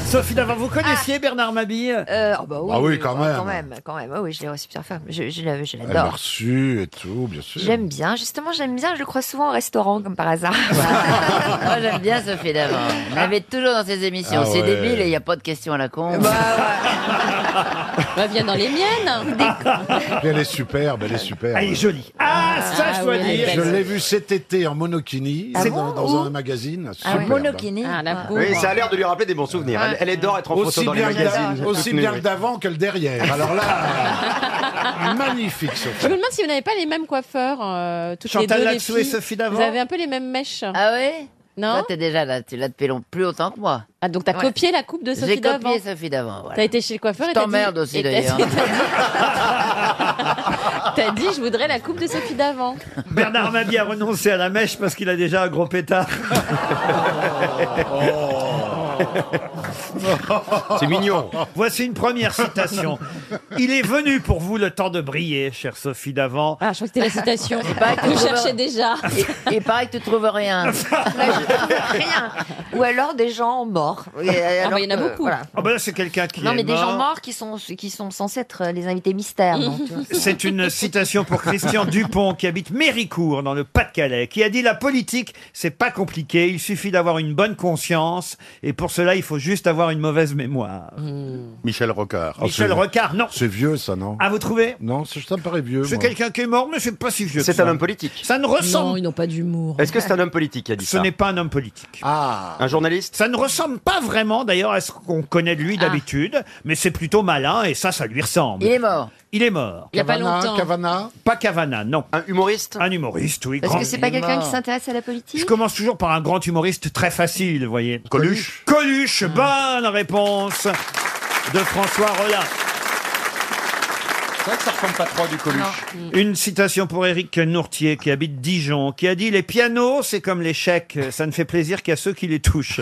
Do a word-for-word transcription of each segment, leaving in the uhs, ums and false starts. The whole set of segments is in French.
Sophie Davant, vous connaissiez Bernard Mabille? Euh, oh bah oui, Ah oui, quand même. Quand même, quand même. Oh oui, je l'ai reçu plusieurs fois. Je, je, l'ai- je Elle m'a l'adore. reçu et tout, bien sûr. J'aime bien, justement, j'aime bien. Je le crois souvent au restaurant, comme par hasard. Moi, j'aime bien Sophie Davant. On l'avait toujours dans ses émissions. Ah C'est ouais. débile et il n'y a pas de question à la con. Bah, viens dans les miennes. Elle est superbe, elle est superbe. Elle est jolie. Ah, ça, je dois oui, elle est dire. Je l'ai vue cet été en monokini Ah dans, bon dans Où un magazine. Ah Superbe. ouais. Monokini. Ah, la pauvre. Oui, ça a l'air de lui rappeler des bons souvenirs. Elle, elle adore être en photo Aussi dans les bien, que magazines. d'a- aussi toute nue, bien oui. que d'avant que le derrière. Alors là, magnifique Je Sophie. me demande si vous n'avez pas les mêmes coiffeurs, euh, toutes Chantal les deux, les Latsou et filles. Sophie Davant. Vous avez un peu les mêmes mèches. Ah ouais? Non Toi, t'es déjà là, tu l'as depuis long- plus longtemps que moi. Ah, donc t'as Ouais. copié la coupe de Sophie J'ai Davant. copié Sophie Davant. Voilà. T'as été chez le coiffeur Je et t'as dit... t'emmerde aussi, et t'as- d'ailleurs. T'as dit, je voudrais la coupe de Sophie Davant. Bernard Mabille a renoncé à la mèche parce qu'il a déjà un gros pétard. C'est mignon. Voici une première citation. Il est venu pour vous le temps de briller, chère Sophie Davant. Ah, je crois que c'était la citation. pas que Vous je- cherchez déjà. Et, et pareil que tu trouves rien. Là, je- rien. Ou alors des gens morts. Et alors bah, il y en a que- beaucoup. voilà. Ah ben là, c'est quelqu'un qui Non, est mais des mort. gens morts qui sont, qui sont censés être les invités mystères. non, tu vois. C'est une citation pour Christian Dupont qui habite Méricourt dans le Pas-de-Calais, qui a dit: la politique, c'est pas compliqué, il suffit d'avoir une bonne conscience et pour cela, il faut juste avoir une mauvaise mémoire. Michel Rocard. Michel Rocard, non. C'est vieux ça, non? Ah, vous trouvez? Non, c'est- ça me paraît vieux. C'est moi. quelqu'un qui est mort, mais c'est pas si vieux que C'est ça. un homme politique. Ça ne ressemble. Non, ils n'ont pas d'humour. Est-ce que c'est un homme politique qui a dit Ce ça n'est pas un homme politique. Ah, Un journaliste? Ça ne ressemble pas vraiment d'ailleurs à ce qu'on connaît de lui d'habitude, mais c'est plutôt malin et ça, ça lui ressemble. Il est mort. Il est mort. Il y a pas Cavana, longtemps. Cavana. Pas Cavana, non. Un humoriste? Un humoriste, oui. Parce grand- que c'est pas il est quelqu'un mort. qui s'intéresse à la politique. Je commence toujours par un grand humoriste très facile, vous voyez. Coluche. Coluche, bonne réponse de François Rollin. C'est vrai que ça ressemble pas trop à du Coluche. Une citation pour Éric Nourtier, qui habite Dijon, qui a dit: les pianos, c'est comme les chèques, ça ne fait plaisir qu'à ceux qui les touchent.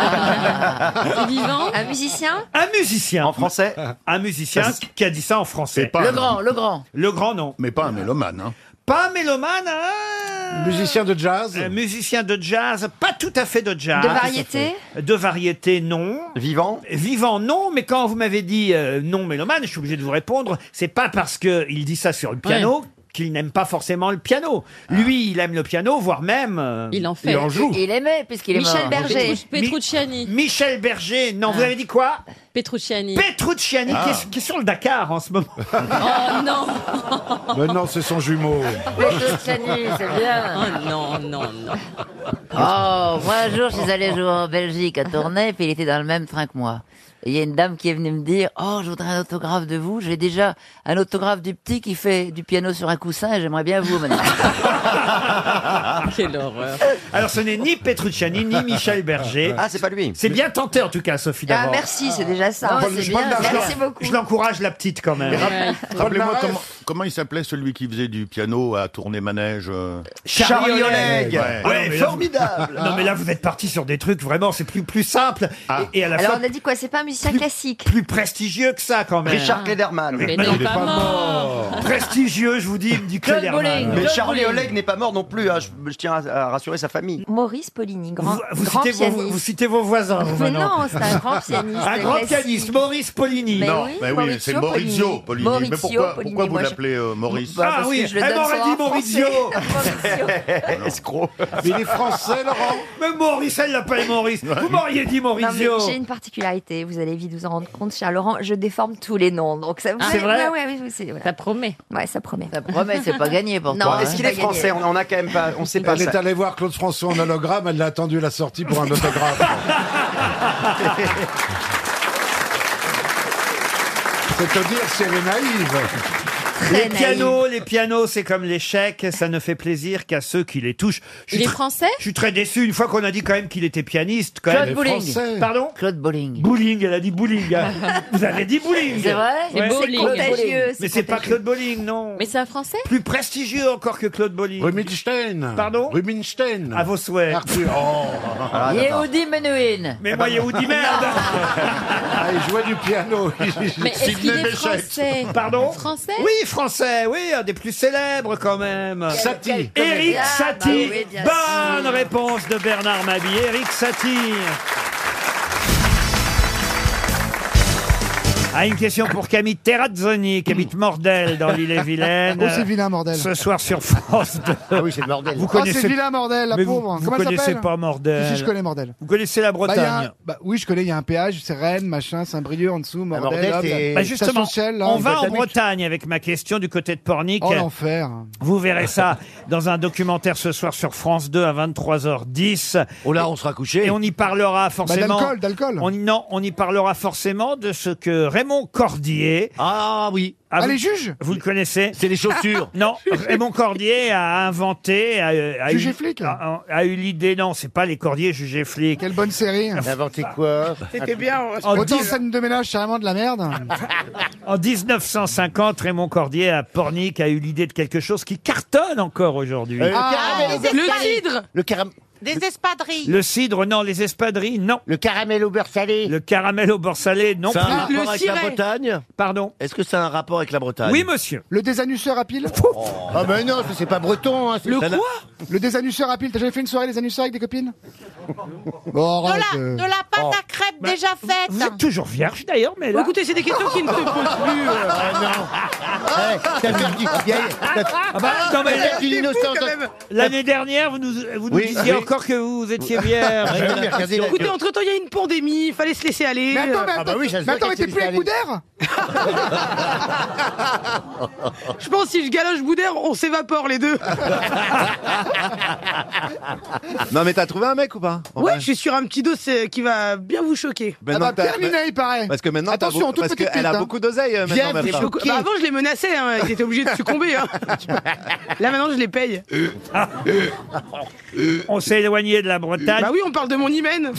C'est vivant. Un musicien. Un musicien. En français? Un musicien qui a dit ça en français. Pas Le un- grand, le grand. Le grand, non. Mais pas un mélomane. Hein. Pas un mélomane, hein. Musicien de jazz. Un musicien de jazz, pas tout à fait de jazz. De variété. De variété, non. Vivant? Vivant, non, mais quand vous m'avez dit euh, non mélomane, je suis obligé de vous répondre, c'est pas parce qu'il dit ça sur le piano qu'il n'aime pas forcément le piano. Lui, il aime le piano, voire même... euh, Il en fait. Il en joue. Il aimait, puisqu'il est Michel mort. Berger. Mi- Petrucciani. Michel Berger, non, vous avez dit quoi? Petrucciani. Petrucciani, qui, est, qui est sur le Dakar en ce moment. Oh non. Mais non, c'est son jumeau. Petrucciani, c'est bien. Oh non, non, non. Oh, moi un jour, je suis allé jouer en Belgique à Tournai, puis il était dans le même train que moi. Et il y a une dame qui est venue me dire: oh, je voudrais un autographe de vous. J'ai déjà un autographe du petit qui fait du piano sur un coussin et j'aimerais bien vous maintenant. Quelle horreur. Alors ce n'est ni Petrucciani, ni Michel Berger. Ah, c'est pas lui. C'est bien tenté en tout cas, Sophie Ah, Davant. merci, c'est déjà ça. Non, c'est je bien. parle d'un- Merci beaucoup. Je l'encourage, la petite, quand même. Ouais. Rappelez-moi Polnareff. comment, comment il s'appelait celui qui faisait du piano à tourner manège euh Charlie Oleg. Oleg. Ouais. Ah non, Ouais, mais là, formidable. Non mais là vous êtes parti sur des trucs vraiment c'est plus plus simple et, et à la Alors fois on a dit quoi? C'est pas un musicien plus- classique. plus prestigieux que ça quand même. Richard Klederman. Mais Mais non, il est pas pas mort. Prestigieux, je vous dis, du Claude Klederman. Bolling. Mais Claude Charlie Bolling. Oleg n'est pas mort non plus. hein. Je, je tiens à, à rassurer sa famille. Maurice Poligny, grand, Vous, vous grand citez vos, pianiste. vous citez vos voisins, vous, Mais maintenant. non, c'est un grand pianiste. Un grand classique. pianiste, Maurice Poligny. Mais Non, oui, mais oui, Maurizio c'est Maurizio Poligny. Maurizio mais pourquoi, Poligny, pourquoi vous moi, je- l'appelez euh, Maurice Bah, Ah parce oui, que je le elle donne m'aurait souvent dit en Maurizio. français. Maurizio. Escroc. Mais il est français, Laurent. Mais Maurice, elle l'appelle Maurice. Vous m'auriez dit Non, mais Maurizio. j'ai une particularité, vous allez vite vous en rendre compte, cher Laurent, je déforme tous les noms. Donc ça, vous c'est allez- vrai ouais, ouais, oui, c'est- voilà. Ça promet. Ouais, ça promet. Ça promet, c'est pas gagné pour Non, toi. Bon, Est-ce qu'il pas est français? gagné. On on a quand même pas. On sait pas Elle est ça. allée voir Claude François en hologramme, elle l'a attendu à la sortie pour un autographe. C'est te dire si elle est naïve. Les Très pianos, les pianos, c'est comme les chèques, ça ne fait plaisir qu'à ceux qui les touchent. Je suis Il est tr- français? Je suis très déçu, une fois qu'on a dit quand même qu'il était pianiste, quand Claude même. Bolling. Français. Pardon? Claude Bolling. Bowling, elle a dit bowling. hein. Vous avez dit bowling. C'est vrai? Ouais. beau, C'est les- contagieux. Mais c'est pas contagieux. Claude Bolling, non. Mais c'est un français? Plus prestigieux encore que Claude Bolling. Rubinstein. Pardon Rubinstein. À vos souhaits. Arthur. Oh. Ah, d'accord. Yehudi Menuhin. Mais moi, Yehudi, merde. Ah, il jouait du piano. Mais est-ce qu'il Sidney est Bechet. français? Pardon? Français? Oui, français, oui, un des plus célèbres quand même. Satie. Éric Ah, bah Satie. oui, bien Bonne réponse de Bernard Mabille. Éric Satie. Ah, une question pour Camille Terrazzoni, qui habite Mordel, dans l'île-et-Vilaine. Oh, c'est vilain, Mordel. Ce soir sur France deux. Ah oui, c'est le bordel. Vous Oh, c'est connaissez, vilain, Mordel, la mais vous, pauvre. vous Comment elle connaissez s'appelle pas Mordel. Si, si, je connais Mordel. Vous connaissez la Bah, il y a Bretagne. un- bah, oui, je connais, il y a un péage, c'est Rennes, machin, Saint-Brieuc en dessous, Mordel. Mordel, hop, c'est- Bah, la- justement, Station Shell, là, on va en Botanique. Bretagne avec ma question du côté de Pornic. Oh, l'enfer. Vous verrez ça dans un documentaire ce soir sur France deux à vingt-trois heures dix. Oh là, on sera couché. Et on y parlera Bah, forcément. d'alcool, d'alcool. On y, non, on y parlera forcément de ce que Raymond Cordier. Ah oui, Ah, Ah, vous, les juges vous le connaissez? c'est les chaussures. Non, Raymond Cordier a inventé, a, a Jugé eu, flic. a, a eu l'idée. Non, c'est pas les Cordiers jugés flics. Quelle bonne série. Inventé quoi? C'était bien. En, Autant dix- scène de ménage, c'est vraiment de la merde. en dix-neuf cent cinquante, Raymond Cordier à Pornic a eu l'idée de quelque chose qui cartonne encore aujourd'hui. Euh, Ah, caramel au Le beurre salé. cidre. Le, caram- Des espadrilles. Le cidre, non. Les espadrilles, non. le caramel au beurre salé. Le caramel au beurre salé, non Ça a un plus. rapport le avec ciré. la Bretagne? Pardon. Est-ce que ça a un rapport avec la Bretagne? Oui, monsieur. Le désannusseur à pile. Ah ben non, ça, c'est pas breton. Hein, Le ça n'a- quoi Le désannusseur à pile. T'as jamais fait une soirée désannusseur avec des copines? Bon, de arrête. la, euh. de la pâte à crêpes Bah, déjà faite. Vous êtes toujours vierge d'ailleurs, mais Bon, là... écoutez, c'est des questions qui ne se posent plus. euh. Ah non. Eh, t'as perdu. y a- t'as- Ah bah, non, mais t'as perdu l'innocence. Quand même. l'année dernière, vous nous, vous nous Oui, disiez oui. encore que vous étiez vierge. Ouais, mais regardez la- Écoutez, entre-temps, il y a une pandémie, il fallait se laisser aller. Mais attends, mais Ah attends, bah oui, ça se mais voit attends, mais qu'elle t'es s'est plus avec laissée Boudère? Je pense que si je galoche Boudère, on s'évapore les deux. Non mais t'as trouvé un mec ou pas en Ouais, vrai je suis sur un petit dos euh, qui va bien vous choquer. Ah Maintenant bah, que t'as- Pierre Ninet, il paraît. Parce que maintenant, t'as Attention, beaucoup- toute parce petite qu'elle a piste, hein. beaucoup d'oseille euh, Viens, maintenant. fais Bertrand. choquer. Bah, avant, je les menaçais, hein, ils étaient obligés de succomber. Hein. Là, maintenant, je les paye. On s'est éloigné de la Bretagne. Bah oui, on parle de mon hymen.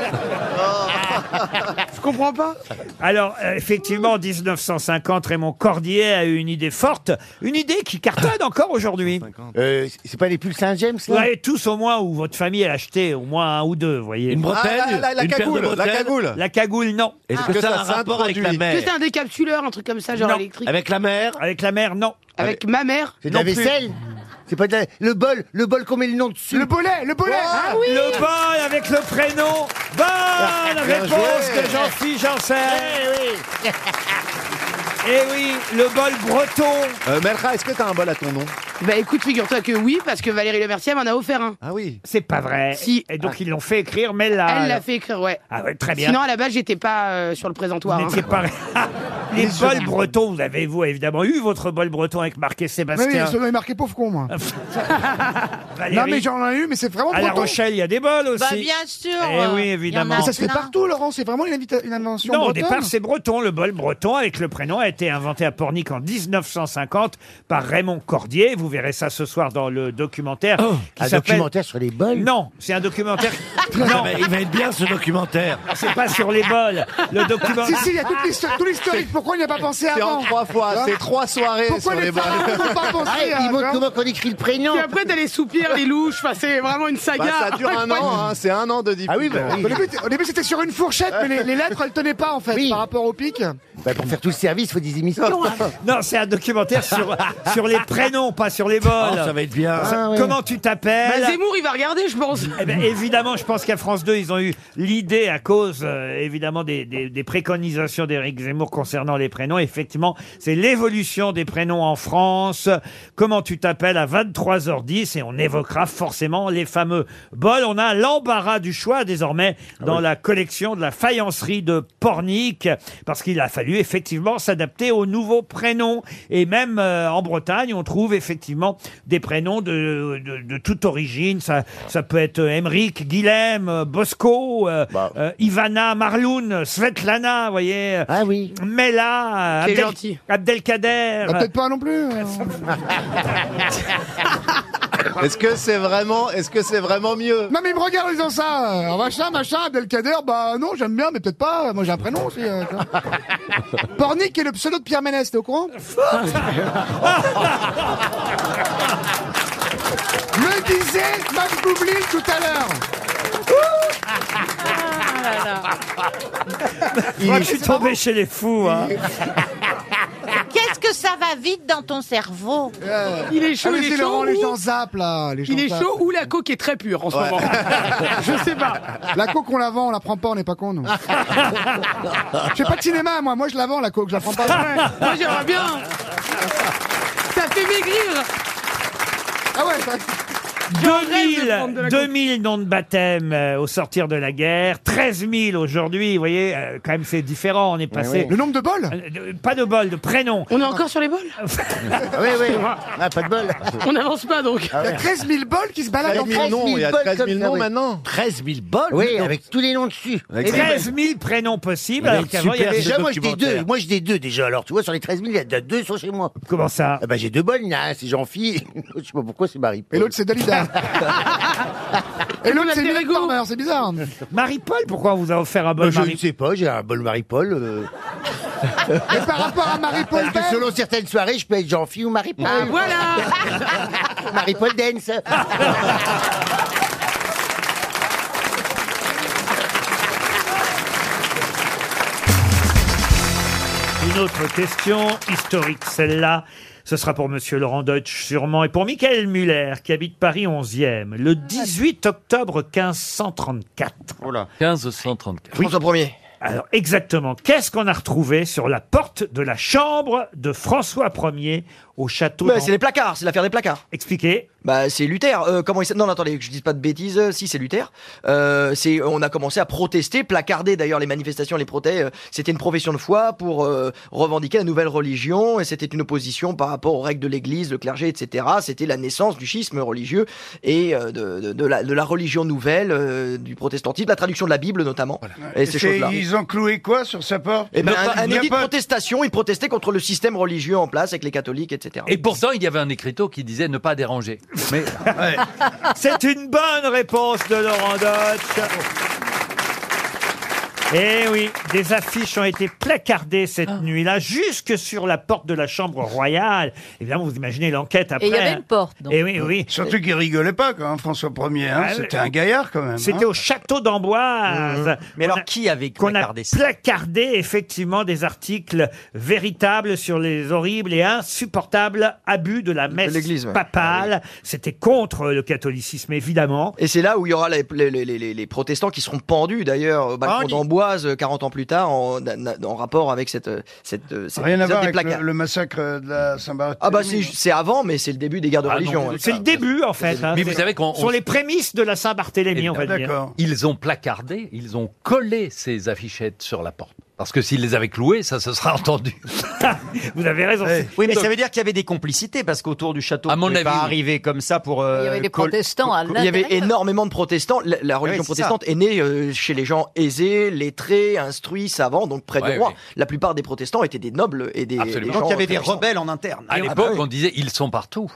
Je comprends pas. Alors, euh, effectivement, en dix-neuf cent cinquante, Raymond Cordier a eu une idée forte, une idée qui cartonne encore aujourd'hui. Euh, c'est pas les pulls Saint-James, Vous là? avez tous au moins, ou votre famille a acheté au moins un ou deux, vous voyez. Une Ah, bretelle? la, la, la Une paire de cagoule, la bretelles? cagoule. La cagoule, non. Est-ce Ah. que ça a un ça rapport avec la s'introduit. Que c'est mer? un décapsuleur, un truc comme ça, genre Non. électrique. Avec la mer? Avec la mère, non. Avec ma mère. C'est de la Non plus. vaisselle? C'est pas de la... Le bol, le bol qu'on met le nom dessus. Le bolet, le bolet. Ah oui. Le bol avec le prénom. Bonne bien réponse joué. de Jean-Philippe Janssen. Eh oui. Eh oui, le bol breton. Euh, Melra, est-ce que t'as un bol à ton nom? Bah écoute, figure-toi que oui, parce que Valérie Le Mercier m'en a offert un. Ah oui. C'est pas vrai. Si. Et donc, ils l'ont fait écrire, mais là. Elle l'a fait écrire, ouais. Ah ouais, très bien. Sinon, à la base, j'étais pas euh, sur le présentoir. Vous hein. n'étiez pas. Les bols bretons, vous avez, vous, évidemment, eu votre bol breton avec marqué Mais oui, Sébastien. ça doit marqué pauvre con, moi. Valérie. Non, mais j'en ai eu, mais c'est vraiment À La breton. Rochelle, il y a des bols aussi. Bah bien sûr. Eh oui, évidemment. Mais ça se fait partout, Laurent, c'est vraiment une, invita- une invention Non, au bretonne. départ, c'est breton. Le bol breton avec le prénom a été inventé à Pornic en dix-neuf cent cinquante par Raymond Cordier. Vous verrez ça ce soir dans le documentaire qui Un s'appelle... documentaire sur les bols? Non, c'est un documentaire... non, Il va être bien, ce documentaire. c'est pas sur les bols. Le Si, documentaire... si, il y a toute l'histo- tout l'historique. Pourquoi il n'y a pas pensé C'est avant en trois fois, Hein c'est trois soirées Pourquoi sur les les bols. pharaons n'ont pas pensé Ah, à il montre hein comment qu'on écrit le prénom. Puis après, t'as les soupirs, les louches, enfin, c'est vraiment une saga. Bah, ça dure un an, hein, c'est un an de difficulté. Ah oui, bah oui. Au début, t- au début, c'était sur une fourchette, mais les, les lettres, elles tenaient pas, en fait, Oui. par rapport au pic. Bah, pour faire tout le service, il faut des émissions. Non, c'est un documentaire sur, sur les prénoms, pas sur les bols. Oh, ça va être bien. Ça- Ah, ouais. Comment tu t'appelles Bah, Zemmour, il va regarder, je pense. Eh ben, évidemment, je pense qu'à France deux, ils ont eu l'idée à cause, euh, évidemment, des, des, des préconisations d'Éric Zemmour concernant les prénoms. Effectivement, c'est l'évolution des prénoms en France. Comment tu t'appelles à vingt-trois heures dix et on évoquera forcément les fameux bols. On a l'embarras du choix désormais dans la collection de la faïencerie de Pornic parce qu'il a fallu effectivement s'adapter aux nouveaux prénoms. Et même euh, en Bretagne, on trouve effectivement des prénoms de, de, de toute origine. Ça, ça peut être Emeric, Guilhem, euh, Bosco, euh, Bah. euh, Ivana, Marloun, Svetlana, vous voyez, Ah oui. Mela, C'est Abdel- gentil. Abdelkader. Bah, peut-être pas non plus. euh. Est-ce que c'est vraiment, est-ce que c'est vraiment mieux? Non, mais il me regarde en disant ça. Euh, machin, machin, Abdelkader, bah non, j'aime bien, mais peut-être pas. Moi, j'ai un prénom aussi. euh, tu vois. Pornic est le pseudo de Pierre Ménès, t'es au courant? Le disait Max Boublil tout à l'heure. Moi, je suis tombé chez les fous. Hein. Qu'est-ce que que ça va vite dans ton cerveau? Euh, Il est chaud, il allez-y, est Laurent, chaud. les ou- gens zappent, là. Les gens Il est zappent. chaud ou la coke est très pure en ce moment. Je sais pas. La coke, on la vend, on la prend pas, on n'est pas con, nous. Je fais pas de cinéma, moi. Moi, je la vends, la coke, je la prends pas. Ouais, moi j'aimerais bien. Ça fait maigrir. Ah ouais, ça... rêve de prendre de la deux mille, coke. deux mille noms de baptême euh, au sortir de la guerre, treize mille aujourd'hui, vous voyez, euh, quand même c'est différent, on est passé... Le nombre de bols Euh, de- pas de bol, de prénom. On est encore sur les bols? Oui, oui. Ah, pas de bol. On n'avance pas donc. Il y a treize mille bols qui se baladent en treize mille France. noms, il y a bols treize mille comme ça, noms oui. maintenant. treize mille bols Oui, avec tous les noms dessus. treize mille prénoms possibles, alors qu'avant il y avait... Déjà, moi, j'ai des deux. Moi, j'ai des deux, déjà. Alors, tu vois, sur les treize mille, il y a deux sont chez moi. Comment ça? Ah bah, j'ai deux bols. Il y en a un, c'est Jean-Phi. Je sais pas pourquoi, c'est Marie. Et l'autre, c'est Dalida. Et l'autre, On a c'est des Mylène rigolos. Farmer, c'est bizarre. Marie-Paul, pourquoi on vous a offert un Bah, bol je ne Marie sais pas, j'ai un bol Marie-Paul. euh, Et par rapport à Marie-Paul Parce que Bell, selon certaines soirées, je peux être Jean-Phi ou Marie-Paul. Ah, voilà. Marie-Paul Dance. Une autre question historique, celle-là. Ce sera pour Monsieur Laurent Deutsch, sûrement, et pour Michael Muller, qui habite Paris onzième. Le dix-huit octobre quinze cent trente-quatre. quinze cent trente-quatre. François Ier. Alors, exactement. Qu'est-ce qu'on a retrouvé sur la porte de la chambre de François Ier au château Bah, d'An- c'est les placards, c'est l'affaire des placards. Expliquez. Bah, c'est Luther. Euh, comment il s'appelle ? Non, non, attendez, que je dise pas de bêtises. Euh, Si, c'est Luther. Euh, c'est, on a commencé à protester, placarder d'ailleurs les manifestations, les protets. Euh, c'était une profession de foi pour euh, revendiquer la nouvelle religion, et c'était une opposition par rapport aux règles de l'Église, le clergé, et cetera. C'était la naissance du schisme religieux et euh, de, de, de, la, de la religion nouvelle, euh, du protestantisme, la traduction de la Bible notamment. Et ces C'est- choses-là. Ils ont cloué quoi sur sa porte? Eh ben, un, un Il y a édit de pas- protestation, ils protestaient contre le système religieux en place avec les catholiques, et cetera. Et pourtant, il y avait un écriteau qui disait ne pas déranger. Mais C'est une bonne réponse de Laurent Deutsch. Eh oui, des affiches ont été placardées cette nuit-là, jusque sur la porte de la chambre royale. Évidemment, vous imaginez l'enquête après. Et il y avait une porte, donc. Eh oui, oui. Surtout qu'il rigolait pas, quand même, François Ier. Hein. Ah, C'était oui. un gaillard, quand même. C'était hein. au château d'Amboise. Mmh. Mais Qu'on alors, a- qui avait qu'on a placardé ça ? placardé effectivement des articles véritables sur les horribles et insupportables abus de la messe l'Église, ouais. papale. C'était contre le catholicisme, évidemment. Et c'est là où il y aura les, les, les, les, les protestants qui seront pendus d'ailleurs au balcon Ah, on y- d'Amboise euh, quarante ans plus tard en, en rapport avec cette, cette, cette Rien à épisode voir des avec placards. le, le massacre de la Saint-Barthélemy. Ah bah c'est c'est avant, mais c'est le début des guerres de Ah religion. non, ouais. C'est le début, en fait. hein. Mais vous C'est- savez qu'on- Ce sont on- les prémices de la Saint-Barthélemy, on va dire. D'accord. ils ont placardé, ils ont collé ces affichettes sur la porte. Parce que s'ils les avaient clouées, ça se sera entendu. Vous avez raison. Oui, mais ça veut dire qu'il y avait des complicités parce qu'autour du château, À on mon pouvait avis, pas oui. arriver comme ça pour. euh, Il y avait des col- protestants à Il y avait l'intérieur. énormément de protestants. La, la religion Ouais, c'est protestante est née euh, chez les gens aisés, lettrés, instruits, savants, donc près Ouais, du roi. ouais. La plupart des protestants étaient des nobles et des, Absolument. des Donc gens il y avait des très puissants. rebelles en interne. À Ah l'époque, oui. on disait ils sont partout.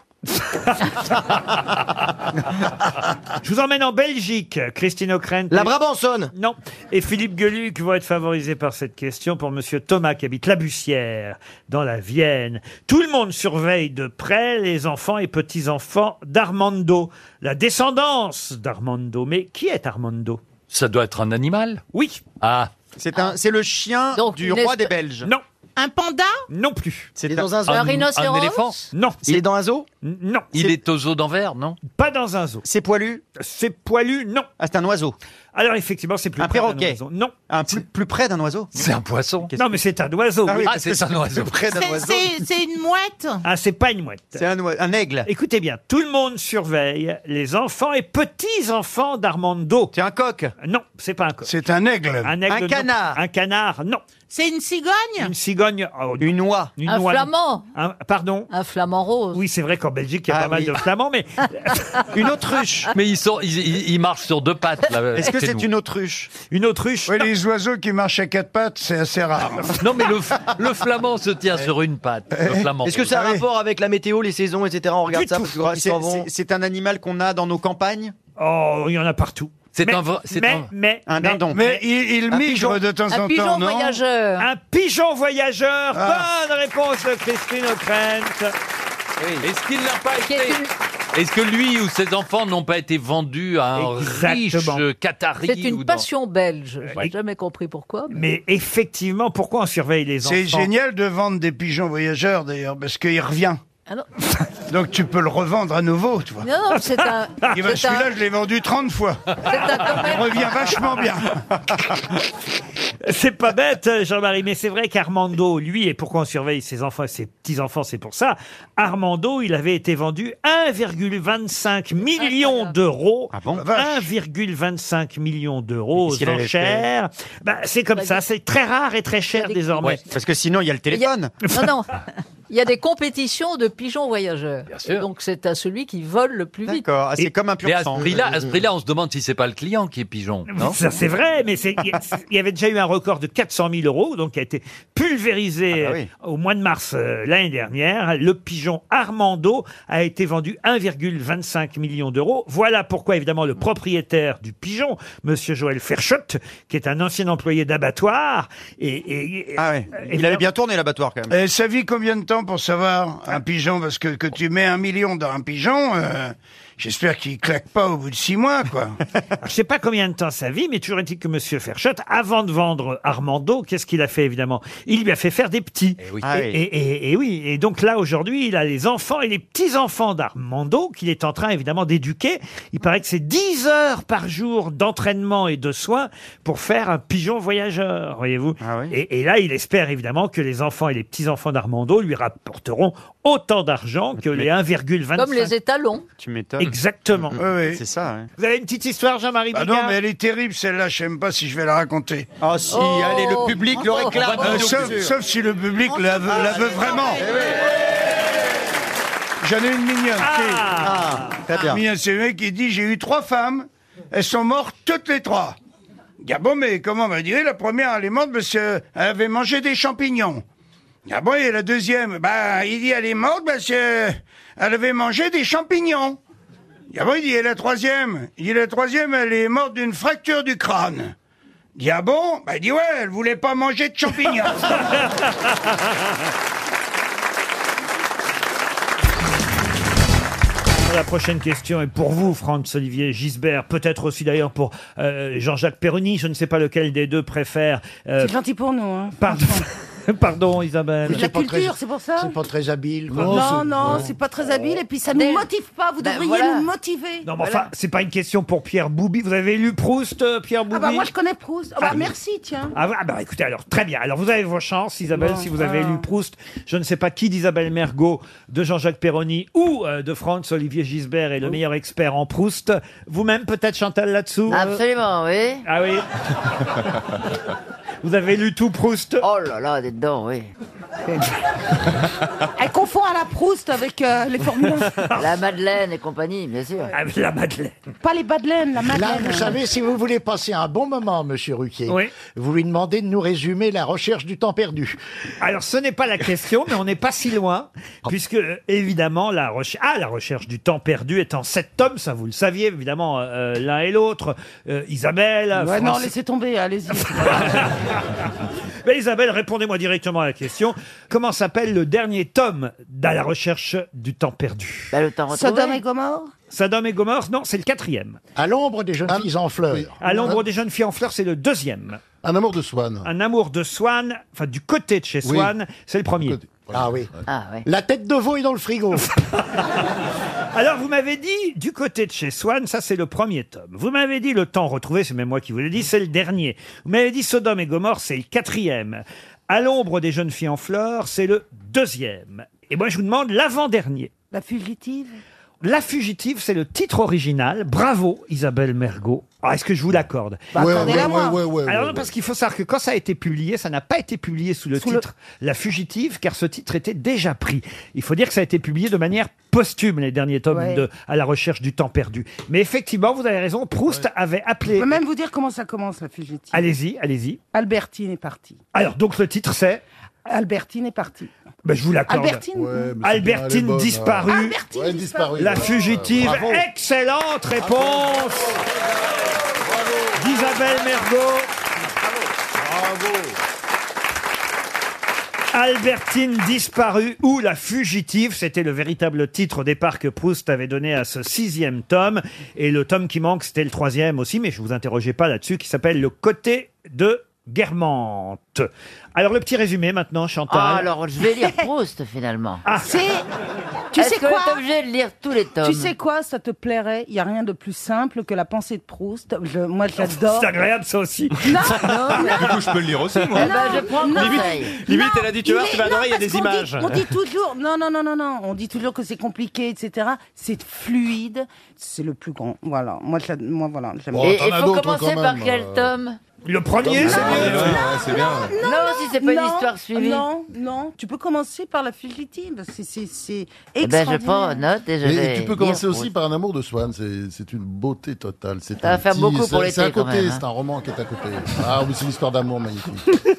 Je vous emmène en Belgique, Christine O'Krent. La Brabançonne. Non. Et Philippe Gueluc vont être favorisés par cette question pour Monsieur Thomas qui habite La Bussière, dans la Vienne. Tout le monde surveille de près les enfants et petits-enfants d'Armando, la descendance d'Armando. Mais qui est Armando? Ça doit être un animal. Oui. Ah, C'est un, c'est le chien Donc, du une roi esp- des Belges. Non. Un panda? Non plus. C'est Il est dans un zoo. Un un rhinocéros éléphant. Non. Il est dans un zoo. N- Non. Il est aux eaux d'Anvers, non? Pas dans un zoo. C'est poilu. C'est poilu? Non. Ah, c'est un oiseau. Alors effectivement, c'est plus Un près d'un perroquet. oiseau. Non. Un plus, plus près d'un oiseau. C'est un poisson. Non, mais c'est un oiseau. Ah oui. oui, Ah, parce que c'est un oiseau. Près d'un C'est- oiseau. C'est c'est une mouette? Ah, c'est pas une mouette. C'est un, oi- un aigle. Écoutez bien, tout le monde surveille les enfants et petits-enfants d'Armando. C'est un coq. Non, c'est pas un coq. C'est un aigle. Un aigle, Un non. canard. Un canard, non. C'est une cigogne? Une cigogne. oh, Une oie. une Un oie- flamand. Un- pardon. Un flamand rose. Oui, c'est vrai qu'en Belgique, il y a Ah pas mal oui. de flamands, mais Une autruche. Mais ils, sont, ils, ils- ils marchent sur deux pattes. Là, Est-ce que chez c'est nous. une autruche? une autruche. Ouais, non. les oiseaux qui marchent à quatre pattes, c'est assez rare. Non, mais le, f- le flamand se tient sur une patte. Le flamand. Est-ce que ça a Ah oui. rapport avec la météo, les saisons, et cetera. On regarde Du ça tout. parce que quand ils C'est s'en vont. c'est- c'est un animal qu'on a dans nos campagnes. Oh, il y en a partout. C'est mais, un vrai- c'est mais, un- mais, Un mais- dindon. Mais il, il Un migre pigeon. de temps en Un temps, pigeon non voyageur. Un pigeon voyageur. Ah. Bonne réponse de Christine O'Krent. Est-ce qu'il n'a pas Qui été... est une- Est-ce que lui ou ses enfants n'ont pas été vendus à un Exactement. riche Qatari C'est une ou dans- passion belge. Je n'ai jamais compris pourquoi. mais- Mais effectivement, pourquoi on surveille les enfants? C'est génial de vendre des pigeons voyageurs d'ailleurs, parce qu'il revient. Ah non. Donc tu peux le revendre à nouveau, tu vois. Non, non, c'est un. Et ben, c'est celui-là, un- je l'ai vendu trente fois. c'est un commerce. Il revient vachement bien. C'est pas bête, Jean-Marie, mais c'est vrai qu'Armando, lui, et pourquoi on surveille ses enfants et ses petits-enfants, c'est pour ça. Armando, il avait été vendu un virgule vingt-cinq million d'euros. Ah bon un virgule vingt-cinq million d'euros Qu'est-ce qu'il aux avait enchères. Bah, c'est comme ça, c'est très rare et très cher des- désormais. Ouais, parce que sinon, il y a le téléphone. Non, non. Il y a des compétitions de pigeons voyageurs. Bien sûr. Et donc c'est à celui qui vole le plus vite. D'accord. Ah, c'est Et- comme un pur Mais à ce sang. prix-là, à ce prix-là, on se demande si c'est pas le client qui est pigeon, non? Ça, c'est vrai, mais c'est- il y avait déjà eu un record de quatre cent mille euros, donc qui a été pulvérisé Ah bah oui. euh, au mois de mars euh, l'année dernière. Le pigeon Armando a été vendu un virgule vingt-cinq million d'euros. Voilà pourquoi, évidemment, le propriétaire du pigeon, Monsieur Joël Ferchotte, qui est un ancien employé d'abattoir, et, et- Ah ouais. euh, Il avait bien tourné l'abattoir quand même. Et ça vit combien de temps pour savoir un pigeon? Parce que que tu mets un million dans un pigeon, euh, j'espère qu'il claque pas au bout de six mois, quoi. Alors, je sais pas combien de temps ça vit, mais toujours est-il que Monsieur Ferchotte, avant de vendre Armando, qu'est-ce qu'il a fait évidemment? Il lui a fait faire des petits. Eh oui. Ah et, oui. et- et- et oui, et donc là aujourd'hui, il a les enfants et les petits-enfants d'Armando qu'il est en train évidemment d'éduquer. Il paraît que c'est dix heures par jour d'entraînement et de soins pour faire un pigeon voyageur, voyez-vous. Ah oui. et, et là, il espère évidemment que les enfants et les petits-enfants d'Armando lui rapporteront autant d'argent que les un virgule vingt-cinq. Comme les étalons. Tu m'étonnes. Exactement. Oui, oui. C'est ça, ouais. Vous avez une petite histoire, Jean-Marie Bah Bigard non, mais elle est terrible celle-là, je sais même pas si je vais la raconter. Ah si, Oh. allez, le public le réclame. Euh, sauf, sauf si le public la veut, la veut vraiment. J'en ai une mignonne. Ah, très bien. Mignonne, c'est le mec qui dit, j'ai eu trois femmes, elles sont mortes toutes les trois. Ah bon, mais comment on va dire? La première, elle est morte parce qu'elle avait mangé des champignons. Ah bon, et la deuxième, bah, il dit, elle est morte parce qu'elle avait mangé des champignons. Ah bon, il dit, et la troisième? Il dit, la troisième, elle est morte d'une fracture du crâne. Il dit, ah bon? Bah, il dit, ouais, elle voulait pas manger de champignons. La prochaine question est pour vous, Franz-Olivier Gisbert, peut-être aussi d'ailleurs pour euh, Jean-Jacques Perroni, je ne sais pas lequel des deux préfère. Euh, C'est gentil pour nous. Hein. pardon, pardon Isabelle. La culture, c'est pour ça. C'est pas très habile. quoi. Non, non, c'est pas très habile et puis ça nous motive pas. Vous Ben devriez voilà. nous motiver. Non, mais Voilà. enfin, c'est pas une question pour Pierre Boubi. Vous avez lu Proust, euh, Pierre Boubi? Ah bah moi je connais Proust. Ah bah Ah. merci, tiens. Ah, ah bah écoutez, alors très bien. Alors vous avez vos chances, Isabelle, Bon, si vous avez alors. lu Proust. Je ne sais pas qui d'Isabelle Mergot, de Jean-Jacques Perroni ou euh, de Franz-Olivier Gisbert est le meilleur expert en Proust. Vous-même, peut-être, Chantal, là-dessous? Absolument, oui. Ah oui. Vous avez lu tout Proust? Oh là là, dedans, oui. Elle confond à la Proust avec euh, les formules. La Madeleine et compagnie, bien sûr. Ah, la Madeleine. Pas les Badelaines, la Là, Madeleine. vous savez, si vous voulez passer un bon moment, Monsieur Ruquier, Oui. vous lui demandez de nous résumer la recherche du temps perdu. Alors, ce n'est pas la question, mais on n'est pas si loin, puisque, euh, évidemment, la, reche- ah, la recherche du temps perdu est en sept tomes, ça vous le saviez, évidemment, euh, l'un et l'autre. Euh, Isabelle, Ouais, non, Francis- laissez tomber, allez-y. Mais Isabelle, répondez-moi directement à la question. Comment s'appelle le dernier tome de la recherche du temps perdu? Bah, le temps retrouvé. Sodome et Gomorre. Sodome et Gomorre, non, c'est le quatrième. À l'ombre des jeunes Ah, filles en fleurs. oui. À l'ombre des jeunes filles en fleurs, c'est le deuxième. Un amour de Swann. Un amour de Swann, enfin du côté de chez Oui. Swann, c'est le premier. Ah oui. Ah, ouais. La tête de veau est dans le frigo. Alors, vous m'avez dit, du côté de chez Swann, ça c'est le premier tome. Vous m'avez dit le temps retrouvé, c'est même moi qui vous l'ai dit, c'est le dernier. Vous m'avez dit Sodome et Gomorre, c'est le quatrième. À l'ombre des jeunes filles en fleurs, c'est le deuxième. Et moi, je vous demande l'avant-dernier. La fugitive. La fugitive, c'est le titre original. Bravo, Isabelle Mergot. Ah, est-ce que je vous l'accorde? Bah, accordez-la moi. Alors non, parce qu'il faut savoir que quand ça a été publié, ça n'a pas été publié sous le Sous le- titre La Fugitive, car ce titre était déjà pris. Il faut dire que ça a été publié de manière posthume, les derniers tomes Ouais. de À la recherche du temps perdu. Mais effectivement, vous avez raison, Proust avait Je appelé... peux même vous dire comment ça commence, la fugitive. Allez-y, allez-y. Albertine est partie. Alors, donc le titre c'est... Albertine est partie. Ben, je vous l'accorde. Albertine. Ouais, mais c'est bien, Albertine elle est bonne, disparue. hein. Albertine Ouais, disparue. disparue. La ouais. fugitive. Bravo. Excellente réponse d'Isabelle Mergot. Albertine disparue ou la fugitive, c'était le véritable titre au départ que Proust avait donné à ce sixième tome. Et le tome qui manque, c'était le troisième aussi, mais je vous interrogeais pas là-dessus, qui s'appelle Le côté de Guermantes. Alors le petit résumé maintenant, Chantal. Ah, alors je vais lire Proust finalement. Ah. C'est... Tu Est-ce sais que quoi t'es obligé de lire tous les tomes? Tu sais quoi, ça te plairait. Il n'y a rien de plus simple que la pensée de Proust. Je, moi, j'adore. C'est agréable ça aussi. Non, non, mais- Du coup, je peux le lire aussi, moi. Eh ben, je prends le conseil. Limite, elle a dit, tu Il vois, est- tu vas adorer, il y a non, des parce qu'on dit- images. On dit toujours, non, non, non, non, non, on dit toujours que c'est compliqué, et cetera. C'est fluide, c'est le plus grand. Voilà, moi, j'ad- moi voilà, j'aime Et il faut commencer par quel tome? Le premier, c'est mieux. c'est bien. Non, si c'est pas une non, histoire suivie. Non, non, tu peux commencer par la fugitive. C'est, c'est, c'est Eh ben, je extraordinaire. prends note et je Et vais tu peux lire commencer aussi Proust. par un amour de Swann, c'est c'est une beauté totale. C'est Ça va un faire petit- beaucoup pour c'est- l'été, C'est à quand côté, même, hein. c'est un roman qui est à côté. Ah oui, c'est une histoire d'amour magnifique.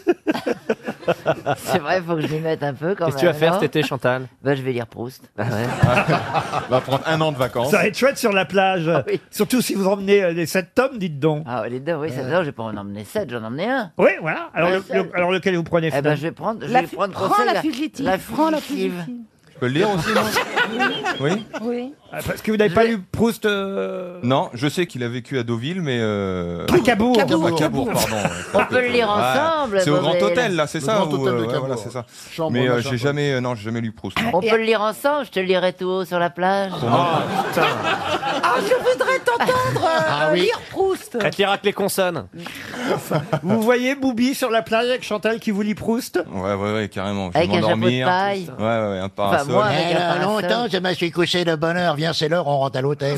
C'est vrai, il faut que je m'y mette un peu quand même. Qu'est-ce que tu vas faire non cet été, Chantal? Ben, je vais lire Proust. Bah ouais. On va prendre un an de vacances. Ça va être chouette sur la plage. oui. Surtout si vous emmenez euh, les sept tomes, dites donc. Ah, les deux, oui, ça, non, je vais pas en emmener sept, j'en ai emmené un. Oui, voilà. Alors, Un le- seul. le- alors lequel vous prenez Eh ben, finalement je vais prendre, je La vais fu- prendre prends conseil, la fugitive, La prends la fugitive. fugitive. Je peux le lire aussi, moi? Oui? Oui. Ah, parce que vous n'avez Je pas vais- lu Proust euh, Non, je sais qu'il a vécu à Deauville, mais... Euh... à Cabourg. À Cabourg, pardon. On peut le lire ensemble, C'est au Grand Bordel. Hôtel, là, c'est Le ça Grand ou, Hôtel de euh, ouais, Cabourg. voilà, c'est ça. Chambre, Mais euh, machin, j'ai quoi. jamais... euh, Non, j'ai jamais lu Proust. On peut le lire ensemble, je te le lirai tout haut sur la plage. Ah, je voudrais t'entendre euh, Ah euh, lire Proust. Elle te lira que les consonnes. Vous voyez Boubi sur la plage avec Chantal qui vous lit Proust? Ouais, ouais, ouais, carrément. Je vais Avec un chapeau de m'endormir. paille. Ouais, ouais, ouais, un Enfin, parasol. moi, avec un Eh, parasol. longtemps, je me suis couché de bonne heure. Viens, c'est l'heure, on rentre à l'hôtel.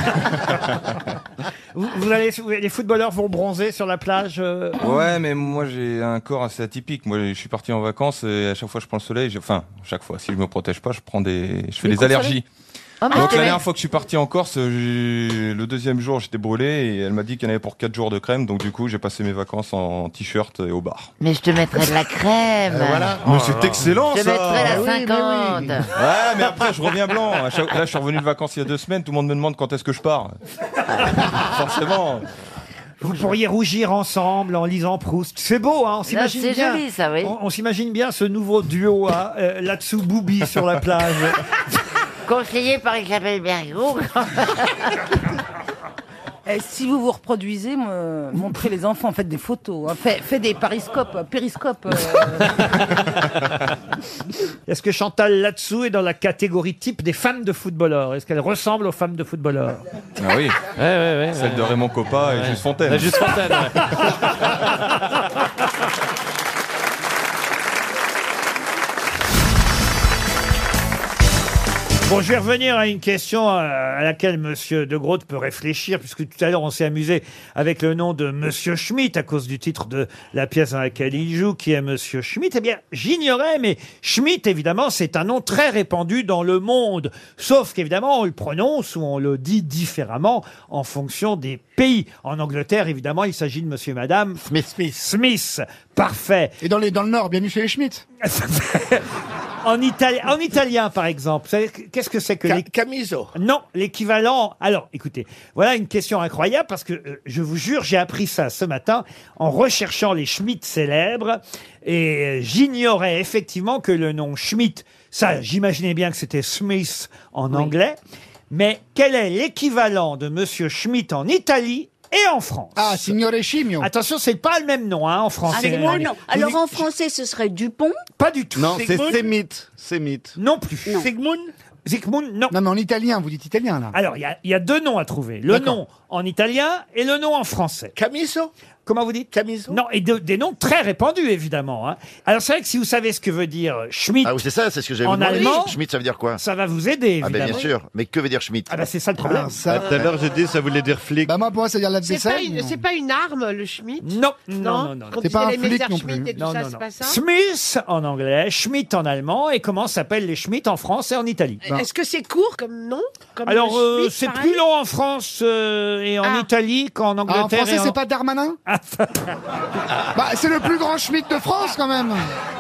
Vous, vous allez, vous- les footballeurs vont bronzer sur la plage euh, Ouais, mais moi j'ai un corps assez atypique. Moi, je suis parti en vacances et à chaque fois je prends le soleil. j'ai- Enfin, chaque fois, si je me protège pas, je prends des, je fais Des des coups de allergies. Oh, mais Donc je la te dernière mets- fois que je suis parti en Corse, j'ai- le deuxième jour j'étais brûlé et elle m'a dit qu'il y en avait pour quatre jours de crème. Donc du coup, j'ai passé mes vacances en t-shirt et au bar. Mais je te mettrai de la crème. voilà. Mais c'est excellent Je te ça. mettrai la oui, mais cinquante. oui. Ouais, mais après je reviens blanc. À chaque- Là, je suis revenu de vacances il y a deux semaines. Tout le monde me demande quand est-ce que je pars. Forcément. Vous pourriez rougir ensemble en lisant Proust. C'est beau, hein, on s'imagine c'est bien. joli, ça, oui. On, on s'imagine bien ce nouveau duo hein, euh, là-dessous Boubi sur la plage. Conseillé par Isabelle Bergot. Eh, si vous vous reproduisez, me- montrez les enfants, faites des photos, hein. Faites, faites des périscopes, euh, périscopes. euh. Est-ce que Chantal là-dessous est dans la catégorie type des femmes de footballeurs? Est-ce qu'elle ressemble aux femmes de footballeurs? Ah oui. Ouais, ouais, ouais. Celle de Raymond Coppa et Juste Fontaine. La Juste Fontaine, ouais. Bon, je vais revenir à une question euh, à laquelle Monsieur De Groot peut réfléchir, puisque tout à l'heure on s'est amusé avec le nom de Monsieur Schmitt à cause du titre de la pièce dans laquelle il joue, qui est Monsieur Schmitt. Eh bien, j'ignorais, mais Schmitt, évidemment, c'est un nom très répandu dans le monde. Sauf qu'évidemment, on le prononce ou on le dit différemment en fonction des pays. En Angleterre, évidemment, il s'agit de Monsieur et Madame Smith, Smith. Smith. Parfait. Et dans, les, dans le Nord, bienvenue chez les Schmitt. En, Itali- en italien, par exemple, vous savez, qu'est-ce que c'est que Ca- les... Camiso. Non, l'équivalent... Alors, écoutez, voilà une question incroyable parce que, euh, je vous jure, j'ai appris ça ce matin en recherchant les Schmitt célèbres et euh, j'ignorais effectivement que le nom Schmitt, ça, j'imaginais bien que c'était Smith en anglais, mais quel est l'équivalent de Monsieur Schmitt en Italie et en France? Ah, Signore Scimio. Attention, c'est pas le même nom hein, en français. Ah, non. Alors en français, ce serait Dupont. Pas du tout. Non, c'est Sigmund Sémite. Sémite. Non plus. Sigmund. Zygmunt, non. Non, mais en italien, vous dites italien, là. Alors, il y a, il y a deux noms à trouver. Le D'accord. nom en italien et le nom en français. Camiso. Comment vous dites? Camiso. Non, et de- des noms très répandus, évidemment. hein. Alors, c'est vrai que si vous savez ce que veut dire Schmitt, Ah oui, c'est ça, c'est ce que j'ai En allemand, Schmitt, ça veut dire quoi? ça va vous aider, Ah évidemment. ben bien sûr. Mais que veut dire Schmitt? Ah bah c'est ça le problème. Ah, ça- Tout à l'heure, j'ai dit ça voulait dire flic. Bah, moi, pour moi, ça veut dire la C'est pas, vaisselle. une, c'est pas une arme, le Schmitt. Non, non, non, non. non. Quand C'est ils pas un allaient flic Messer non Schmitt plus. et tout Non, ça, non, c'est non. pas ça. Smith en anglais, Schmitt en allemand, et comment s'appellent les Schmitt en France et en Italie? Est-ce que c'est court comme nom comme Alors, le euh, Schmitt, c'est pareil plus long en France euh, et en Ah. Italie qu'en Ah, Angleterre. en français, et en... c'est pas Darmanin Bah, c'est le plus grand Schmitt de France, quand même.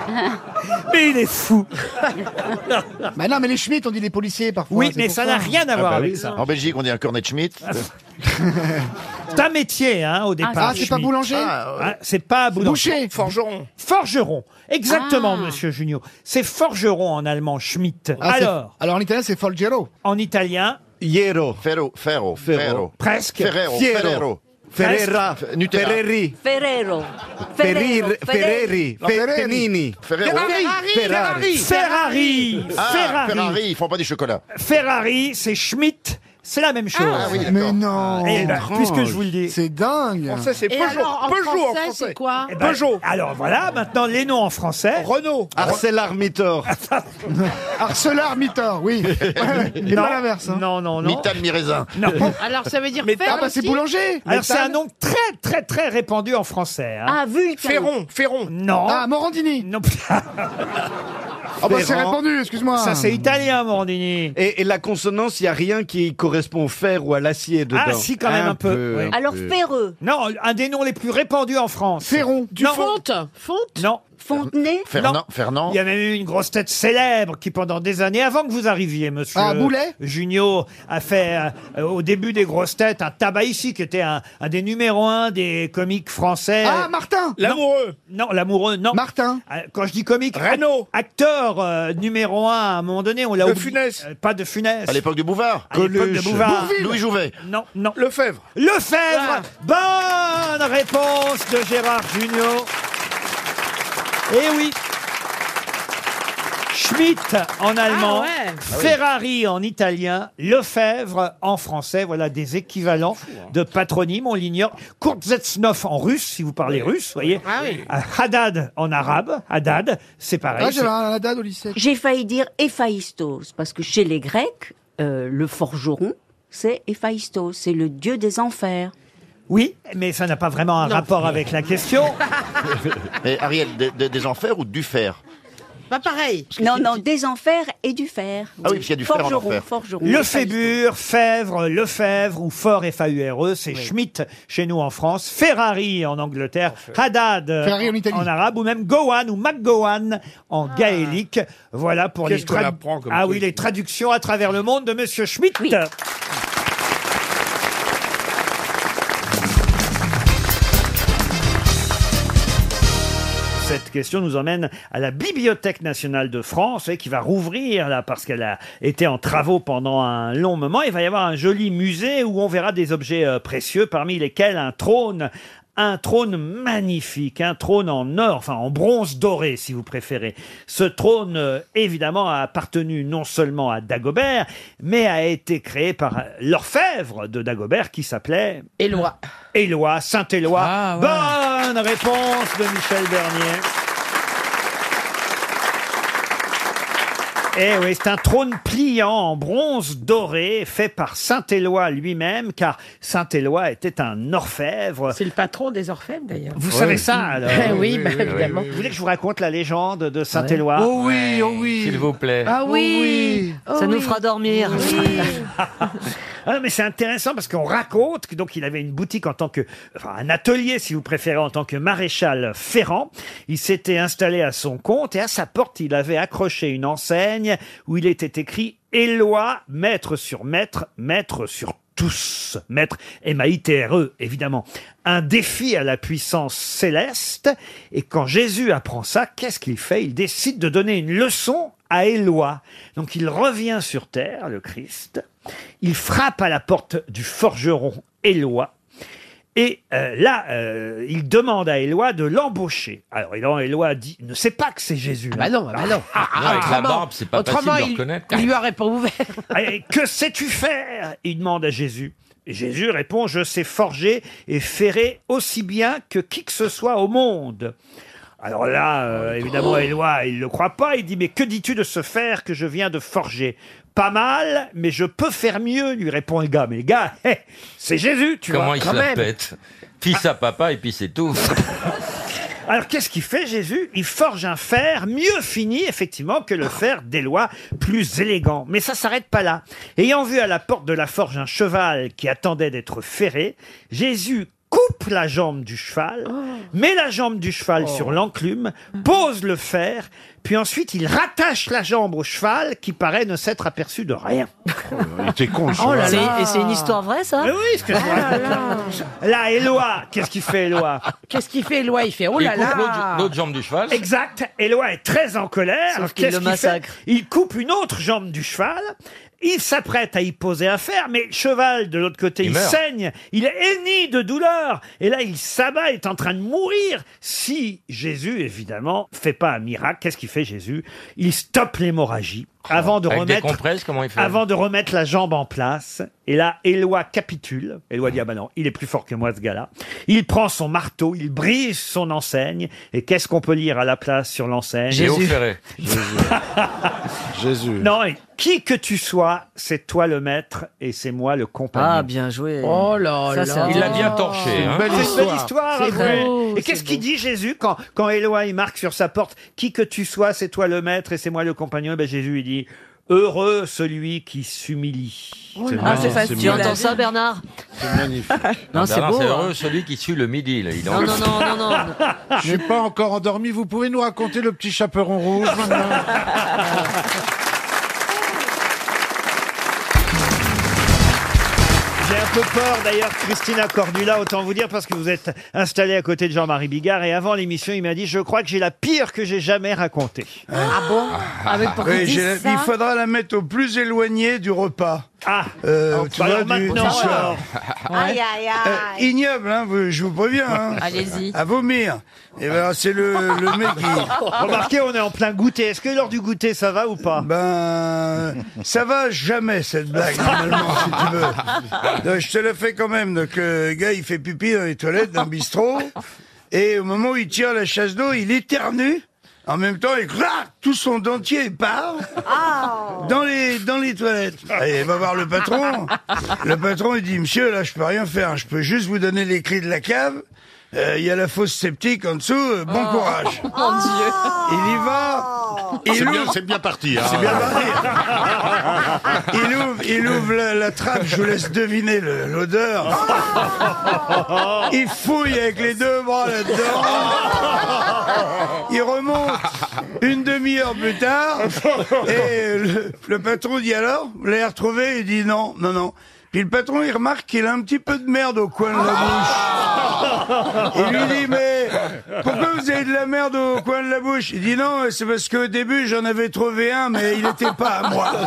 Mais il est fou. Bah non, mais les Schmitt, on dit les policiers parfois. Oui, c'est mais pour ça n'a rien à voir bah avec oui. ça. En Belgique, on dit un cornet Schmitt. C'est un métier, hein, au départ. Ah, c'est pas Schmitt. boulanger Ah, c'est pas boulanger. Boucher. Forgeron. Forgeron. Exactement, Ah. monsieur Junio. C'est forgeron en allemand, Schmitt. Ah, c'est- Alors, Alors en italien, c'est Folgero. en italien, Hierro. Ferro, ferro, Ferro. ferro. presque. Ferrero, Fiero. Ferrero. Ferrera. F- Nutella. Ferreri. Ferrero. Ferrir. Ferreri. Non, Ferreri. Ferreri. Ferrero. Ferrari. Ferrari. Ah, Ferrari. Ferrari, ils font pas du chocolat. Ferrari, c'est Schmitt. C'est la même chose. Ah oui, d'accord. Mais non. Eh ben, Étrange. puisque je vous le dis. C'est dingue. Ça, c'est Et Peugeot. alors, en Peugeot en français, français. c'est quoi Eh ben, Peugeot. Alors voilà, maintenant les noms en français. Renault. ArcelorMittor. ArcelorMittor, oui. Ouais, Et Non, pas l'inverse. hein. non, non, non. Mittal, mi-raisin. Non. Alors, ça veut dire Ah faire bah c'est aussi boulanger. Alors c'est un Métal. nom très très très répandu en français. hein. Ah, Vulcain. Ferron. Ferron. Non. Ah, Morandini. Non. Ah bah c'est Ferrand. répandu, excuse-moi. Ça c'est italien, Morandini. Et, et la consonance, il n'y a rien qui correspond au fer ou à l'acier dedans. Ah si, quand même un, peu. oui. Alors, peu. Ferreux. Non, un des noms les plus répandus en France. Ferron. Du Non. fonte Fonte Non. Fontenay. Fernand. Fernand. Il y a même eu une grosse tête célèbre qui, pendant des années, avant que vous arriviez, monsieur Ah, Boulet Junio, a fait, euh, au début des grosses têtes, un tabac ici, qui était un, un des numéros un des comiques français. Ah, Martin. L'amoureux. Non, l'amoureux, non. Martin. Euh, Quand je dis comique, Renaud. ac- acteur euh, numéro un, à un moment donné, on l'a De oublié. Funès. Euh, pas de Funès. À l'époque du Bouvard. À l'époque de Coluche. Bouvard. Bourvil. Louis Jouvet. Non, non. Lefebvre. Lefebvre. Bonne réponse de Gérard Junior. Eh oui. Schmitt en allemand, Ah ouais. Ferrari en italien, Lefebvre en français. Voilà des équivalents de patronymes, on l'ignore. Kuznetsov en russe, si vous parlez russe, voyez. Ah oui. Euh, Haddad en arabe, Haddad, c'est pareil. Ah, c'est- j'avais un dad au lycée. J'ai failli dire Héphaïstos, parce que chez les Grecs, euh, le forgeron, c'est Héphaïstos, c'est le dieu des enfers. Oui, mais ça n'a pas vraiment un Non. rapport avec la question. Et Ariel, des, des- des enfers ou du fer? Pas pareil. Non, non, des enfers et du fer. Ah oui, parce qu'il y a du fer en Forgeron, enfer. forgeron. Lefébure, Fèvre, Lefebvre ou Fort F A U R E, c'est Schmitt chez nous en France, Ferrari en Angleterre, Haddad euh, Ferrari en Italie. arabe ou même Gowan ou McGowan en gaélique. Voilà pour les Qu'est-ce qu'on trad- apprend comme Ah truc. oui, les traductions à travers le monde de Monsieur Schmitt. Oui. Cette question nous emmène à la Bibliothèque nationale de France, et qui va rouvrir là parce qu'elle a été en travaux pendant un long moment. Il va y avoir un joli musée où on verra des objets euh, précieux, parmi lesquels un trône. Un trône magnifique, un trône en or, enfin en bronze doré si vous préférez. Ce trône, euh, évidemment, a appartenu non seulement à Dagobert, mais a été créé par l'orfèvre de Dagobert qui s'appelait Éloi. Éloi, Saint-Éloi. Ah, ouais. Bonne réponse de Michel Bernier. Eh oui, c'est un trône pliant en bronze doré fait par Saint-Éloi lui-même, car Saint-Éloi était un orfèvre. C'est le patron des orfèvres, d'ailleurs. Vous savez ça, alors? Oui, bah, évidemment. Vous voulez que je vous raconte la légende de Saint-Éloi? Oh oui, oh oui. S'il vous plaît. Ah oui. Oh Ça nous oui. fera dormir. Ah, mais c'est intéressant parce qu'on raconte que donc il avait une boutique en tant que, enfin un atelier si vous préférez, en tant que maréchal ferrant. Il s'était installé à son compte et à sa porte il avait accroché une enseigne où il était écrit Éloi, maître sur maître, maître sur tous. Maître M A I T R E, évidemment. Un défi à la puissance céleste. Et quand Jésus apprend ça, qu'est-ce qu'il fait? Il décide de donner une leçon à Éloi. Donc il revient sur terre, le Christ. Il frappe à la porte du forgeron Éloi. Et euh, là, euh, il demande à Éloi de l'embaucher. Alors Éloi, Éloi dit, ne sait pas que c'est Jésus. Ah bah non, ah bah non. Ah, Non, avec la autrement- barbe, c'est pas autrement, facile de il- reconnaître. Il lui aurait pas ouvert. Et que sais-tu faire? Il demande à Jésus. Et Jésus répond, je sais forger et ferrer aussi bien que qui que ce soit au monde. Alors là, euh, évidemment, Éloi, il ne le croit pas. Il dit, mais que dis-tu de ce fer que je viens de forger? Pas mal, mais je peux faire mieux, lui répond le gars. Mais le gars, hé, c'est Jésus, tu Comment vois. il quand se la même. pète? Fils à papa et puis c'est tout. Alors qu'est-ce qu'il fait, Jésus? Il forge un fer mieux fini, effectivement, que le fer d'Éloi, plus élégant. Mais ça s'arrête pas là. Ayant vu à la porte de la forge un cheval qui attendait d'être ferré, Jésus coupe la jambe du cheval, met la jambe du cheval sur l'enclume, pose le fer, puis ensuite il rattache la jambe au cheval qui paraît ne s'être aperçu de rien. Il était con, le Oh là cheval. là. Et c'est une histoire vraie, ça Mais oui, ce que je vous raconte. Là, Éloi, qu'est-ce qu'il fait, Éloi? Qu'est-ce qu'il fait, Éloi? Il fait oh Il là coupe l'autre- là. l'autre jambe du cheval. Exact. Éloi est très en colère. Sauf qu'il Qu'est-ce le qu'il fait? massacre. Il coupe une autre jambe du cheval. Il s'apprête à y poser un fer, mais le cheval, de l'autre côté, Il il, meurt. saigne, il hennit de douleur. Et là, il s'abat, est en train de mourir. Si Jésus, évidemment, fait pas un miracle, qu'est-ce qu'il fait, Jésus? Il stoppe l'hémorragie. Avant de Avec des remettre, compresses, comment il fait? avant de remettre la jambe en place. Et là, Éloi capitule. Éloi dit, ah ben non, il est plus fort que moi, ce gars-là. Il prend son marteau, il brise son enseigne. Et qu'est-ce qu'on peut lire à la place sur l'enseigne? Léo Ferré. Jésus. Non, et qui que tu sois, c'est toi le maître et c'est moi le compagnon. Ah, bien joué. Oh là Ça, là. c'est un- Il l'a bien torché. Hein. Belle C'est une histoire. belle histoire. C'est Raphaël. beau, Et c'est qu'est-ce qu'il beau. dit Jésus quand, quand Éloi il marque sur sa porte, qui que tu sois, c'est toi le maître et c'est moi le compagnon? Et ben Jésus il dit, heureux celui qui s'humilie. Ah, c'est Ah, facile. c'est Tu magnifique. entends ça, Bernard? C'est magnifique. Non, c'est Bernard, beau. c'est hein. heureux celui qui suit le midi. Là. Il est en- Non, non, non, non, non. Je suis pas encore endormi. Vous pouvez nous raconter le petit chaperon rouge maintenant? J'ai un peu peur d'ailleurs, Christina Cordula, autant vous dire, parce que vous êtes installé à côté de Jean-Marie Bigard et avant l'émission, il m'a dit, je crois que j'ai la pire que j'ai jamais racontée. Ah bon? Ah, mais pour Oui, qu'il j'ai dise la- ça. il faudra la mettre au plus éloigné du repas. Ah, Euh, oh, tu bah vois, alors du, maintenant, du soir. alors. Aïe, aïe, Euh, aïe. ignoble, hein, vous- je vous préviens. Hein, Allez-y. à vomir. Et ben c'est le, le mec qui... Remarquez, on est en plein goûter. Est-ce que lors du goûter, ça va ou pas? Ben, ça va jamais cette blague normalement si tu veux. Donc, je te la fais quand même. Donc le gars il fait pipi dans les toilettes d'un bistrot et au moment où il tire la chasse d'eau, il éternue. En même temps, il clac, tout son dentier il part dans les dans les toilettes. Et il va voir le patron. Le patron il dit monsieur là je peux rien faire, je peux juste vous donner les clés de la cave. Euh, Il y a la fosse septique en dessous. euh, bon courage. Mon Dieu. Il y va. Il C'est bien, ouvre- c'est bien parti. Hein. C'est bien parti. Il ouvre, il ouvre la, la trappe, je vous laisse deviner le- l'odeur. Il fouille avec les deux bras là-dedans. Il remonte une demi-heure plus tard. Et le, le patron dit alors, vous l'avez retrouvé? Il dit non, non, non. Puis le patron, il remarque qu'il a un petit peu de merde au coin de la bouche. Il lui dit, mais pourquoi vous avez de la merde au coin de la bouche? Il dit non, c'est parce qu'au début, j'en avais trouvé un, mais il n'était pas à moi.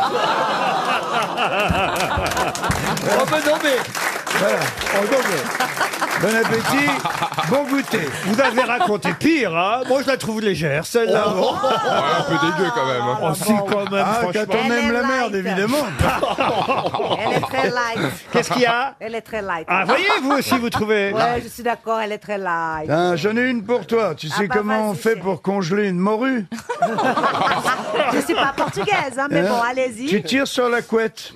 Oh ben non mais, Voilà. Oh, non, mais- Bon appétit, bon goûter. vous avez raconté pire, hein? Moi je la trouve légère, celle-là. Oh. un peu dégueu quand même. hein. Oh, si, quand même, Ah, quand franchement. on Elle aime est la light. merde, évidemment. Elle est très light. Qu'est-ce qu'il y a? Elle est très light. Ah, voyez, vous aussi, vous trouvez? Ouais, je suis d'accord, elle est très light. Hein, j'en ai une pour toi. Tu sais bah, comment on vas-y, fait chérie. pour congeler une morue? Je suis pas portugaise, hein, mais Hein? bon, Tu allez-y. tires sur la couette.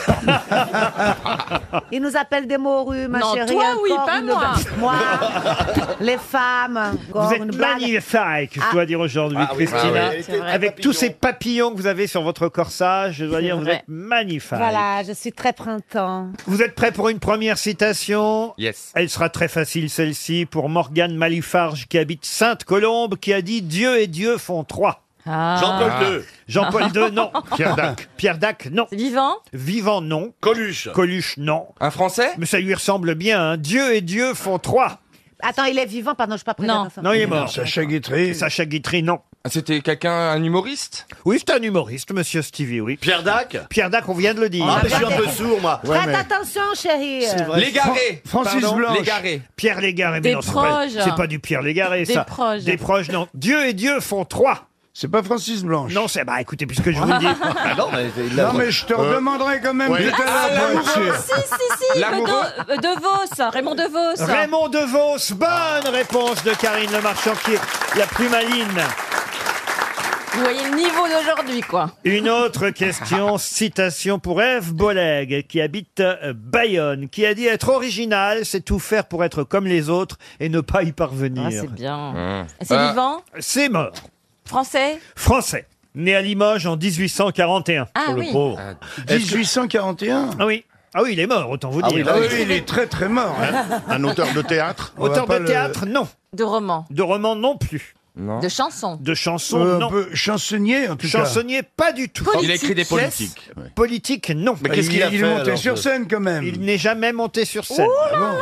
Ils nous appellent des morues, ma Non, chérie. toi, oui, encore pas une moi. blague. Moi, les femmes, encore Vous êtes une blague. magnifique, je Ah. dois dire aujourd'hui, Ah oui, Christina. ah oui. C'est vrai. Avec tous ces papillons que vous avez sur votre corsage, je dois dire, vous vrai. êtes magnifique. Voilà, je suis très printemps. Vous êtes prêt pour une première citation? Yes. Elle sera très facile, celle-ci, pour Morgane Malifarge, qui habite Sainte-Colombe, qui a dit « Dieu et Dieu font trois Ah. Jean-Paul deux. ». Jean-Paul deux, non. Pierre Dac. Pierre Dac, non. C'est vivant? Vivant, non. Coluche. Coluche, non. Un Français? Mais ça lui ressemble bien, hein. Dieu et Dieu font trois. Attends, il est vivant, pardon, je suis pas prête Non. à ça. Non, il est mort. Sacha Guitry. Sacha Guitry, non. C'était quelqu'un, un humoriste? Oui, c'est un humoriste, monsieur Stevie, oui. Pierre Dac. Pierre Dac, on vient de le dire. Ah, mais je suis un peu sourd, moi. Ouais, Faites mais- attention, chérie. Légaré. Francis Pardon Blanche. Légaré. Pierre Légaré, mais Des non, c'est pas, proches. c'est pas du Pierre Légaré, Des ça. proches. Des proches, non. Dieu et Dieu font trois. C'est pas Francis Blanche. Non, c'est, bah, écoutez, puisque je vous le dis. Ah non, mais il Non, mais je te redemanderai quand même ouais. tout à l'heure pour être sûr. Si, si, si. L'amoureux. De, de Vos. Raymond De Vos. Raymond DeVos, bonne réponse de Karine Le Marchand, qui est la plus maligne. Vous voyez le niveau d'aujourd'hui, quoi. Une autre question, citation pour Ève Boleg, qui habite euh, Bayonne, qui a dit être original, c'est tout faire pour être comme les autres et ne pas y parvenir. Ah, c'est bien. Mmh. C'est Ah. vivant? C'est mort. Français? Français. Né à Limoges en dix-huit cent quarante et un. Ah le oui. pauvre. dix-huit cent quarante et un. Ah oui. Ah oui, il est mort, autant vous Ah dire. oui, là, oui, il est très très mort. hein. Un auteur de théâtre On va Auteur pas de le- théâtre, non. De romans. De romans, non plus. De chansons. De chansons, Euh, un non. peu chansonnier en tout cas. Chansonnier, pas du tout. Politique. Il a écrit des Pièces. Politique, non. Mais qu'est-ce qu'il a fait, Il est monté alors, sur ce- scène, quand même. Il n'est jamais monté sur scène. Ah bon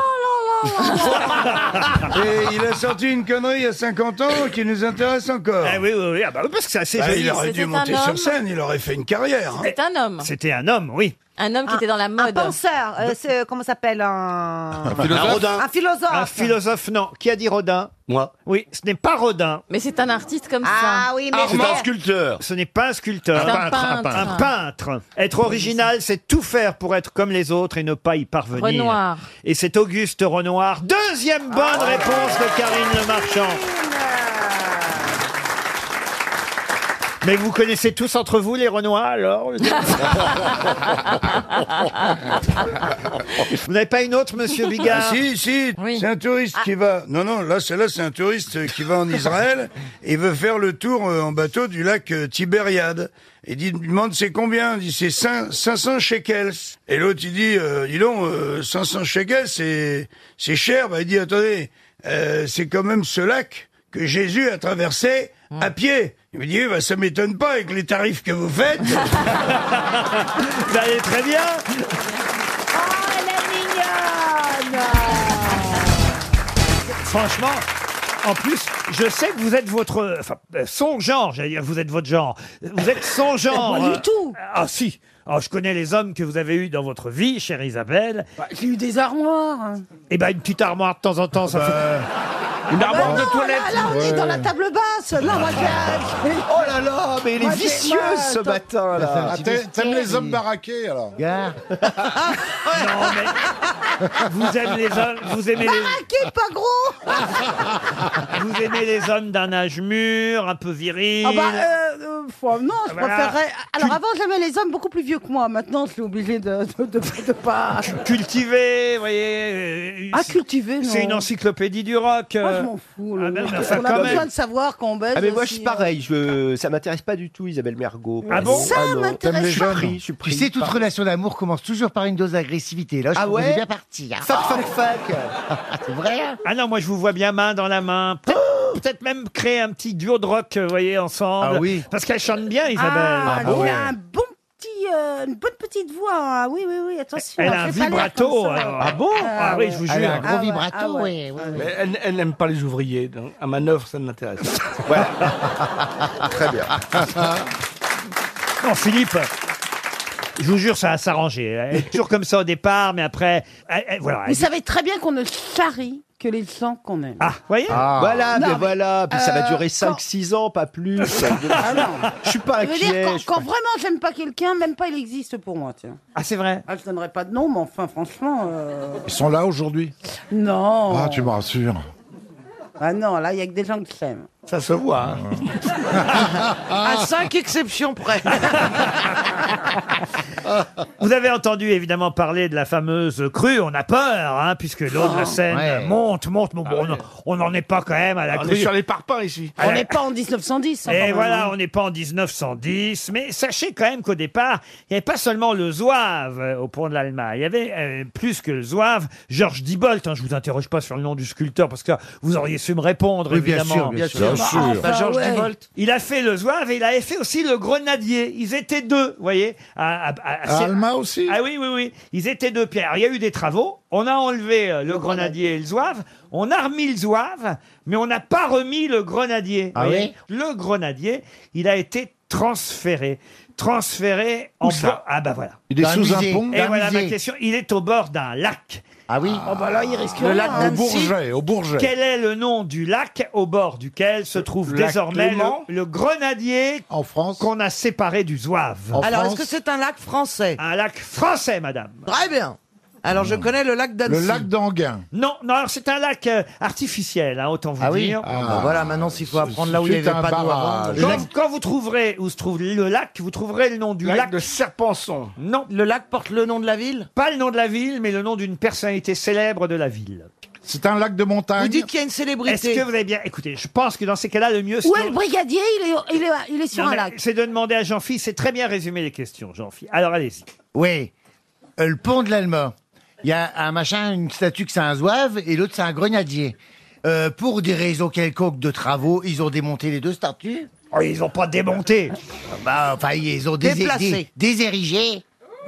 Et il a sorti une connerie il y a cinquante ans qui nous intéresse encore. Ah oui, oui, oui, ah bah oui, parce que c'est assez Bah, joli. il aurait dû C'était monter un sur homme. scène, il aurait fait une carrière. hein. C'est un homme. C'était un homme, oui. Un homme qui était dans la Un mode. penseur, euh, c'est- comment ça s'appelle un... Un philosophe. Un philosophe. Un philosophe, non. Qui a dit Rodin? Moi. Oui, ce n'est pas Rodin. Mais c'est un artiste comme Ah ça. oui, mais C'est un c'est- sculpteur. Ce n'est pas un sculpteur. C'est un peintre. Un peintre. Être original, c'est tout faire pour être comme les autres et ne pas y parvenir. Renoir. Et c'est Auguste Renoir. Deuxième bonne réponse de Karine Le Marchand. Mais vous connaissez tous entre vous les Renoirs, alors? Vous n'avez pas une autre, monsieur Ah, Bigard? si, si, c'est un touriste qui va... Non, non, là, c'est là, c'est un touriste qui va en Israël et veut faire le tour euh, en bateau du lac euh, Tibériade. Et dit, il demande c'est combien? Il dit c'est cinq cents shekels. Et l'autre il dit, euh, dis donc, euh, cinq cents shekels, c'est c'est cher. Bah, il dit, attendez, euh, c'est quand même ce lac que Jésus a traversé à pied. Il me dit, bah, ça m'étonne pas avec les tarifs que vous faites. Vous allez très bien. Franchement, en plus, je sais que vous êtes votre... Enfin, euh, son genre, j'allais dire, vous êtes votre genre. Vous êtes son genre. Pas du euh, tout. Ah si. Alors, je connais les hommes que vous avez eus dans votre vie, chère Isabelle. Bah, j'ai eu des armoires. Eh ben, une petite armoire de temps en temps, ça fait... Une Ah bah armoire non, de toilette. Là, là, on est dans la table basse. Non, moi, j'ai- Oh là là, mais elle est Moi, j'ai- vicieuse moi, ce attends. matin là. Ah, t'a- T'aimes les hommes baraqués alors? Non, mais... Vous aimez les hommes... Vous aimez les... Baraqué, pas gros. Vous aimez les hommes d'un âge mûr, un peu viril. Ah bah, euh, euh, faut- non, je Voilà. préférerais... Alors, avant, j'aimais les hommes beaucoup plus vieux que moi. Maintenant, je suis obligé de, de, de, de pas... Cultivé, vous voyez. euh, Ah, cultivé, non. C'est une encyclopédie du rock. Moi, euh. je m'en fous. là. Ah ben, mais on enfin, a quand besoin même. de savoir qu'on baise. Ah mais moi je aussi, suis pareil, je ça m'intéresse pas du tout Isabelle Mergo. Ah bon Ça non. m'intéresse T'aimes les pas. jeunes Je suis Tu pris sais, toute par- relation d'amour commence toujours par une dose d'agressivité. Là, je Ah trouve qu'on ouais est bien parti. Hein. Fuck fuck fuck. C'est vrai. Hein. Ah non, moi je vous vois bien main dans la main. Peut-être peut-être même créer un petit duo de rock, vous voyez, ensemble. Ah oui. Parce qu'elle chante bien, Isabelle. Ah, Ah il ouais. a un bon petit, euh, une bonne petite voix. Ah, oui, oui, oui, attention. Elle a un fais pas l'air vibrato. comme ça. alors. Ah bon? Ah oui, je vous Elle a un jure. gros Ah ouais, vibrato, ah ouais. oui. oui, oui. Mais elle, elle n'aime pas les ouvriers. Donc à manœuvre, ça ne l'intéresse pas. Voilà. Très bien. Non, Philippe. Je vous jure, ça va s'arranger. Elle est toujours comme ça au départ, mais après, elle- elle- voilà. Vous elle- savez très bien qu'on ne charrie que les gens qu'on aime. Ah, vous voyez. Voilà, Non, mais mais, voilà, puis ça va euh, durer quand- cinq six ans, pas plus. Ah non. Je suis pas Ça veut dire inquiet. quand, je suis quand pas- vraiment j'aime pas quelqu'un, même pas il existe pour moi, tiens. Ah, c'est vrai. Ah, je donnerais pas de nom, mais enfin, franchement, euh, Ils sont là aujourd'hui. non. Ah, tu me rassures. Ah non, là, il y a que des gens que j'aime. Ça se voit. hein. À cinq exceptions près. Vous avez entendu évidemment parler de la fameuse crue. On a peur, hein, puisque l'eau de la Seine ouais. monte, monte. Mais bon, on n'en est pas quand même à la On crue. est sur les parpaings ici. On n'est pas en dix-neuf cent dix. hein, quand Et même, voilà, hein. on n'est pas en dix-neuf cent dix, mais sachez quand même qu'au départ, il n'y avait pas seulement le zouave euh, au pont de l'Allemagne, il y avait euh, plus que le zouave, Georges Diebolt, hein, je vous interroge pas sur le nom du sculpteur, parce que vous auriez su me répondre, Oui, bien évidemment. sûr, bien sûr. Bien sûr. Enfin, Bah, Georges ouais. Diebolt. Il a fait le zouave et il avait fait aussi le grenadier. Ils étaient deux, vous voyez. À, à- à- À Alma aussi. Ah oui, oui, oui. Ils étaient deux. Pierre. Il y a eu des travaux. On a enlevé euh, le grenadier et le zouave. On a remis le zouave, mais on n'a pas remis le grenadier. Ah Vous voyez. oui Le grenadier, il a été transféré. Transféré en Où ça bord. Ah bah voilà. Il est Dans un sous un musée. pont. Et D'un voilà ma musée. question. Il est au bord d'un lac. Ah oui. Oh bah là, il risque Le rien, lac hein. Au Bourget, au Bourget. Quel est le nom du lac au bord duquel se trouve lac désormais Clément le, le grenadier En France. qu'on a séparé du zouave? En Alors, France. est-ce que c'est un lac français? Un lac français, madame. Très bien. Alors, je connais le lac d'Annecy. Le lac d'Anguin. Non, non, alors c'est un lac euh, artificiel, hein, autant vous Ah oui. dire. Ah, bah voilà, maintenant, s'il faut apprendre là où il n'y C'est avait un pas d'eau avant. barrage. Le Quand, lac, quand vous trouverez où se trouve le lac, vous trouverez le nom du Lac lac. de Serpenson. Non, le lac porte le nom de la ville? pas le nom de la ville, mais le nom d'une personnalité célèbre de la ville. C'est un lac de montagne. Vous dites qu'il y a une célébrité. Est-ce que vous avez bien... Écoutez, je pense que dans ces cas-là, le mieux... c'est Où de- est le brigadier? Il est, il est, il est sur Non, un mais lac. c'est de demander à Jean-Philippe. C'est très bien résumé les questions, Jean-Philippe. Alors allez-y. Oui. Euh, le pont de l'Alma. Il y a un machin, une statue que c'est un zouave et l'autre c'est un grenadier. Euh, pour des raisons quelconques de travaux, ils ont démonté les deux statues. Oh, ils ont pas démonté. Bah, enfin, ils ont dés- Déplacé. dé- désérigé.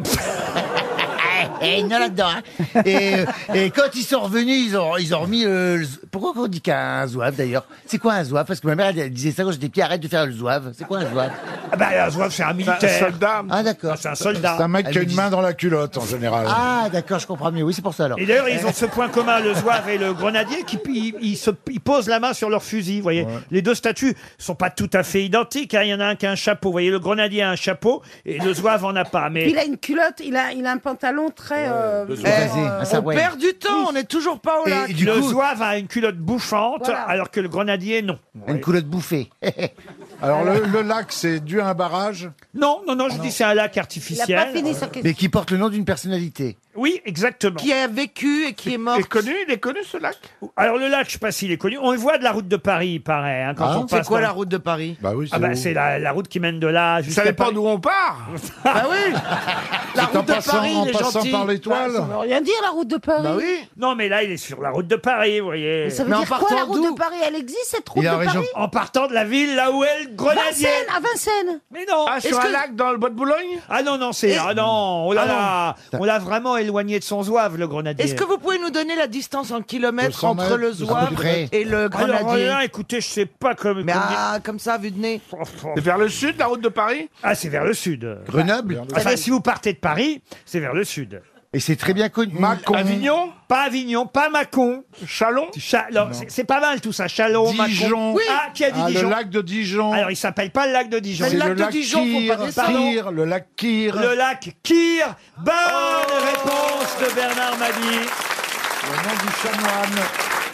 Et non là-dedans. Hein. Et, et quand ils sont revenus, ils ont, ils ont remis le. le- Pourquoi on dit qu'un zouave d'ailleurs? C'est quoi un zouave? Parce que ma mère elle, elle disait ça quand j'étais petit. Arrête de faire le zouave. C'est quoi un zouave? Ah bah, un zouave, c'est un militaire. C'est un soldat. Ah d'accord. C'est un soldat. C'est un mec Elle qui a me une dit- main dans la culotte en général. Ah d'accord, je comprends mieux. Oui, c'est pour ça alors. Et d'ailleurs, ils ont ce point commun, le zouave et le grenadier, qui ils, ils se, ils posent la main sur leur fusil. Vous voyez, les deux statues sont pas tout à fait identiques. Hein. Il y en a un qui a un chapeau. Vous voyez, le grenadier a un chapeau et le zouave en a pas. Mais Puis il a une culotte, il a, il a un pantalon très. euh, de euh, Casé, un On savoir. perd du temps, on n'est toujours pas au lac. Et du le coup, zouave a une culotte bouffante, Voilà. alors que le grenadier, non. une culotte bouffée. Alors le, le lac, c'est dû à un barrage. Non, non, non, je dis c'est un lac Il a artificiel. pas fini sa question. Mais qui porte le nom d'une personnalité. Oui, exactement. Qui a vécu et qui est mort. Il est connu, il est connu ce lac. Alors le lac, je sais pas s'il est connu. On le voit de la route de Paris, il paraît. Hein, quand Ah, on C'est passe quoi dans- la route de Paris? Bah oui, Ah bah où c'est la, la route qui mène de là Ça jusqu'à dépend Paris. d'où on part. Bah oui. La C'est en route de passant, Paris, en il est passant gentil. par l'étoile. Ça veut rien dire la route de Paris. Bah oui. Non, mais là, il est sur la route de Paris, vous voyez. Mais ça veut Mais en dire quoi partant la route d'où de Paris? Elle existe cette route Il est de en région- Paris? En partant de la ville, là où est le grenadier. Vincennes, à Vincennes. Mais non. Ah, sur Est-ce un que- lac dans le bois de Boulogne. Ah non, non, c'est... Ah non, on l'a, on l'a vraiment éloigné de son zouave, le grenadier. Est-ce que vous pouvez nous donner la distance en kilomètres deux cents entre le mètres, deux cents zouave près. et le Alors grenadier? là, écoutez, je sais pas comme... Mais comme- ah, comme ça, vu de nez. C'est vers le sud, la route de Paris. Ah, c'est vers le sud. Grenoble. Enfin, si vous partez de Paris, c'est vers le sud. Et c'est très bien connu. Mâcon. Avignon, Pas Avignon, pas Mâcon. Chalon. Cha- alors, c'est- c'est pas mal tout ça. Chalon, Mâcon. Dijon. Oui. Ah, qui a dit Ah, le Dijon lac de Dijon. Alors, il s'appelle pas le lac de Dijon. C'est le lac le de lac Dijon, faut pas Kyr, descendre. Kyr, le lac Kyr. Le lac Kyr. Bonne Oh. réponse de Bernard Mabie. Le nom du chanoine.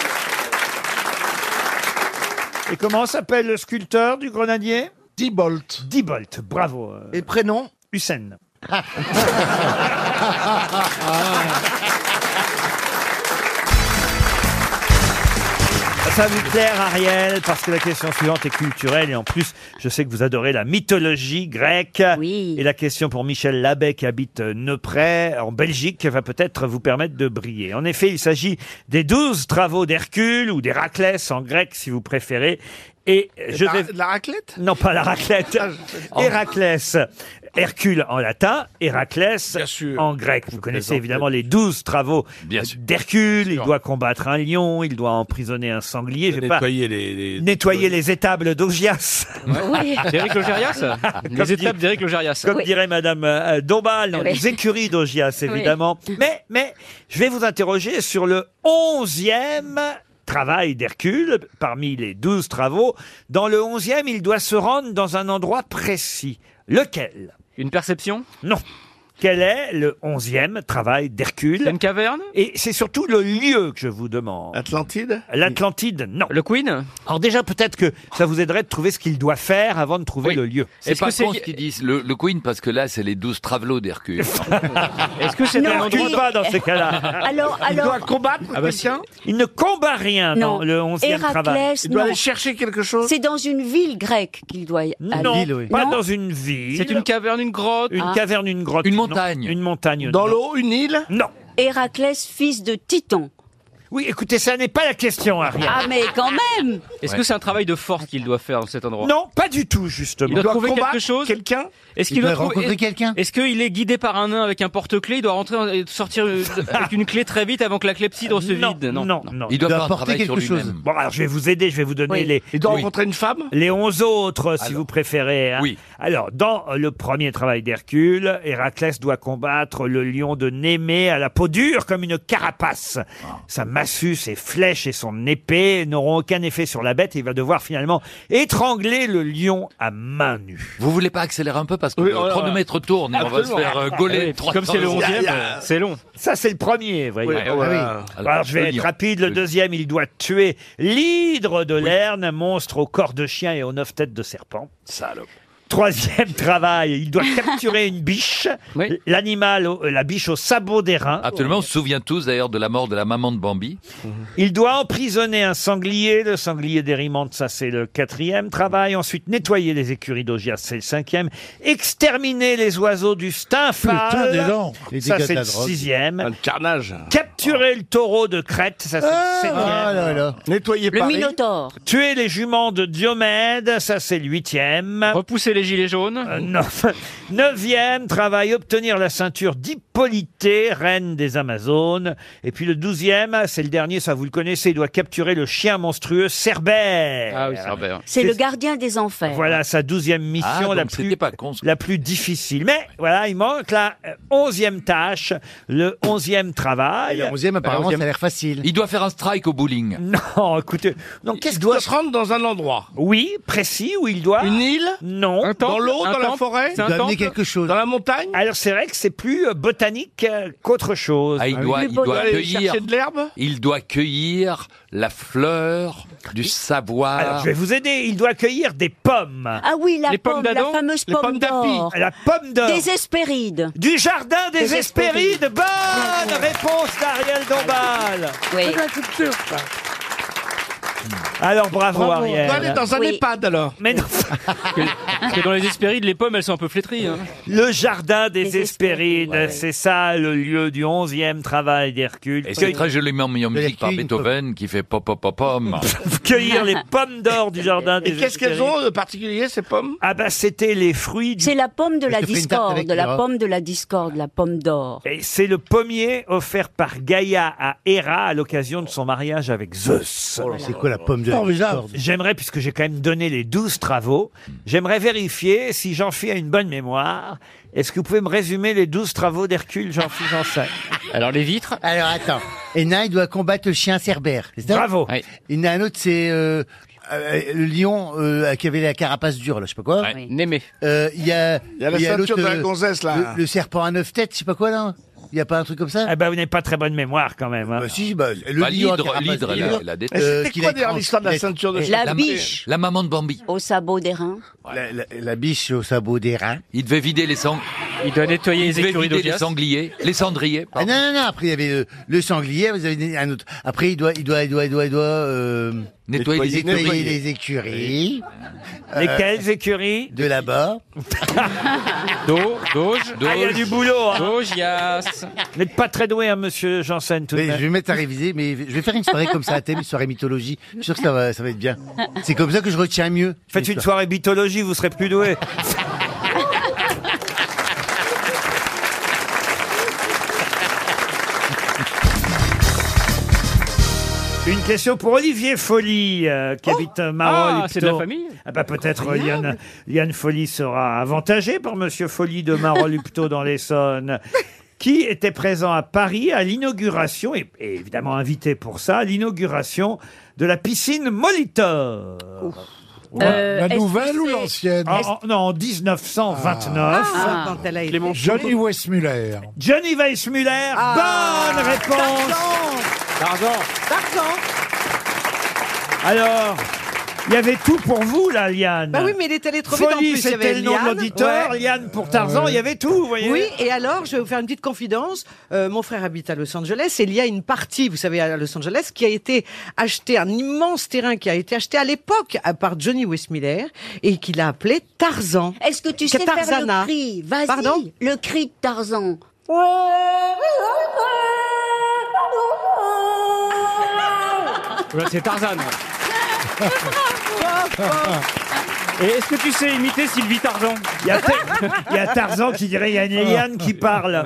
Et comment s'appelle le sculpteur du grenadier? Dibolt. Dibolt. Bravo. euh, Et prénom? Hussein. Ça va vous plaire, Ariel, parce que la question suivante est culturelle et en plus, je sais que vous adorez la mythologie grecque. Oui. Et la question pour Michel Labbé qui habite Neuprey, en Belgique, va peut-être vous permettre de briller. En effet, il s'agit des douze travaux d'Hercule ou d'Héraclès en grec, si vous préférez. Et je la, vais... la raclette. Non, pas la raclette. Héraclès. Hercule en latin, Héraclès Bien sûr. en grec. Vous connaissez évidemment les douze travaux Bien sûr. d'Hercule. Il sûr. doit combattre un lion, il doit emprisonner un sanglier. Je vais pas Nettoyer les, les- nettoyer les étables d'Augias. Oui. D'Éric Logérias Comme Les dit- étapes d'Éric Logérias. Comme Oui. dirait Madame euh, Dombal, dans Oui. les écuries d'Augias, évidemment. Mais, mais, je vais vous interroger sur le onzième travail d'Hercule, parmi les douze travaux. Dans le onzième, il doit se rendre dans un endroit précis. Lequel? Une perception? Non. Quel est le onzième travail d'Hercule? C'est une caverne? Et c'est surtout le lieu que je vous demande. Atlantide. L'Atlantide, non. Le Queen? Alors déjà, peut-être que ça vous aiderait de trouver ce qu'il doit faire avant de trouver Oui. le lieu. C'est Est-ce pas que c'est- con ce qu'ils disent, le, le Queen, parce que là, c'est les douze travelots d'Hercule. Est-ce que c'est Non, un endroit... Recule pas dans ces cas-là. Alors, Il doit alors, combattre Ah bah si. quelqu'un. Il ne combat rien non. dans le onzième travail. Héraclès, Il doit non. aller chercher quelque chose. C'est dans une ville grecque qu'il doit y aller. Non, ville, oui. pas Non. dans une ville. C'est une caverne, une grotte? Une Ah. caverne, une grotte. Une non. montagne. Une montagne. Dans non. l'eau, une île. Non. Héraclès, fils de Titan. Oui, écoutez, ça n'est pas la question, Ariel. Ah, mais quand même. Est-ce Ouais. que c'est un travail de force qu'il doit faire dans cet endroit? Non, pas du tout, justement. Il doit doit trouver combattre quelque chose? quelqu'un. Est-ce Il qu'il doit doit trouver- rencontrer quelqu'un. Est-ce qu'il est guidé par un nain avec un porte-clés? Il doit rentrer et sortir euh, avec une clé très vite avant que la clepsydre se Non, vide? non, non. Il doit doit faire un apporter travail sur quelque chose. lui-même. Bon, alors je vais vous aider, je vais vous donner Oui. les, Il doit Oui. rencontrer une femme. les onze autres, si vous préférez. hein. Oui. Alors, dans le premier travail d'Hercule, Héraclès doit combattre le lion de Némée à la peau dure comme une carapace. Sa massue, ses flèches et son épée n'auront aucun effet sur la bête et il va devoir finalement étrangler le lion à main nue. Vous voulez pas accélérer un peu parce que Oui, le oh là là. chronomètre tourne et on va se Absolument. faire euh, gauler Oui, trois Comme c'est le cents. onzième, là, euh, c'est long. Ça, c'est le premier, voyez. Ouais, voilà. Alors, je vais le être lion. rapide. Le deuxième, il doit tuer l'hydre de Lerne, monstre au corps de chien et aux neuf têtes de serpent. Salope. Troisième travail, il doit capturer une biche, l'animal, au- la biche au sabot d'airain. Absolument, on se souvient tous d'ailleurs de la mort de la maman de Bambi. Il doit emprisonner un sanglier, le sanglier d'érimante, ça c'est le quatrième travail. Ensuite, nettoyer les écuries d'Augias, c'est le cinquième. Exterminer les oiseaux du Stymphal, Putain, dis donc. Les ça dégâts c'est de le la drogue. sixième. Un carnage. Capturer le taureau de Crète, ça c'est le septième. Ah là là. Nettoyer Le Paris. Minotaure. Tuer les juments de Diomède, ça c'est le huitième. Repousser les gilets jaunes. Euh, non. Neuvième travail, obtenir la ceinture d'Hippolytée, reine des Amazones. Et puis le douzième, c'est le dernier, ça vous le connaissez, il doit capturer le chien monstrueux Cerbère. Ah oui, Cerbère. C'est le gardien des enfers. Voilà sa douzième mission, Ah, la, donc plus, c'était pas con, ce- la plus difficile. Mais voilà, il manque la euh, onzième tâche, le onzième Et travail. le onzième, apparemment, ça a l'air facile. Il doit faire un strike au bowling. Non, écoutez, non, qu'est-ce Il qu'il doit... doit se rendre dans un endroit. Oui, précis, où il doit... Une île. Non. Un temple, Dans l'eau, un dans la temple, forêt. c'est un Il doit amener temple. quelque chose. Dans la montagne. Alors c'est vrai que c'est plus euh, botanique euh, qu'autre chose. Ah, il doit, Le il doit bonheur. Aller cueillir. chercher de l'herbe. Il doit cueillir la fleur du savoir. Alors je vais vous aider, il doit cueillir des pommes. Ah oui, la Les pommes pomme, la d'Adam, fameuse les pomme pommes d'Api. d'or. La pomme d'or. Des Hespérides. Du jardin des, Des Hespérides. Hespérides. Bonne réponse d'Ariel Dombal. Oui. C'est de la culture, ça. Alors bravo, Bravo. Ariel. On doit aller dans un Oui. EHPAD alors. Mais non, Parce que dans les Hespérides, les pommes, elles sont un peu flétries. Hein. le jardin des, Des Hespérides, Hespérides, c'est ça le lieu du onzième travail d'Hercule. Et c'est très joliment mis en Les musique par cueilles, Beethoven qui fait pop pop pop pom. Cueillir les pommes d'or du jardin des Et qu'est-ce qu'elles Hespérides. ont de particulier ces pommes? Ah bah c'était les fruits du... C'est la pomme de Je la te ferai une tarte discorde, avec la les pomme de la discorde, la pomme d'or. Et c'est le pommier offert par Gaïa à Héra à l'occasion de son mariage avec Zeus. C'est quoi la pomme de la Formidable. discorde? J'aimerais, puisque j'ai quand même donné les douze travaux, j'aimerais vérifier si Jean-Phi a une bonne mémoire. Est-ce que vous pouvez me résumer les douze travaux d'Hercule, Jean-Phi Janssen? Alors les vitres. Alors attends. Hénin, il doit combattre le chien Cerbère. C'est ça? Bravo. Ouais. Il y en a un autre, c'est euh, euh, le lion euh, qui avait la carapace dure, là, je sais pas quoi. Ouais. Némé. Euh, Il y a, Il y a la ceinture l'autre, de la euh, gonzesse, là. Le, le serpent à neuf têtes, je sais pas quoi, là. Il y a pas un truc comme ça? Eh ben, vous n'avez pas très bonne mémoire quand même. Hein. Bah si, bah, le Bah, lion à l'hydre, carapace l'hydre, dure. elle a- elle a des- Mais Euh, c'était qu'il quoi a d'ailleurs trans- l'histoire de la qu'il a- ceinture de La La, biche la maman de Bambi. au sabot d'airain. La, la, la biche au sabot des reins. Il devait vider les sang... Il doit nettoyer Il les devait écuries vider les d'Augias. sangliers, les cendriers. Ah pardon. non, non, non, après il y avait le, le sanglier, vous avez un autre. Après il doit, il doit, il doit, il doit, il doit, euh, Nettoyer les nettoyer écuries. les écuries. Euh, Lesquelles écuries? De là-bas. Do, Doge. Ah, il y a du boulot. Hein. Augias. Vous n'êtes pas très doué, hein, monsieur Janssen, tout de Mais même. je vais mettre à réviser, mais je vais faire une soirée comme ça à thème, une soirée mythologie. Je suis sûr que ça va, ça va être bien. C'est comme ça que je retiens mieux. Faites une soirée mythologie, vous serez plus doué. Une question pour Olivier Folly, euh, qui habite euh, Marolles. Ah, c'est de la famille. Ah bah peut-être euh, Liane, Liane Folly sera avantagée par Monsieur Folly de Marolles-Uptot dans l'Essonne. Qui était présent à Paris à l'inauguration, et, et évidemment invité pour ça, à l'inauguration de la piscine Molitor. la Euh, est-ce que nouvelle ou c'est- l'ancienne? En- en- non, en dix-neuf cent vingt-neuf. Ah, quand elle a été... Johnny Weissmuller. Johnny Weissmuller, Ah, bonne réponse. Tarzan. Tarzan. Alors, il y avait tout pour vous là, Liane. Bah oui, mais il est allé trop vite en Folly, plus. Il y c'était avait le nom de Liane. l'auditeur. Ouais. Liane pour Tarzan, il y avait tout, vous voyez. Oui, et alors, je vais vous faire une petite confidence. Euh, mon frère habite à Los Angeles et il y a une partie, vous savez, à Los Angeles, qui a été acheté, un immense terrain qui a été acheté à l'époque euh, par Johnny Weissmuller et qu'il a appelé Tarzan. Est-ce que tu sais faire Tarzana. le cri? Vas-y, Pardon le cri de Tarzan. Ouais, c'est Tarzan. Et est-ce que tu sais imiter Sylvie Tarzan? Il y a, il y a Tarzan qui dirait il y a une Liane qui parle.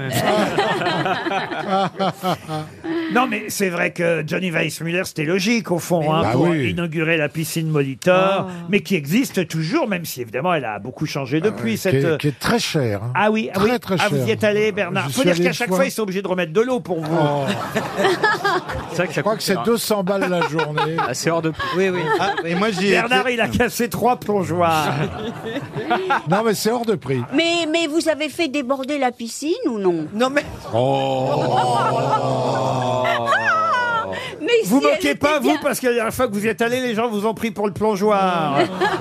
Non, mais c'est vrai que Johnny Weissmuller, c'était logique au fond, hein, bah pour oui. inaugurer la piscine Molitor, mais qui existe toujours, même si évidemment elle a beaucoup changé depuis. Qui cette... est, qui est très cher. hein. Ah oui, ah, Très, oui. très Ah, vous cher. y êtes allé, Bernard. J'y Faut suis dire allé qu'à une chaque fois. fois, ils sont obligés de remettre de l'eau pour vous. Oh. C'est vrai que Je ça crois coûte que c'est cher, hein. deux cents balles la journée. Ah, c'est hors de prix. Oui, oui. Ah, et moi, j'y ai Bernard, été- il a cassé trois plongeoires. Non, mais c'est hors de prix. Mais, mais vous avez fait déborder la piscine ou non? Non, mais Oh. Mais vous si, elle moquez était pas, vous, bien. parce que la dernière fois que vous y êtes allé, les gens vous ont pris pour le plongeoir.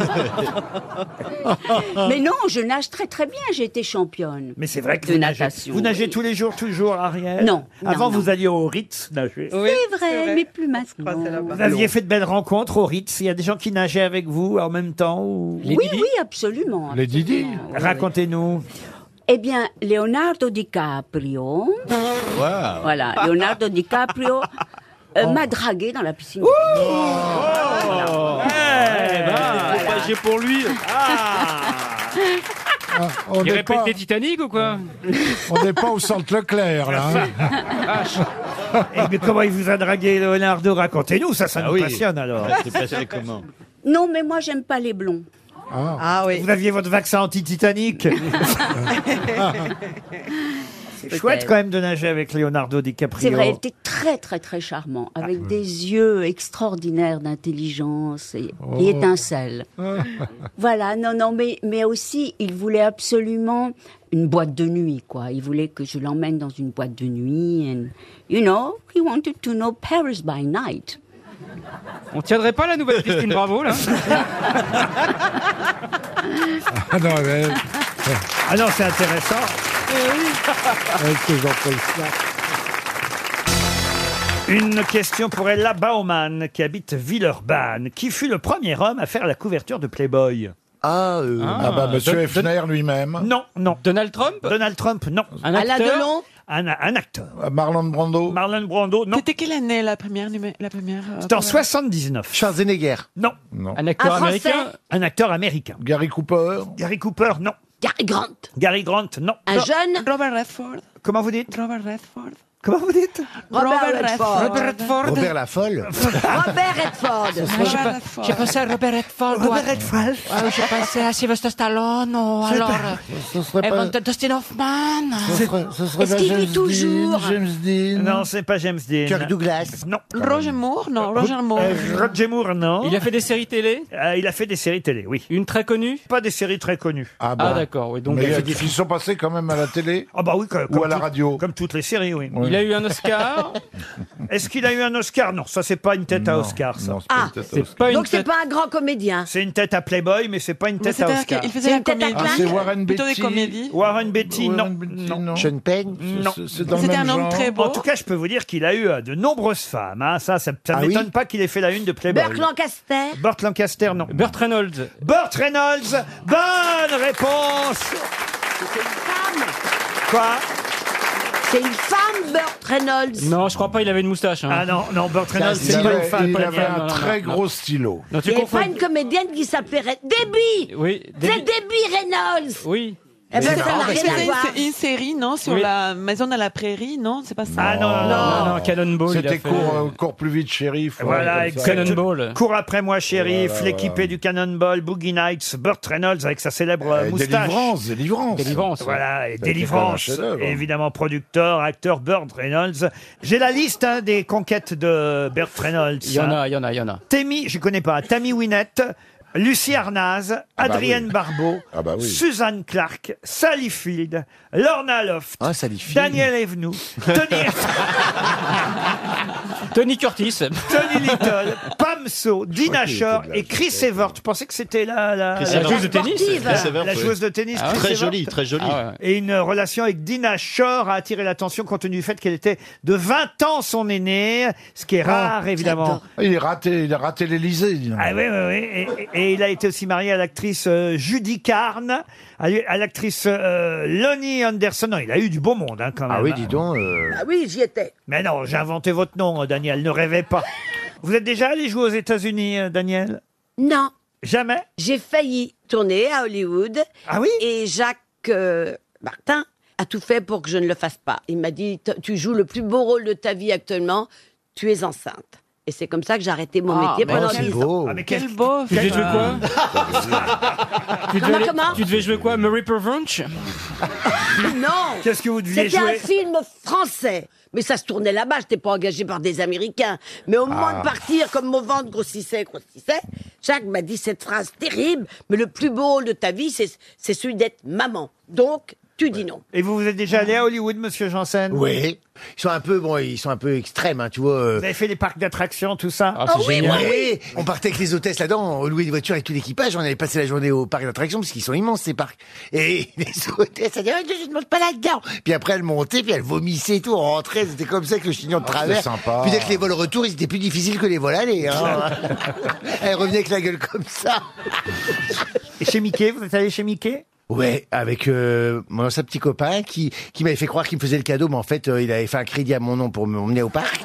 Mais non, je nage très très bien. J'ai été championne. Mais c'est vrai que de vous nagez, natation. vous nagez tous les jours, toujours, Ariel. Non, non, Avant, non. vous alliez au Ritz nager. C'est vrai, mais plus maintenant. Vous aviez fait de belles rencontres au Ritz. Il y a des gens qui nageaient avec vous en même temps ou... Oui, oui, absolument. Les Didi. Racontez-nous. Eh bien, Leonardo DiCaprio, voilà, Leonardo DiCaprio euh, m'a dragué dans la piscine. Oh Eh ben, faut pas agir pour lui. Ah, on Il n'est répète pas, les Titanic ou quoi on n'est pas au centre Leclerc, là. hein. Et mais comment il vous a dragué, Leonardo? Racontez-nous, ça, ça Ah nous oui. passionne alors. C'est passé comment? Non, mais moi, j'aime pas les blonds. Ah oui. Vous aviez votre vaccin anti-Titanic. C'est chouette quand même de nager avec Leonardo DiCaprio. C'est vrai, il était très très très charmant, avec des yeux extraordinaires d'intelligence et, et étincelles. Voilà, non, non, mais, mais aussi, il voulait absolument une boîte de nuit, quoi. Il voulait que je l'emmène dans une boîte de nuit. And, you know, he wanted to know Paris by night. On tiendrait pas la nouvelle Christine Bravo, là Ah non, mais, Ah non, c'est intéressant. avec ce Jean-Paul Sartre. Une question pour Ella Baumann, qui habite Villeurbanne. Qui fut le premier homme à faire la couverture de Playboy? Ah, euh, Ah bah, Monsieur Don- Hefner lui-même. Non, non. Donald Trump Donald Trump, non. Un Alain acteur Delon. Un, un acteur. Euh, Marlon Brando. Marlon Brando, non. C'était quelle année la première numé- la première euh, C'était en première- soixante-dix-neuf. Schwarzenegger. Non. Non. Un acteur Un Français. américain Un acteur américain. Gary Cooper. Gary Cooper, non. Gary Grant. Gary Grant, non. Un jeune. Robert Redford. Comment vous dites? Robert Redford. Comment vous dites? Robert Redford. Robert Redford. Robert Lafolle. Robert Redford. Robert Redford. J'ai pensé à Robert Redford. Robert Redford. J'ai pensé à Sylvester Stallone ou alors Ce serait euh, pas... Dustin Hoffman. Ce serait, ce serait Est-ce pas qu'il James vit toujours Dean, James Dean. Non, c'est pas James Dean. Kirk Douglas. Non. Roger Moore. Non, Roger Moore. Euh, Roger Moore, non. Il a fait des séries télé Euh, il a fait des séries télé, oui. Une très connue Pas des séries très connues. Ah, Ah bah. d'accord, oui. Donc Mais il a euh, fait- ils sont passés quand même à la télé Ah bah oui, comme, ou à la tout- radio. Comme toutes les séries, oui. Oui. il a eu un Oscar. Est-ce qu'il a eu un Oscar? Non, ça c'est pas une tête à Non, Oscar, ça. non, c'est pas Ah. une tête à C'est Oscar. pas une Donc c'est tête. pas un grand comédien. C'est une tête à Playboy, mais c'est pas une tête à Oscar. Il faisait C'est la une tête à comédie. Ah, claque. c'est Warren Plutôt Beatty. des comédies. Warren Beatty, non. Warren Beatty, non. non. Sean Penn. Non. C'est- C'est dans le C'était même un homme genre. très beau. En tout cas, je peux vous dire qu'il a eu euh, de nombreuses femmes. hein. Ça, ça, ça Ah ne m'étonne oui pas qu'il ait fait la une de Playboy. Burt Lancaster. Burt Lancaster, non. Burt Reynolds. Burt Reynolds, bonne réponse. C'est une femme. Quoi? C'est une femme, Burt Reynolds. Non, je crois pas, il avait une moustache. hein. Ah non, non, Burt Reynolds, Il c'est pas une avait, femme. il pas une avait femme. un non, très non. gros stylo. Non, tu Il n'y avait confonds. pas une comédienne qui s'appelait Debbie. Oui, C'est Debbie- Debbie Reynolds. Oui. Eh ben, ça n'a Mais rien à C'était voir. une, une série, non, sur Oui. la maison dans la prairie, non, c'est pas ça. Ah non, non, non. Non, non, Cannonball. il a C'était fait- court, euh, court plus vite, shérif. Voilà, ouais, comme ça. exact. Cannonball. Cours après moi, shérif, Voilà, l'équipé voilà. du Cannonball, Boogie Nights, Burt Reynolds avec sa célèbre euh, Euh, moustache. Délivrance, délivrance. Délivrance. Voilà, et Ça a été quand même un Délivrance, chef-d'œuvre. évidemment producteur, acteur Burt Reynolds. J'ai la liste hein, des conquêtes de Burt Reynolds. Il y en hein. a, il y en a, il y en a. Tammy, je connais pas, Tammy Wynette, Lucie Arnaz, Ah bah Adrienne oui. Barbeau, Ah bah oui. Suzanne Clark, Sally Field, Lorna Loft, Ah, ça lui file. Daniel Evenou, Tony, Tony Curtis. Tony Little, Pam So, Dina qu'il Shore était de là, et Chris Evert. Je pensais que c'était la, la, Chris la, La joueuse de tennis. Sportive. Chris Evert, la oui. joueuse de tennis. Ah ouais. Chris Très Evert. joli, très joli. Ah ouais. Et une relation avec Dina Shore a attiré l'attention compte tenu du fait qu'elle était de vingt ans son aînée, ce qui est rare évidemment. Il est raté, il a raté l'Élysée. dis donc. Ah oui, oui, oui. Et, et- et il a été aussi marié à l'actrice euh, Judy Carne, à, à l'actrice euh, Lonnie Anderson. Non, il a eu du beau monde hein, quand même. Ah oui, hein. dis donc. euh, Ah oui, j'y étais. Mais non, j'ai inventé votre nom, Daniel, ne rêvez pas. Vous êtes déjà allé jouer aux États-Unis, euh, Daniel? Non, Jamais? j'ai failli tourner à Hollywood. Ah oui? Et Jacques euh, Martin a tout fait pour que je ne le fasse pas. Il m'a dit, T- tu joues le plus beau rôle de ta vie actuellement, tu es enceinte. Et c'est comme ça que j'ai arrêté mon Ah, métier mais pendant c'est dix ans. beau. Ah, mais Quel qu'est-ce- beau. Tu devais jouer quoi tu, devais Comment, aller- comment tu devais jouer quoi Murray Pervenche Non, Qu'est-ce que vous deviez c'était un jouer? film français. Mais ça se tournait là-bas, je n'étais pas engagé par des Américains. Mais au moment de partir, comme mon ventre grossissait, grossissait, Jacques m'a dit cette phrase terrible, mais le plus beau rôle de ta vie, c'est c'est celui d'être maman. Donc, tu dis non. Et vous, vous êtes déjà allé à Hollywood, monsieur Janssen? Oui. Ils sont un peu, bon, ils sont un peu extrêmes, hein, tu vois. euh. Vous avez fait les parcs d'attractions, tout ça? Ah oui, oui. On partait avec les hôtesses là-dedans, on louait des voitures avec tout l'équipage, on allait passer la journée au parc d'attractions parce qu'ils sont immenses ces parcs. Et les hôtesses, elles disaient, ah, je ne monte pas là-dedans. Puis après, elles montaient, puis elles vomissaient et tout, on rentrait, c'était comme ça avec le chignon de Ah, travers. c'est sympa. Puis dès que les vols retour, ils étaient plus difficiles que les vols aller. Hein. Elles revenaient avec la gueule comme ça. Et chez Mickey, vous êtes allé chez Mickey? Ouais, avec euh, mon ancien petit copain qui, qui m'avait fait croire qu'il me faisait le cadeau, mais en fait, euh, il avait fait un crédit à mon nom pour m'emmener au parc.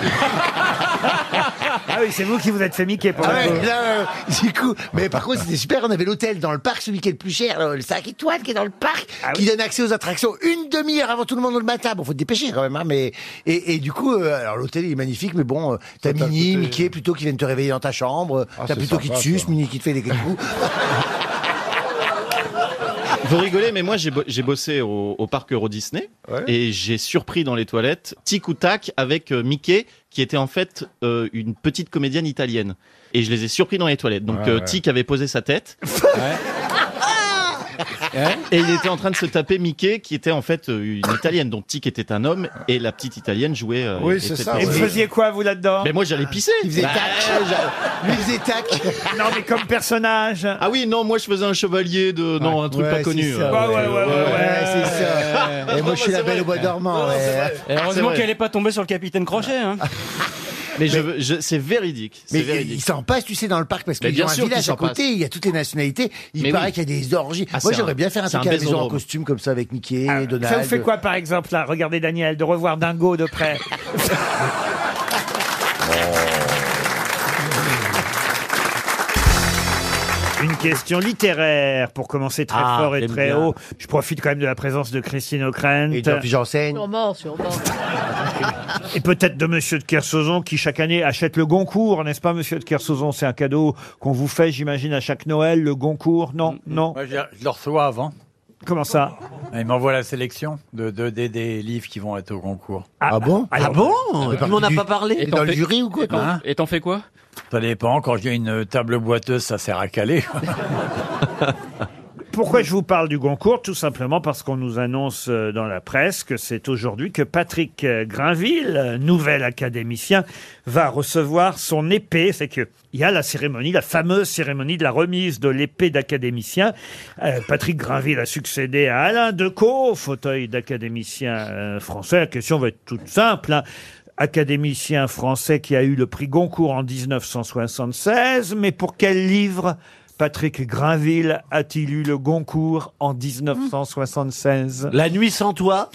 Ah oui, c'est vous qui vous êtes fait Mickey pour Ah le ouais, coup. là, euh, du coup, mais par contre, c'était super. On avait l'hôtel dans le parc, celui qui est le plus cher, là, le cinq étoiles qui est dans le parc, Ah qui oui. donne accès aux attractions une demi-heure avant tout le monde le matin. Bon, faut te dépêcher quand même, hein, mais et, et du coup, euh, alors l'hôtel il est magnifique, mais bon, euh, t'as Ça t'a Minnie, coûté- Mickey plutôt qui viennent te réveiller dans ta chambre, Ah, t'as c'est plutôt qui te sympa, suce, ça. Minnie qui te fait des coups. Vous rigolez, mais moi j'ai bo- j'ai bossé au, au parc Euro Disney Ouais. et j'ai surpris dans les toilettes Tic ou Tac avec euh, Mickey qui était en fait euh, une petite comédienne italienne. Et je les ai surpris dans les toilettes. Donc Ouais, euh, ouais. Tic avait posé sa tête. Et il était en train de se taper Mickey qui était en fait euh, une italienne. Donc Tic était un homme et la petite italienne jouait. euh, Oui, était c'est ça, Et vous ouais. faisiez quoi, vous, là-dedans? Mais moi j'allais pisser. Il faisait Bah, tac. Lui il faisait tac. Non, mais comme personnage. Ah oui, non, moi je faisais un chevalier de. Non, un truc Ouais, pas c'est connu. ça, euh. Ouais, ouais, ouais, ouais, ouais. Ouais, c'est ça. Et moi je suis la belle au bois dormant. ouais. Et heureusement C'est vrai. qu'elle n'est pas tombée sur le capitaine Crochet. Hein. Mais, je, veux- je, c'est véridique. C'est Mais véridique. ils s'en passent, tu sais, dans le parc, parce Mais qu'ils bien ont un sûr village qu'ils s'en à côté, passent. il y a toutes les nationalités. Il Mais paraît oui. qu'il y a des orgies. Ah, Moi, c'est j'aimerais un- bien faire un c'est truc un à la maison en bésodrome. costume comme ça avec Mickey, Ah, Donald. ça vous fait quoi, par exemple, là? Regardez Daniel, de revoir Dingo de près. Une question littéraire pour commencer très Ah, fort et j'aime très bien. haut. Je profite quand même de la présence de Christine O'Krent. Et Jean-Pierre Janssen. Sûrement, sûrement. Et peut-être de Monsieur de Kersauzon qui chaque année achète le Goncourt, n'est-ce pas, Monsieur de Kersauzon? C'est un cadeau qu'on vous fait, j'imagine, à chaque Noël, le Goncourt. Non, non. Moi, je, je le reçois avant. Comment ça? Il m'envoie la sélection de, de, des- des livres qui vont être au concours. Ah, bon alors- bon Tu m'en as pas parlé Et Dans t'en le fais- jury ou quoi Et t'en- Hein Et t'en fais quoi? Ça dépend. Quand j'ai une table boiteuse, ça sert à caler. Pourquoi je vous parle du Goncourt? Tout simplement parce qu'on nous annonce euh, dans la presse que c'est aujourd'hui que Patrick euh, Grinville, euh, nouvel académicien, va recevoir son épée. C'est que il y a la cérémonie, la fameuse cérémonie de la remise de l'épée d'académicien. Euh, Patrick Grinville a succédé à Alain Decaux, au fauteuil d'académicien euh, français. La question va être toute simple, hein. Académicien français qui a eu le prix Goncourt en dix-neuf cent soixante-seize, mais pour quel livre Patrick Grinville a-t-il eu le Goncourt en dix-neuf cent soixante-seize? La nuit sans toi.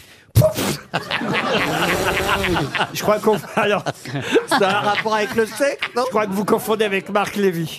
Je crois qu'on... Alors, Ça a un rapport avec le sexe, non? je crois que vous confondez avec Marc Lévy.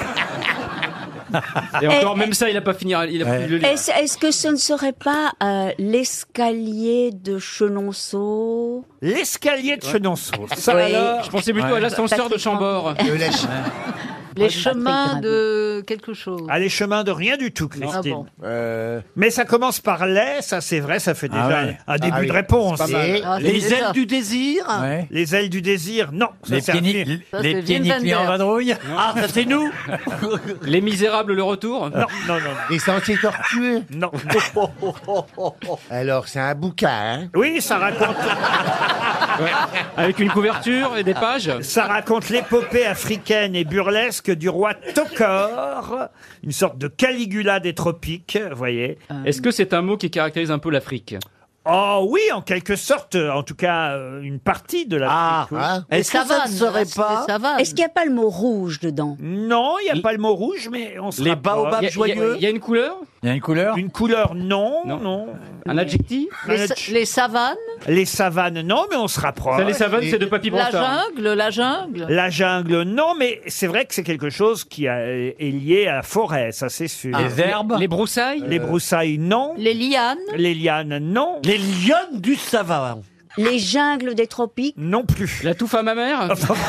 Et encore, même ça, il a pas fini. Il a Ouais. pu le lire. Est-ce est-ce que ce ne serait pas euh, l'escalier de Chenonceau? L'escalier de Chenonceau. Ça Oui. alors... Je pensais plutôt Ouais. à l'ascenseur de Patrick Chambord. Euh, la ch- Les Patrick chemins Grinville. de quelque chose. Ah, les chemins de rien du tout, Ah Christine. bon. euh, Mais ça commence par les, ça c'est vrai, ça fait déjà Ah ouais. un début Ah oui. de réponse. C'est pas mal. Ah, c'est Les déjà- ailes du désir. Ouais. Les ailes du désir, non. Ça, Les c'est pieds, un ni- film. Ça, les c'est pieds Wim nickelés en Wenders. vadrouille. Ah, ça c'est nous. Les Misérables, le retour. Non, non, non. Les sentiers tortueux. Non. Alors, c'est un bouquin, hein. Oui, ça raconte, Avec une couverture et des pages. ça raconte l'épopée africaine et burlesque du roi Tokor, une sorte de Caligula des tropiques, vous voyez. Est-ce que c'est un mot qui caractérise un peu l'Afrique? Oh oui, en quelque sorte, en tout cas, euh, une partie de la... Ah, Hein est-ce que ça ne serait pas Est-ce qu'il n'y a pas le mot rouge dedans? Non, il n'y a pas le mot rouge, mais on se Les rapproche. baobabs Il y a- joyeux. Il y a une couleur? Il y a une couleur. Une couleur, non, non. Non. Un adjectif? Les, Un sa- adj- les savanes, Les savanes, non, mais on se rapproche. Ça, les savanes, c'est de papy la brossard. jungle, la jungle. La jungle, non, mais c'est vrai que c'est quelque chose qui a- est lié à la forêt, ça c'est sûr. Les herbes. Les broussailles? Les broussailles, non. Les lianes. Les lianes, non. Les lionnes du savane. Les jungles des tropiques? Non plus. La touffe à ma mère?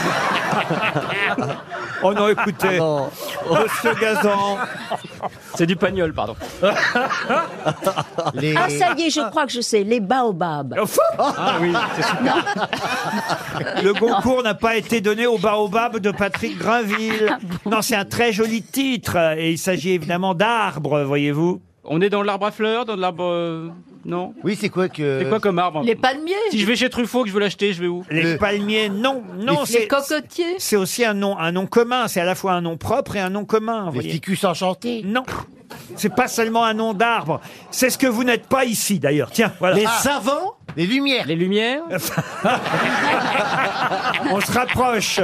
Oh non, écoutez, Monsieur Gazan. C'est du pagnol, pardon. Les... Ah, ça y est, je crois que je sais. Les baobabs. Ah oui, c'est super. Le Goncourt n'a pas été donné au baobab de Patrick Grinville. Non, c'est un très joli titre et il s'agit évidemment d'arbres, voyez-vous. On est dans l'arbre à fleurs, dans l'arbre... euh, Non. Oui, c'est quoi que... C'est quoi comme arbre? Les palmiers. Si je vais chez Truffaut, que je veux l'acheter, je vais où? Les palmiers, non, non, Les c'est cocotiers. c'est aussi un nom, un nom commun. C'est à la fois un nom propre et un nom commun. Les ficus enchantés. Non, c'est pas seulement un nom d'arbre. C'est ce que vous n'êtes pas ici, d'ailleurs. Tiens, voilà. Les Ah. savants. Les lumières. Les lumières. On se rapproche.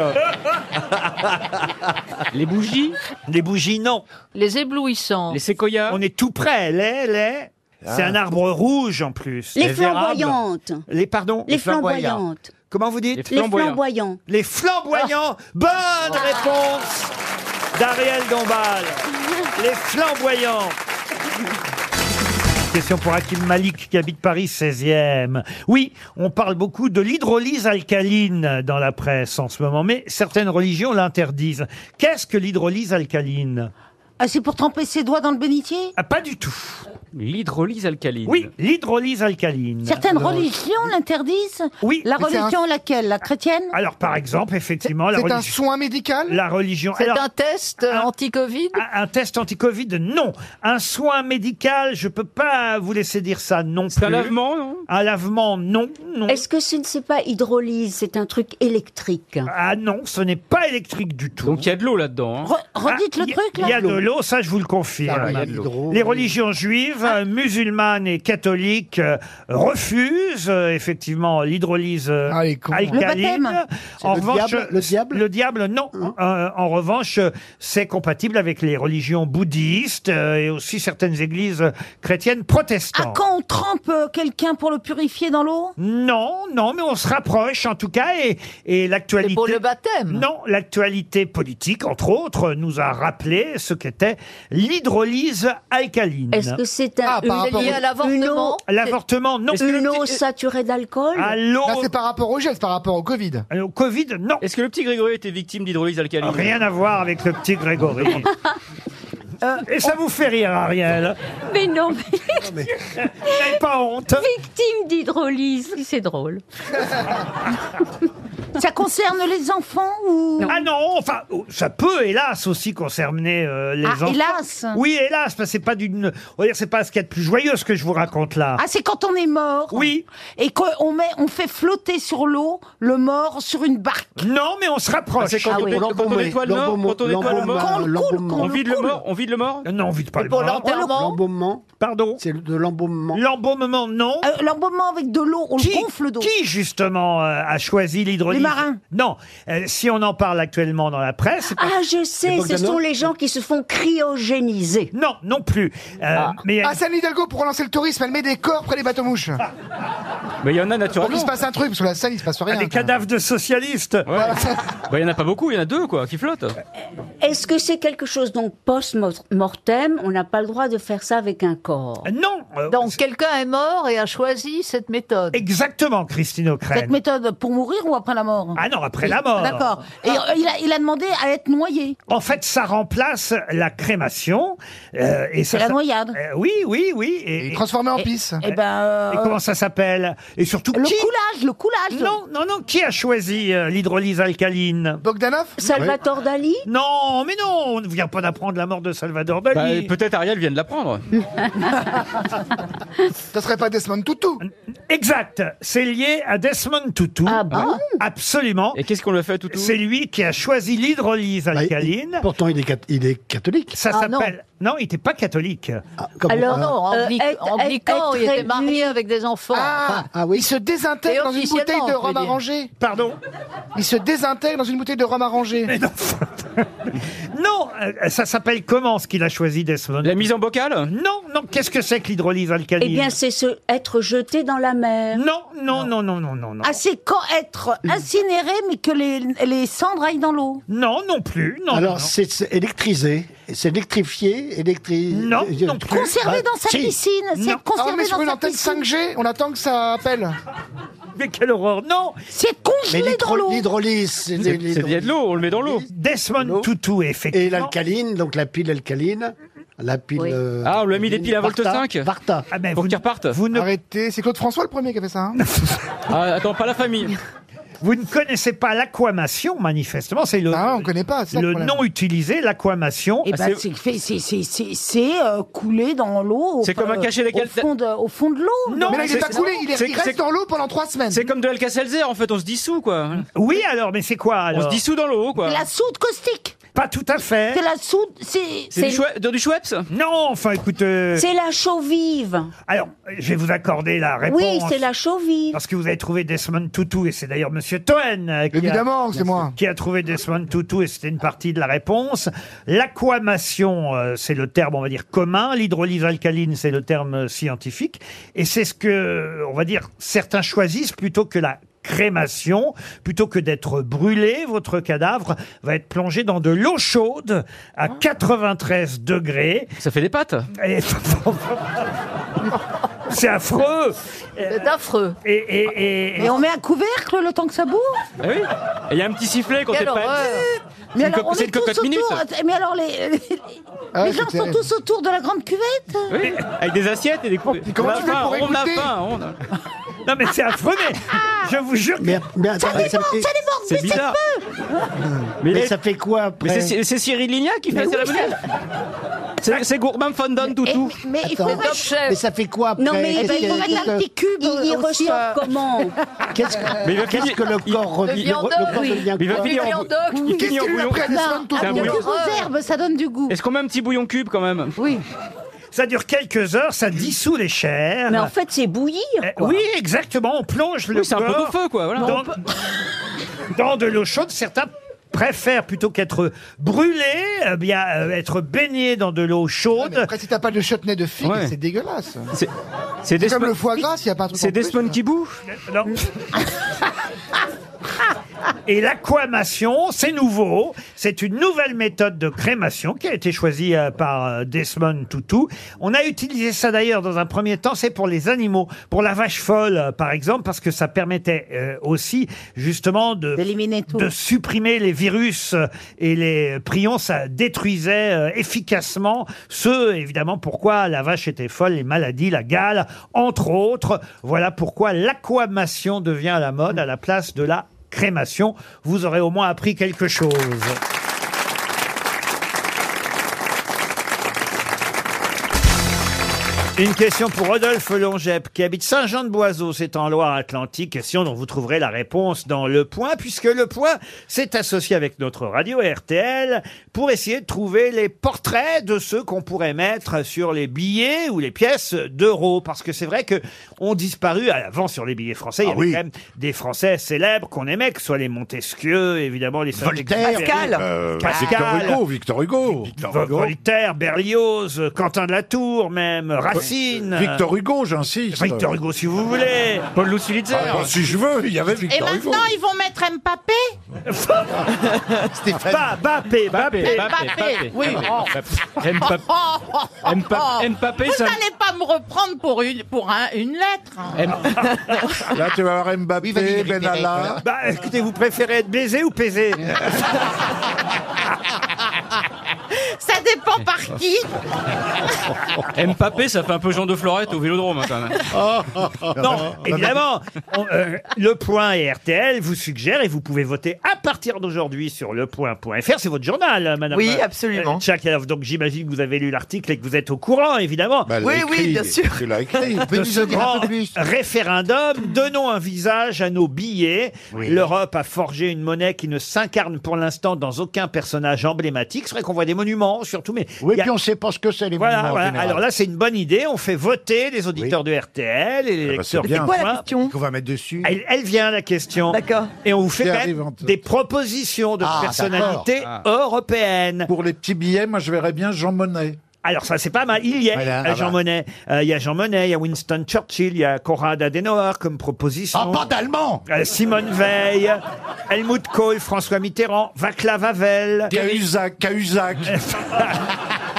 Les bougies. Les bougies, non. Les éblouissants. Les séquoias. On est tout près. Les, les. C'est Ah. un arbre rouge en plus. Les Les érables. flamboyantes. Les pardon. Les flamboyants. flamboyantes. Comment vous dites? Les flamboyants. Les flamboyants. Bonne réponse d'Ariel Dombal. Les flamboyants. Question pour Hakim Malik qui habite Paris seizième. Oui, on parle beaucoup de l'hydrolyse alcaline dans la presse en ce moment, mais certaines religions l'interdisent. Qu'est-ce que l'hydrolyse alcaline? Ah, c'est pour tremper ses doigts dans le bénitier? Ah, pas du tout. L'hydrolyse alcaline. Oui, l'hydrolyse alcaline. Certaines religions l'interdisent? Oui. La Mais c'est religion laquelle? La chrétienne? Alors, par exemple, effectivement, la C'est un religion... soin médical? La religion... C'est Alors, un test euh, anti-Covid. un, un test anti-Covid, non. Un soin médical, je peux pas vous laisser dire ça non plus. C'est un lavement, non? Un lavement, non, non. Est-ce que ce ne c'est pas hydrolyse, c'est un truc électrique? Ah non, ce n'est pas électrique du tout. Donc il y a de l'eau là-dedans. Hein. Re- redites Ah, le y- truc, là. Il y a de l'eau, ça je vous le confirme. il y a de l'eau. Les religions juives, euh, musulmanes et catholiques euh, refusent euh, effectivement l'hydrolyse euh, Ah, les cons. alcaline. Le baptême. En le revanche, diable, le diable le diable, non. Euh, en revanche, euh, c'est compatible avec les religions bouddhistes euh, et aussi certaines églises euh, chrétiennes Ah, protestantes. quand on trempe euh, quelqu'un pour le purifier dans l'eau? Non, non, mais on se rapproche en tout cas et, et l'actualité. C'est pour le baptême. Non, l'actualité politique, entre autres, nous a rappelé ce qu'était l'hydrolyse alcaline. Est-ce que c'est un, Ah, par une, rapport lié à l'avortement? L'avortement, non. une eau saturée d'alcool? À l'eau, Là, c'est par rapport au gel, c'est par rapport au Covid. au Covid, non. Est-ce que le petit Grégory était victime d'hydrolyse alcaline? Rien à voir avec le petit Grégory. Euh, Et ça vous fait rire, Ariel? Mais non, mais Vous n'avez pas honte? victime d'hydrolyse. Si, c'est drôle. Ça concerne les enfants ou... Ah non, enfin, oh, ça peut, hélas, aussi concerner euh, les Ah, enfants. hélas. Oui, hélas, parce que c'est pas d'une... On va dire, c'est pas ce qu'il y a de plus joyeux, ce que je vous raconte là. Ah, c'est quand on est mort. Oui. Et qu'on met, on fait flotter sur l'eau le mort sur une barque. Non, mais on se rapproche. C'est quand, Ah on, oui. quand on nettoie le mort, quand on nettoie le mort, Quand on le coule, quand on on le vide le coule. mort, on vide le mort. Non, on vide pas le Pour mort. l'enterrement. L'embaumement. Pardon? C'est de l'embaumement. L'embaumement, non. Euh, L'embaumement avec de l'eau, on Qui, le gonfle d'eau. qui, justement, euh, a choisi l'hydrolyse? Les marins. Non. Euh, si on en parle actuellement dans la presse... c'est pas- Ah, je sais, ce sont les gens qui se font cryogéniser. Non, non plus. Euh, Mais il y a- Ah, Anne Hidalgo, pour relancer le tourisme, elle met des corps près des bateaux mouches. Mais il y en a Pour qu'il naturellement. se passe un truc, parce que la Seine, il se passe rien. des cadavres de socialistes. Ouais. Bah, il y en a pas beaucoup, il y en a deux quoi, qui flottent. Est-ce que c'est quelque chose donc post-mortem? On n'a pas le droit de faire ça avec un corps. Non. euh, Donc quelqu'un est mort et a choisi cette méthode. Exactement, Christine Cette O'Crane. méthode pour mourir ou après la mort? Ah non, après la mort. D'accord. Et euh, il, a, il a demandé à être noyé. En fait, ça remplace la crémation. euh, et ça, C'est la ça- noyade. Euh, oui, oui, oui. Et, Il est transformé en pisse. Eh ben, euh, et comment ça s'appelle? Et surtout, le qui coulage, le coulage. Non, non, non. Qui a choisi euh, l'hydrolyse alcaline? Bogdanov? Salvatore Dali? Non, mais non, on ne vient pas d'apprendre la mort de Salvador Bah, Dali. peut-être Ariel vient de l'apprendre. Ça serait pas Desmond Tutu? Exact. C'est lié à Desmond Tutu. Ah bon? Absolument. Et qu'est-ce qu'on lui a fait tout C'est lui qui a choisi l'hydrolyse Bah, il- alcaline. Pourtant, il est, cat- il est catholique. Ça Ah, non. s'appelle... Non, il n'était pas catholique. Ah, comment- Alors, Non, en Euh, Angli- être- anglican, être il était réduit- marié avec des enfants. Ah, Ah oui. il se désintègre Et dans une officiellement, bouteille de je veux rhum dire. arrangé. Pardon? Il se désintègre dans une bouteille de rhum arrangé. Mais non. Non, euh, ça s'appelle comment ce qu'il a choisi Desmond? La mise en bocal? Non, non, qu'est-ce que c'est que l'hydrolyse alcaline? Eh bien, c'est se, être jeté dans la mer. Non, non, non, non, non, non, non. Ah, c'est quand être incinéré, mais que les, les cendres aillent dans l'eau. Non, non plus. Non, Alors, non, c'est c'est électrisé. C'est électrifié. Électri... Non, euh, non plus. Conservé dans sa si. piscine. C'est Non. Ah, on conservé met sur dans une sa antenne piscine. cinq G, on attend que ça appelle. non. Mais quelle horreur. Non, C'est Mais congelé dans l'eau. l'hydro- l'hydrolyse, c'est C'est l'hydrolyse. c'est- il y a de l'eau, on le met dans l'eau. Desmond L'eau. Tutu, Et effectivement. l'alcaline, donc la pile alcaline. La pile. Oui. euh, Ah, on lui a mis des piles à Volt Varta, cinq. Varta. Ah ben, Pour vous, qu'il reparte. vous ne... Arrêtez, c'est Claude François le premier qui a fait ça. Hein. Ah, attends, pas la famille. Vous ne connaissez pas l'aquamation, manifestement. C'est le, Ah, on connaît pas, c'est ça le le problème. nom utilisé, l'aquamation. Et ben, c'est fait- c'est c'est c'est c'est euh, couler dans l'eau. au- C'est comme un cachet au lesquels- fond de au fond de l'eau. Non, mais là, il est pas coulé, il, est, c'est- il c'est- reste dans l'eau pendant trois semaines. C'est comme de l'Alka-Seltzer, en fait, on se dissout, quoi. Oui, alors, mais c'est quoi, On alors se dissout dans l'eau, quoi. C'est la soude caustique. Pas tout à fait. C'est la soude. C'est C'est du, chouette- du Schweppes? Non, enfin, écoute... euh, C'est la chaux vive. Alors, je vais vous accorder la réponse. Oui, c'est la chaux vive. Parce que vous avez trouvé Desmond Tutu, et c'est d'ailleurs Monsieur Toen euh, qui, Évidemment, a, c'est moi. qui a trouvé Desmond Tutu, et c'était une partie de la réponse. L'aquamation, euh, c'est le terme, on va dire, commun. L'hydrolyse alcaline, c'est le terme euh, scientifique. Et c'est ce que, on va dire, certains choisissent plutôt que la crémation, plutôt que d'être brûlé, votre cadavre va être plongé dans de l'eau chaude à quatre-vingt-treize degrés. Ça fait des pâtes. Et- C'est affreux. C'est affreux. Et, et, et- Et on met un couvercle le temps que ça boue. Ah oui. Et il y a un petit sifflet quand t'es Quelle prêt. horreur. Mais C'est une alors, co- on c'est est une tous cocotte minute. autour. Mais alors, les, les, Ah, les c'est gens sont terrible. tous autour de la grande cuvette. Oui, avec des assiettes et des coups. comment on a tu fais faim, pour on a écouter faim, on a- Non mais c'est affreux, mais je vous jure que... Mais, mais attends, Ça mais déborde, fait- ça déborde, C'est mais c'est bizarre. mais les- ça fait quoi après Mais c'est- c'est Cyril Lignac qui fait Mais c'est la oui, bonne. C'est c'est gourmand fondant Et- toutou. mais il faut Attends, Top Chef. mais ça fait quoi après Non, mais Qu'est-ce il va- que- il faut qu'est-ce mettre que- un petit cube. Il y aussi, ressort euh, comment Qu'est-ce Mais il va que, qu'est-ce finir- que le il- corps Le revient le, viandoc, le corps oui. devient Il va quoi finir en viandoc. il Qu'est-ce finit en qu'il lui a bouillon. pris à Desmond Tutu C'est un Il y a bouillon. des grosses herbes, ça donne du goût. Est-ce qu'on met un petit bouillon cube quand même? Oui. Ça dure quelques heures, ça dissout les chairs. Mais en fait, c'est bouillir. Eh, quoi. Oui, exactement, on plonge le Oui, c'est un peu corps au feu, quoi. Voilà. dans, dans de l'eau chaude. Certains préfèrent, plutôt qu'être brûlés, eh bien, euh, être baignés dans de l'eau Mais chaude. après, si t'as pas de chutney de figue, Ouais. c'est dégueulasse. C'est c'est C'est comme Desmond- le foie gras, s'il n'y a pas un truc en C'est plus. Desmond qui boue. Non. Et l'aquamation, c'est nouveau. C'est une nouvelle méthode de crémation qui a été choisie euh, par euh, Desmond Tutu. On a utilisé ça d'ailleurs dans un premier temps, c'est pour les animaux, pour la vache folle euh, par exemple, parce que ça permettait euh, aussi justement de D'éliminer tout. de supprimer les virus euh, et les prions, ça détruisait euh, efficacement ceux, évidemment, pourquoi la vache était folle, les maladies, la gale, entre autres. Voilà pourquoi l'aquamation devient à la mode à la place de la crémation. Vous aurez au moins appris quelque chose. Une question pour Rodolphe Longep, qui habite Saint-Jean-de-Boiseau, c'est en Loire-Atlantique. Question dont vous trouverez la réponse dans Le Point, puisque Le Point s'est associé avec notre radio R T L pour essayer de trouver les portraits de ceux qu'on pourrait mettre sur les billets ou les pièces d'euros. Parce que c'est vrai que ont disparu, avant sur les billets français, il y Ah avait oui. quand même des Français célèbres qu'on aimait, que ce soit les Montesquieu, évidemment, les Voltaire. Pascal, Euh, Pascal, Victor Hugo, Victor Hugo. Vol- Voltaire, Berlioz, Quentin de la Tour, même Racine. Victor Hugo, j'insiste. Victor Hugo, si vous voulez. Paul Lutzilitzer. Ah, bon, si je veux, il y avait Et Victor Hugo. maintenant, ils vont mettre Mbappé. Stéphane. Mbappé, Mbappé. Mbappé. Oui. Mbappé. Mbappé. Mbappé, Vous ça- n'allez pas me reprendre pour une, pour un- une lettre. hein. Là, tu vas avoir Mbappé, Benalla. Bah, écoutez, vous préférez être baisé ou pesé? Ça dépend par qui. Mbappé, ça fait un peu Jean de Florette au Vélodrome, hein, quand même. Non, évidemment. on- euh, le Point et R T L vous suggèrent et vous pouvez voter à partir d'aujourd'hui sur lepoint point f r. C'est votre journal, euh, madame. Oui, absolument. euh, Tchakalov. Donc j'imagine que vous avez lu l'article et que vous êtes au courant, évidemment. Bah, elle Oui, l'a oui, écrit. bien sûr. Tu l'as écrit. De ce grand référendum, donnons un visage à nos billets. L'Europe a forgé une monnaie qui ne s'incarne pour l'instant dans aucun personnage emblématique. C'est vrai qu'on voit des monuments, surtout, mais Oui, il y a- puis on sait pas ce que c'est, les Voilà, monuments, en voilà. général. Alors là, c'est une bonne idée. On fait voter les auditeurs de R T L et les bah, lecteurs c'est du bien. C'est quoi la Point. question Qu'on va mettre dessus. Elle, elle vient, la question. D'accord. Et on vous fait Qui quand arrive même en tête. des propositions de Ah, personnalités d'accord. européennes. Pour les petits billets, moi, je verrais bien Jean Monnet. Alors ça, c'est pas mal. Il y est, Voilà. euh, Ah Jean bah. Monnet. Euh, Il y a Jean Monnet, il y a Winston Churchill, il y a Konrad Adenauer comme proposition. Ah, pas d'allemand. Euh, Simone Veil, Helmut Kohl, François Mitterrand, Václav Havel. Cahuzac, Cahuzac.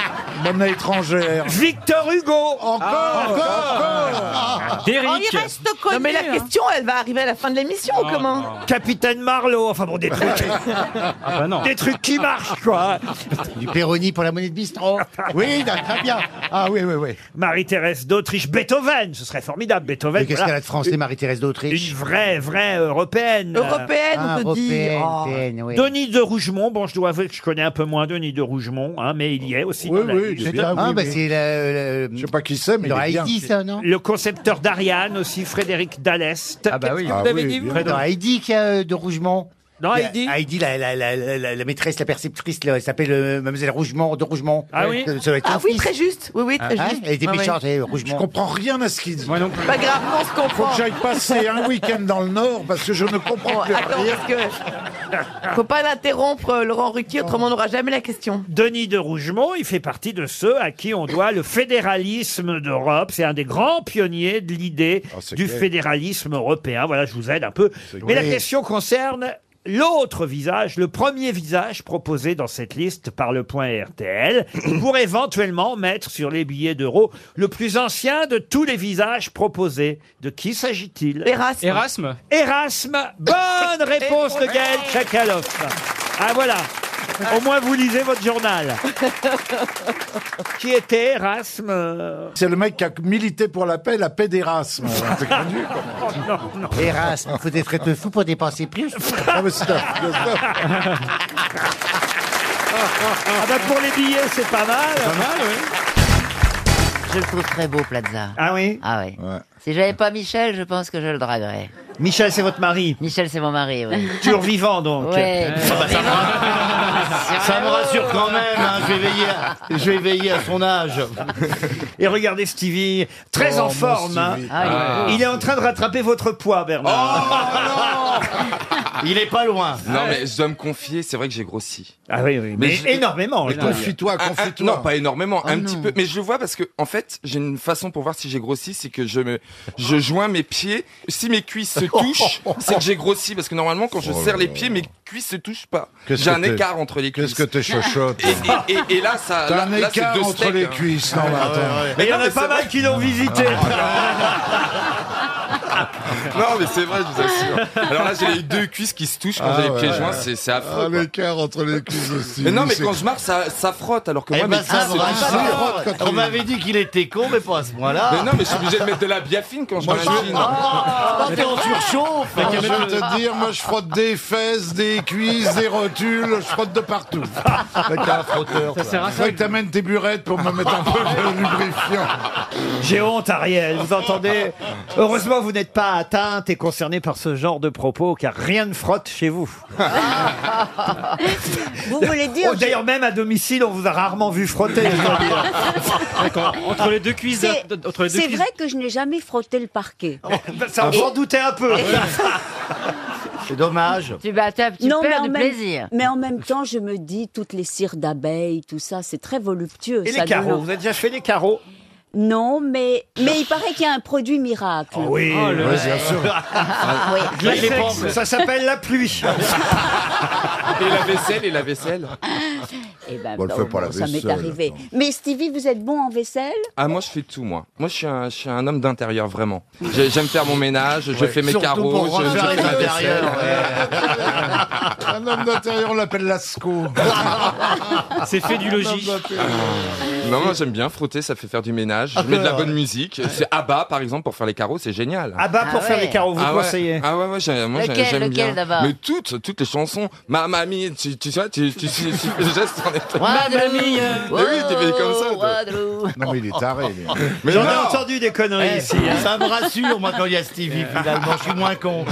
Monnaie étrangère. Victor Hugo. Encore, encore. D'Éric. Oh, il reste connu. Non, mais la question, elle va arriver à la fin de l'émission, ou comment Capitaine Marlowe. Enfin bon, des trucs. Ah bah non. Des trucs qui marchent, quoi. Du Péroni pour la monnaie de bistrot. Oui, très bien. Ah oui, oui, oui. Marie-Thérèse d'Autriche. Beethoven. Ce serait formidable, Beethoven. Mais qu'est-ce voilà. qu'elle a de français, Marie-Thérèse d'Autriche? Une vraie, vraie européenne. Européenne, Ah, on peut dire. européenne, Oh. oui. Denis de Rougemont. Bon, je dois avouer que je connais un peu moins Denis de Rougemont, hein, mais il y est aussi. Oui, dans la oui, liste. c'est ça, Ah, oui, bah oui. c'est le... Je sais pas qui c'est, mais Dans il est bien. Heidi, ça, non? Le concepteur d'Ariane aussi, Frédéric Dallest. Ah bah oui. Ah Vous avez oui, dit, bien. vous Dans Heidi, qui a de Rougemont. Non, Il y a- Heidi Heidi, la, la, la, la, la- la maîtresse, la perceptrice, là, elle s'appelle euh, Mademoiselle Rougemont, de Rougemont. Ah oui Ça- ça doit être Ah son oui, fils. très juste. Oui, oui, très Hein, juste. elle était Ouais, méchante, elle, Je Rougemont. comprends rien à ce qu'il dit. Moi non plus. ouais. Pas grave, on se Faut comprend. que j'aille passer un week-end dans le Nord parce que je ne comprends Bon, plus attends, rien. parce que faut pas l'interrompre, euh, Laurent Ruquier, autrement on n'aura jamais la question. Denis de Rougemont, il fait partie de ceux à qui on doit le fédéralisme d'Europe. C'est un des grands pionniers de l'idée Ah, c'est du clair. fédéralisme européen. Voilà, je vous aide un peu. Mais la clair. question concerne l'autre visage, le premier visage proposé dans cette liste par le point R T L, pour éventuellement mettre sur les billets d'euros le plus ancien de tous les visages proposés. De qui s'agit-il? Erasme. Erasme. Erasme. Bonne réponse de Gaël Tchakaloff. Ah voilà. Au moins vous lisez votre journal. Qui était Erasme? euh, C'est le mec qui a milité pour la paix, la paix d'Erasme. C'est connu, quoi. Oh, non, non. Erasme, faut être être fou pour dépenser plus. Ah, mais c'est un- Ah bah pour les billets, c'est pas mal. Pas mal, oui. Je le trouve très beau, Plaza. Ah oui? Ah oui. Ouais. Si j'avais pas Michel, je pense que je le draguerais. Michel, c'est votre mari? Michel, c'est mon mari, oui. Toujours vivant, donc. Ouais. Ça me rassure quand même, hein. je, vais veiller à, je vais veiller à son âge. Et regardez Stevie, très Oh, en mon forme. hein. Stevie. Ah, il est beau. Il est en train de rattraper votre poids, Bernard. Il est pas loin. Non, mais je dois me confier, c'est vrai que j'ai grossi. Ah oui, oui, mais, je- énormément. Mais je dois dire. confie-toi, Un- un- confie-toi. non, pas énormément, Oh un non. petit peu. Mais je le vois parce que, en fait, j'ai une façon pour voir si j'ai grossi, c'est que je me, je joins mes pieds. Si mes cuisses se touchent, c'est que j'ai grossi. Parce que normalement, quand je Oh serre là les là. pieds, mes cuisses se touchent pas. Qu'est-ce J'ai que un t'es- écart entre les cuisses. Qu'est-ce que t'es chochotte? Et, et, et, et là, ça, T'as là, un là, c'est écart deux entre steaks, les hein. cuisses. Non, mais attends. Mais il y en non, a mais pas c'est mal vrai. qui l'ont visité. Non, mais c'est vrai, je vous assure. Alors là, j'ai les deux cuisses qui se touchent quand Ah, j'ai les ouais, pieds ouais. joints, c'est c'est affreux. Ah, quoi. l'écart entre les cuisses aussi. Mais non, mais C'est- quand je marche, ça, ça frotte, alors que Eh moi, ben, mes ça cuisses me se touchent pas. rassure. On m'avait dit qu'il était con, mais pas à ce point-là. Mais non, mais je suis obligé de mettre de la biafine quand je Moi, machine. je- Ah, t'es en surchauffe. Moi, je vais te dire, moi je frotte des fesses, des cuisses, des rotules, je frotte de partout. Mais t'es un frotteur. Ça sert à ça. Faudrait que t'amènes tes burettes pour me mettre un peu de lubrifiant. J'ai honte, Ariel, vous entendez? Heureusement, vous n'êtes pas atteinte et concernée par ce genre de propos, car rien ne frotte chez vous. Vous voulez dire Oh, D'ailleurs, même à domicile, on vous a rarement vu frotter, je dois dire. D'accord. Entre les deux cuisses. C'est- de- entre les deux C'est cuisses- vrai que je n'ai jamais frotté le parquet. Ça, on s'en doutait un peu. C'est dommage. Tu, bah, t'as- tu Non, mais perds en du même- plaisir. Mais en même temps, je me dis, toutes les cires d'abeilles, tout ça, c'est très voluptueux. Et ça les carreaux, donne- vous avez déjà fait les carreaux? Non, mais, mais il paraît qu'il y a un produit miracle. Oh oui, Oh, le- Ouais, bien sûr. Oui. Je l'ai fait. Ça s'appelle la pluie. Et la vaisselle, et la vaisselle. Eh ben, Bon, le bon, fait pas la ça m'est vaisselle, arrivé. attends. Mais Stevie, vous êtes bon en vaisselle? Ah, moi, je fais tout, moi. Moi, je suis un, je suis un homme d'intérieur, vraiment. J'ai- J'aime faire mon ménage, je Ouais, fais mes surtout carreaux, pour je, je refaire fais les ma vaisselle. intérieurs. ouais. Un homme d'intérieur, on l'appelle Lascaux. C'est fait du logis. Non, moi, j'aime bien frotter, ça fait faire du ménage. Je Ah, mets de la ouais. bonne musique. C'est ABBA, par exemple, pour faire les carreaux, c'est génial. Ah bah, pour Ah faire ouais. les carreaux, vous Ah ouais. conseillez. Ah ouais, ouais, j'ai- moi j'ai- Lequel, j'aime bien. lequel, d'abord Mais toutes, toutes les chansons. Ma mamie, tu, tu sais, tu, tu, tu, tu, tu le geste en étant. Guadeloupe. Mais oui, t'es fait comme ça, toi. Guadeloupe. Non, mais il est taré. lui. Mais J'en ai non. entendu des conneries Eh, ici. hein. Ça me rassure, moi, quand il y a Stevie, finalement. Je suis moins con.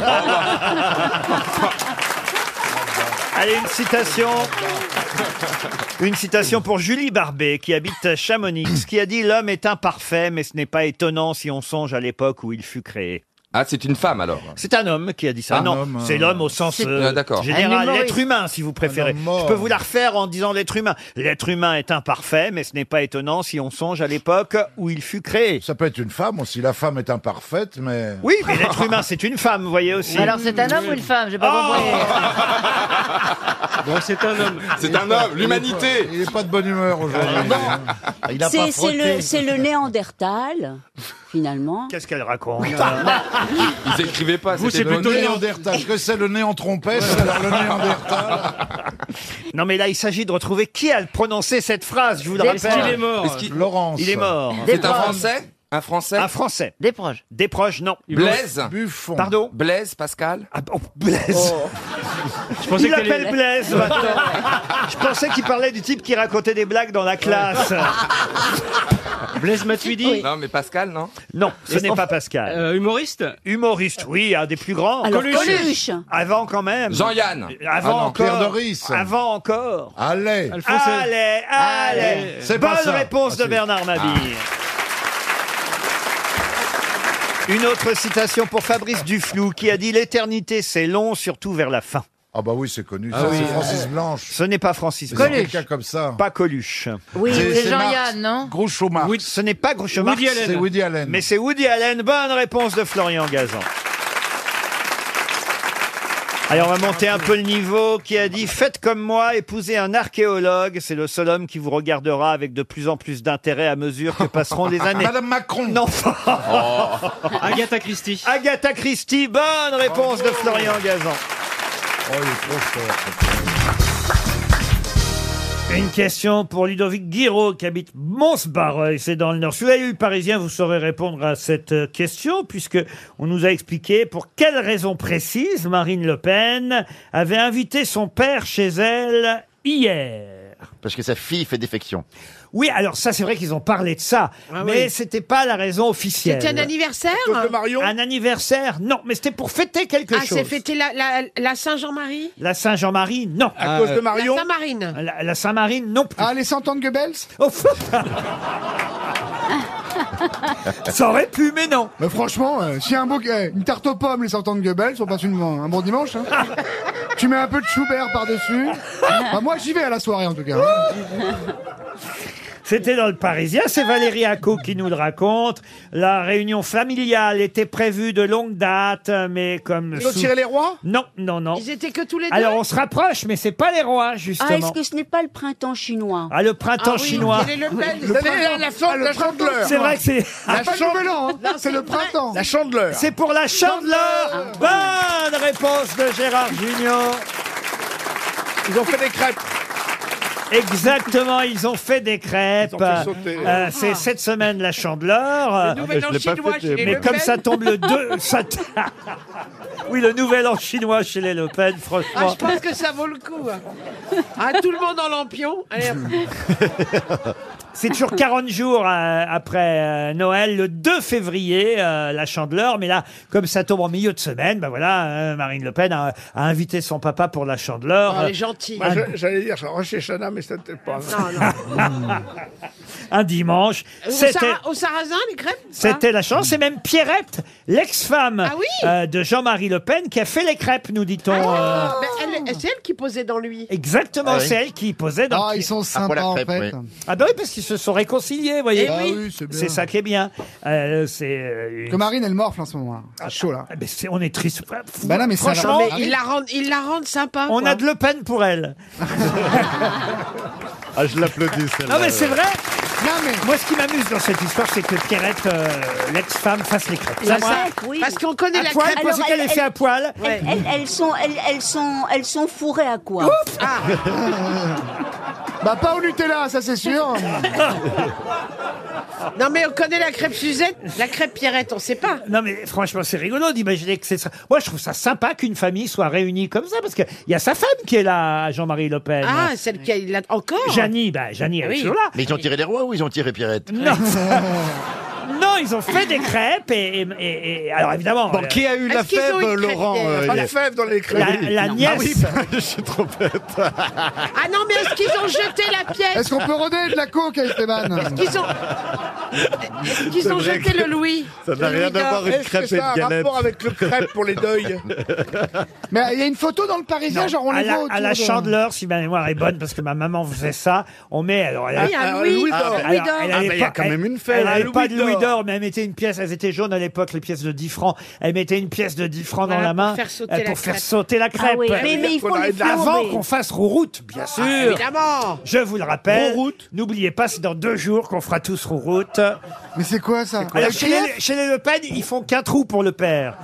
Allez, une citation. Une citation pour Julie Barbet, qui habite Chamonix, qui a dit « L'homme est imparfait, mais ce n'est pas étonnant si on songe à l'époque où il fut créé. » Ah, c'est une femme alors. C'est un homme qui a dit ça. Ah, non, un homme, c'est euh, l'homme au sens C'est- euh, Ah, d'accord. Un général, humoriste. l'être humain si vous préférez. homme mort. Je peux vous la refaire en disant l'être humain. L'être humain est imparfait, mais ce n'est pas étonnant si on songe à l'époque où il fut créé. Ça peut être une femme aussi. La femme est imparfaite, mais. Oui, mais l'être humain c'est une femme, vous voyez aussi. Alors, c'est un homme ou une femme? J'ai pas Oh compris. Bon, c'est un homme. C'est un homme, l'humanité. Il est pas de bonne humeur aujourd'hui. Il a pas C'est c'est frotté. le, c'est le Néandertal, finalement. Qu'est-ce qu'elle raconte? Ils écrivaient pas. Vous, c'est c'était plutôt le le néant- Néandertal. Est-ce que c'est le nez en trompette, alors le Néandertal? Non, mais là, il s'agit de retrouver qui a prononcé cette phrase, je vous le rappelle. Est-ce qu'il est mort? Est-ce qu'il- Laurence. Il est mort. C'est un Français Un Français Un Français. Des proches. Des proches, non. Blaise Buffon. Pardon? Blaise, Pascal Ah, oh, Blaise. Je pensais Il que t'allais- l'appelle Blaise maintenant. Je pensais qu'il parlait du type qui racontait des blagues dans la classe. Blaise Matuidi. Non, mais Pascal, non Non, ce n'est pas Pascal. Euh, humoriste. Humoriste, oui, un des plus grands. Alors, Coluche. Coluche. Avant quand même. Jean-Yann. Avant Ah non, encore. Pierre Doris. Avant encore. Allez. Alphonse. Allez, allez. C'est Bonne pas ça. réponse Ah, de si. Bernard Mabille. Une autre citation pour Fabrice Duflou qui a dit « L'éternité, c'est long, surtout vers la fin Ah bah oui, c'est connu. Ah ça, oui. c'est Francis Blanche. ». Ce n'est pas Francis C'est Blanche. quelqu'un comme ça. Pas Coluche. Oui, C'est- oui. C'est c'est Marx. Jean-Yann, non Groucho Marx. Oui, ce n'est pas Groucho Marx. Woody Allen. C'est Woody Allen. Mais c'est Woody Allen. Bonne réponse de Florian Gazan. Allez, on va monter un peu le niveau. Qui a dit « Faites comme moi, épousez un archéologue. C'est le seul homme qui vous regardera avec de plus en plus d'intérêt à mesure que passeront les années. » Madame Macron. Non. Agatha Christie. Agatha Christie. Bonne réponse de Florian Gazan. Oh, il est trop fort. Une question pour Ludovic Guiraud qui habite Mons-Barreuil, c'est dans le Nord. Si vous avez eu le Parisien, vous saurez répondre à cette euh, question puisque on nous a expliqué pour quelle raison précise Marine Le Pen avait invité son père chez elle hier. Parce que sa fille fait défection. Oui, alors ça, c'est vrai qu'ils ont parlé de ça, Ah mais oui. c'était pas la raison officielle. C'était un anniversaire Un anniversaire, non, mais c'était pour fêter quelque Ah, chose. c'est fêter la, la, la Saint-Jean-Marie La Saint-Jean-Marie, non. À cause de Marion. La Saint-Marine La, la Saint-Marine, non plus. Ah, les cent ans de Goebbels? Oh, ça aurait pu, mais non. Mais franchement, euh, si un beau, eh, une tarte aux pommes, les cent ans de Goebbels, on passe une, un bon dimanche. Hein. Tu mets un peu de Schubert par-dessus. Bah, moi, j'y vais à la soirée, en tout cas. hein. C'était dans le Parisien, c'est Valérie Acco qui nous le raconte. La réunion familiale était prévue de longue date, mais comme... Ils ont tiré les rois? Non, non, non. Ils étaient que tous les deux Alors on se rapproche, mais c'est pas les rois, justement. Ah, est-ce que ce n'est pas le printemps chinois? Ah, le printemps Ah oui, chinois. quel est le Pen Le C'est printemps. la, la, Ah, le la printemps. chandeleur. C'est vrai que c'est... C'est pas le nouvel an, hein. c'est le printemps. La chandeleur. C'est pour la chandeleur. Bonne réponse de Gérard Junior. Ils ont fait des crêpes. Exactement, ils ont fait des crêpes. Ils ont fait sauter. Euh, c'est cette semaine la chandeleur. Le nouvel je an l'ai pas chinois fêté, chez les Mais Le comme Pen. ça tombe le deux... ça t- Oui, le nouvel an chinois chez les Le Pen, Ah, franchement. je pense que ça vaut le coup. hein. Ah, tout le monde en lampion. Allez, hop. C'est toujours quarante jours euh, après euh, Noël, le deux février, euh, la Chandeleur. Mais là, comme ça tombe en milieu de semaine, ben voilà, euh, Marine Le Pen a, a invité son papa pour la Chandeleur. Oh, elle est gentille. Moi, je- j'allais dire Rosh Hashanah, mais c'était pas. Non, non. Un dimanche. Au, C'était... Sara- au sarrasin, les crêpes C'était la chance. C'est même Pierrette, l'ex-femme Ah oui euh, de Jean-Marie Le Pen, qui a fait les crêpes, nous dit-on. euh. Ah, mais elle- c'est elle qui posait dans lui. Exactement, Ah oui. c'est elle qui posait dans. Ah, ils sont Ah, pour la sympas, en crêpe, fait. oui. Ah bah oui, parce qu'ils se sont réconciliés, vous voyez. Eh Ah oui. oui, c'est bien. C'est ça qui est bien. Euh, c'est euh, une- Que Marine, elle morfle en ce moment. là. C'est chaud, là. Ah, mais c'est- on est triste. Bah non, mais ça franchement, va. Mais ils la rendent, ils la rendent sympa. on quoi. a de Le Pen pour elle. Ah, je l'applaudis, celle-là. Non mais c'est vrai. Non, mais. Moi, ce qui m'amuse dans cette histoire, c'est que Pierrette, euh, l'ex-femme, fasse les crêpes. La Ça, moi, crêpe, oui. Parce qu'on connaît à la poil, crêpe. vous pensez Alors, qu'elle elle- est fait à poil. Ouais. Elles, elles sont, elles, elles sont, elles sont fourrées à quoi? Ah, Bah, pas au Nutella, ça, c'est sûr. non mais on connaît la crêpe Suzette, la crêpe Pierrette, on sait pas. Non mais franchement, c'est rigolo d'imaginer que c'est ça. Moi, je trouve ça sympa qu'une famille soit réunie comme ça, parce qu'il y a sa femme qui est là, Jean-Marie Le Pen. Ah, celle qui a il a encore. Janie, bah, Janie, elle est Oui. toujours là. Mais ils ont tiré les rois ou ils ont tiré Pierrette? Non. Non, ils ont fait des crêpes et, et- et- et- alors évidemment. Bon, euh, qui a eu la Est-ce qu'ils ont fève, une Laurent crêpière euh, Pas Pas la la fève dans les crêpes. la, la nièce. Ah oui, je suis trop bête. Ah non mais est-ce qu'ils ont jeté la pièce? Est-ce qu'on peut roder de la coke, Esteban? Qu'ils ont, est-ce qu'ils ont jeté le Louis? Ça n'a Le rien Louis à voir d'or. une Est-ce que crêpe et ça a une un galette. rapport avec le crêpe pour les deuils? Mais il y a une photo dans le Parisien, Non, genre on à les la, voit autour à la de- Chandeleur, si ma mémoire est bonne, parce que ma maman faisait ça, on met alors. Elle, Ah, il y a un Louis, Louis un d'or. Louis alors, d'or. elle Ah, avait mais il y a pas- quand même elle- une fève, Elle un n'avait Louis pas de Louis d'or. d'or, mais elle mettait une pièce, elles étaient jaunes à l'époque, les pièces de dix francs. Elle mettait une pièce de dix francs dans Voilà, la main pour faire sauter euh, la pour faire crêpe. sauter la crêpe. Ah oui, mais, mais il faut les Avant flamber. qu'on fasse rouroute, bien sûr. Ah, évidemment. Je vous le rappelle. N'oubliez pas, c'est dans deux jours qu'on fera tous rouroute. Mais c'est quoi ça Alors, chez, les, chez les Le Pen, ils font qu'un trou pour le père.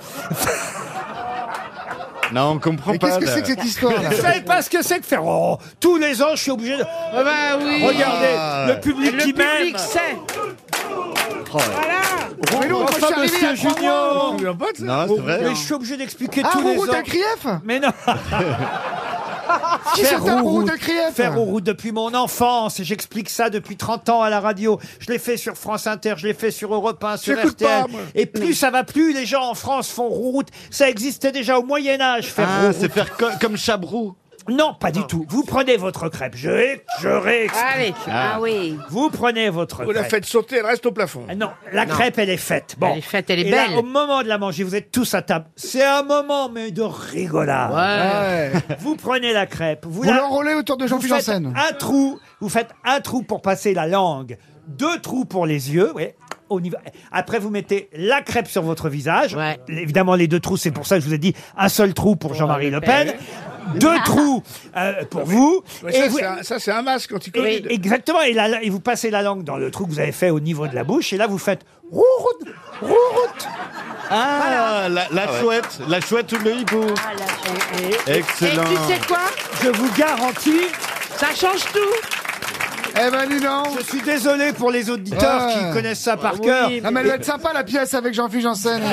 Non, on comprend Mais pas. qu'est-ce que là. c'est que cette histoire là Vous savez pas ce que c'est que faire oh, tous les ans, je suis obligé de... Ah bah oui. Regardez, Ah, le public Le qui public m'aime. sait. Oh, Voilà. Mais non, moi, je suis Enfin, arrivé monsieur à trois Junior. mois. Non, c'est vrai. Mais hein. je suis obligé d'expliquer Ah, tous les Rouroute ans. à Krief Mais non. Qui c'est que t'as Rouroute à Krief Faire Rouroute depuis mon enfance. Et j'explique ça depuis trente ans à la radio. Je l'ai fait sur France Inter, je l'ai fait sur Europe un, sur J'écoute R T L. pas, moi. Et plus ça va, plus les gens en France font Rouroute. Ça existait déjà au Moyen-Âge, faire Ah, Rouroute. c'est faire co- comme Chabrou. Non, pas du tout. Vous prenez votre crêpe. Je, ré- je réexplique. Allez. Ah oui. Vous prenez votre Vous la crêpe. faites sauter, elle reste au plafond. Ah non, la crêpe, elle est faite. Bon. Elle est faite, elle est Et là, belle. au moment de la manger, vous êtes tous à table. C'est un moment, mais de rigolade. Ouais. Ouais. Vous prenez la crêpe, vous, Vous la- l'enrôlez autour de vous Jean-Philippe faites Janssen. un trou, vous faites un trou pour passer la langue, deux trous pour les yeux, ouais, au niveau... Après, vous mettez la crêpe sur votre visage. Ouais. Évidemment, les deux trous, c'est pour ça que je vous ai dit un seul trou pour Jean-Marie Le Pen, deux trous euh, pour vous. Ouais, et ça, vous- c'est un- ça, c'est un masque et- anti-Covid. exactement, et, la- et vous passez la langue dans le trou que vous avez fait au niveau de la bouche, et là, vous faites rouroute, rouroute. Ah, la, la chouette, la chouette ou le hibou. Ah, là, Et Excellent. tu sais quoi? Je vous garantis, Ça change tout. Eh ben dis donc. je suis désolé pour les auditeurs Ouais. qui connaissent ça par oui, cœur. mais- Ah mais elle va être sympa la pièce avec Jean-Philippe Janssen.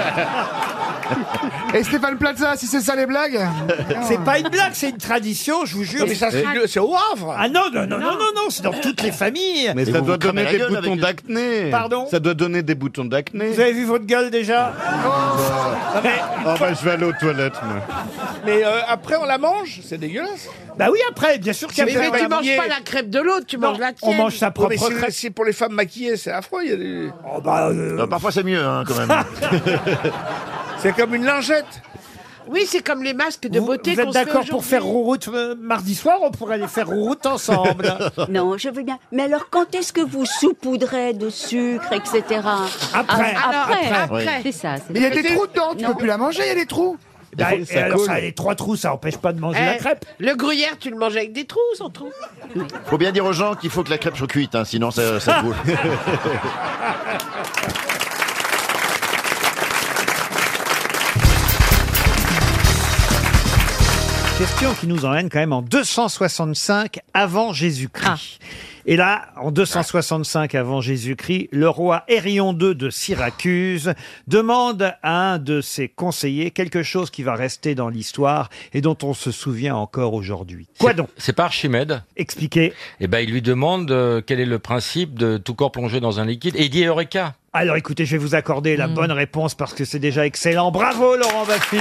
Et Stéphane Plaza, si c'est ça les blagues. C'est pas une blague, c'est une tradition, je vous jure. Non, mais ça, c'est c'est au Havre. Ah non, non, non, non, non, non, c'est dans toutes les familles. Mais Et ça vous doit vous cramez donner la des gueule boutons avec- d'acné. Pardon Ça doit donner des boutons d'acné. Vous avez vu votre gueule déjà Non, mais- Oh bah je vais aller aux toilettes moi. Mais euh, après, on la mange. C'est dégueulasse. Bah oui, après, bien sûr C'est qu'il y Mais, a vrai, mais tu ouais, manges mouillé. pas la crêpe de l'autre, tu Non, manges la on tienne. mange sa Oh, propre mais c'est- crêpe. c'est pour les femmes maquillées, c'est affreux. il y a des- Oh, bah, euh, Euh, parfois c'est mieux hein, quand même. C'est comme une lingette. Oui, c'est comme les masques de vous, beauté vous êtes qu'on se fait d'accord pour aujourd'hui. faire rouroute euh, mardi soir? On pourrait aller faire rouroute ensemble. non, je veux bien. Mais alors, quand est-ce que vous saupoudrez de sucre, et cetera. Après. Ah, après. Alors, après. C'est ça. c'est Mais il y a ça. des trous dedans, tu Non. peux plus la manger, il y a des trous. Bah, Ça et alors, coule. ça, les trois trous, ça empêche pas de manger Eh, la crêpe. Le gruyère, tu le manges avec des trous, sans trous. Faut bien dire aux gens qu'il faut que la crêpe soit cuite, hein, sinon ça, ça boule. Question qui nous emmène quand même en deux cent soixante-cinq avant Jésus-Christ. Et là, en deux cent soixante-cinq avant Jésus-Christ, le roi Hérion deux de Syracuse demande à un de ses conseillers quelque chose qui va rester dans l'histoire et dont on se souvient encore aujourd'hui. Quoi donc? C'est pas Archimède. Expliquez. Eh ben, il lui demande euh, quel est le principe de tout corps plongé dans un liquide. Et il dit Eureka. Alors écoutez, je vais vous accorder la bonne réponse parce que c'est déjà excellent. Bravo Laurent Baffy.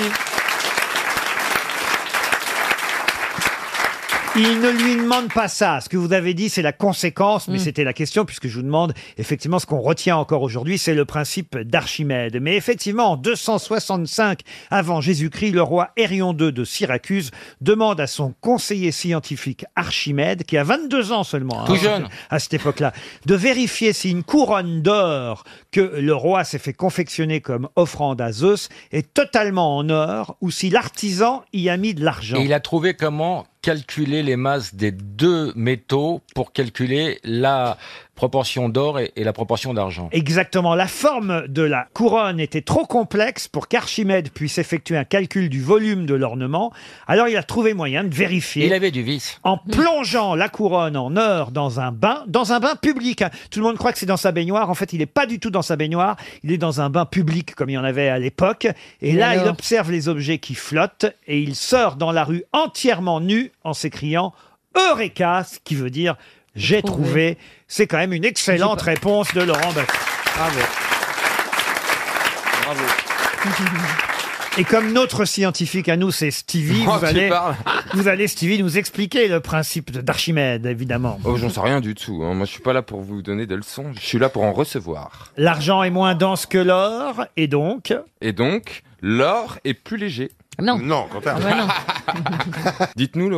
Il ne lui demande pas ça. Ce que vous avez dit, c'est la conséquence, mais c'était la question, puisque je vous demande effectivement ce qu'on retient encore aujourd'hui, c'est le principe d'Archimède. Mais effectivement, en deux cent soixante-cinq avant Jésus-Christ, le roi Hérion deux de Syracuse demande à son conseiller scientifique Archimède, qui a vingt-deux ans seulement, Tout hein, jeune. à cette époque-là, de vérifier si une couronne d'or que le roi s'est fait confectionner comme offrande à Zeus est totalement en or, ou si l'artisan y a mis de l'argent. Et il a trouvé comment calculer les masses des deux métaux pour calculer la proportion d'or et, et la proportion d'argent. Exactement. La forme de la couronne était trop complexe pour qu'Archimède puisse effectuer un calcul du volume de l'ornement. Alors il a trouvé moyen de vérifier. Il avait du vice. En plongeant la couronne en or dans un bain, dans un bain public. hein. Tout le monde croit que c'est dans sa baignoire. En fait, il n'est pas du tout dans sa baignoire. Il est dans un bain public comme il y en avait à l'époque. Et Et là, alors il observe les objets qui flottent et il sort dans la rue entièrement nu en s'écriant Eureka, ce qui veut dire j'ai trouvé. C'est quand même une excellente réponse de Laurent Baffy. Bravo. Bravo. Et comme notre scientifique à nous, c'est Stevie, Oh, vous, tu allez, parles. vous allez, Stevie, nous expliquer le principe de- d'Archimède, évidemment. Oh, j'en sais rien du tout. hein. Moi, je suis pas là pour vous donner des leçons. Je suis là pour en recevoir. L'argent est moins dense que l'or, et donc... Et donc, l'or est plus léger. Non. Non, au contraire. Ah bah non. Dites-nous, Laurent,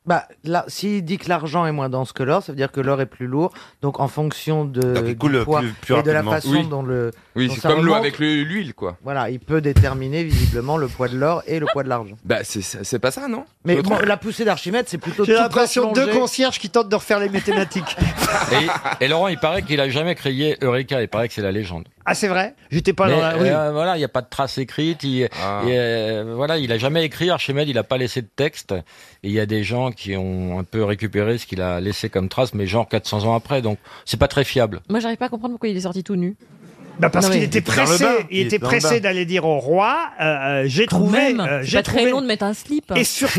Bah, là, s'il dit que l'argent est moins dense que l'or, ça veut dire que l'or est plus lourd. Donc, en fonction de, Donc, il du coule poids plus- plus et de la rapidement. façon Oui. dont le. Oui, dont c'est ça comme l'eau remonte, avec le- l'huile, quoi. Voilà, il peut déterminer visiblement le poids de l'or et le poids de l'argent. Bah, c'est c'est pas ça, non Mais Je me trompe bon, la poussée d'Archimède, c'est plutôt. J'ai toute l'impression de torse deux longée. concierges qui tentent de refaire les mathématiques. Et, et Laurent, il paraît qu'il a jamais crié Eureka. Il paraît que c'est la légende. Ah, c'est vrai? J'étais pas Mais, dans la rue. euh, voilà, il n'y a pas de trace écrite. Il, Ah. et, euh, voilà, il a jamais écrit. Archimède, il a pas laissé de texte. Et il y a des gens qui ont un peu récupéré ce qu'il a laissé comme trace, mais genre quatre cents ans après. Donc, c'est pas très fiable. Moi, j'arrive pas à comprendre pourquoi il est sorti tout nu. Bah parce Non, qu'il mais- était était dans le pressé, bain. il Il était était dans le pressé bain. d'aller dire au roi, euh, euh, j'ai Quand trouvé, même, euh, c'est j'ai pas trouvé, très long de mettre un slip. et surtout,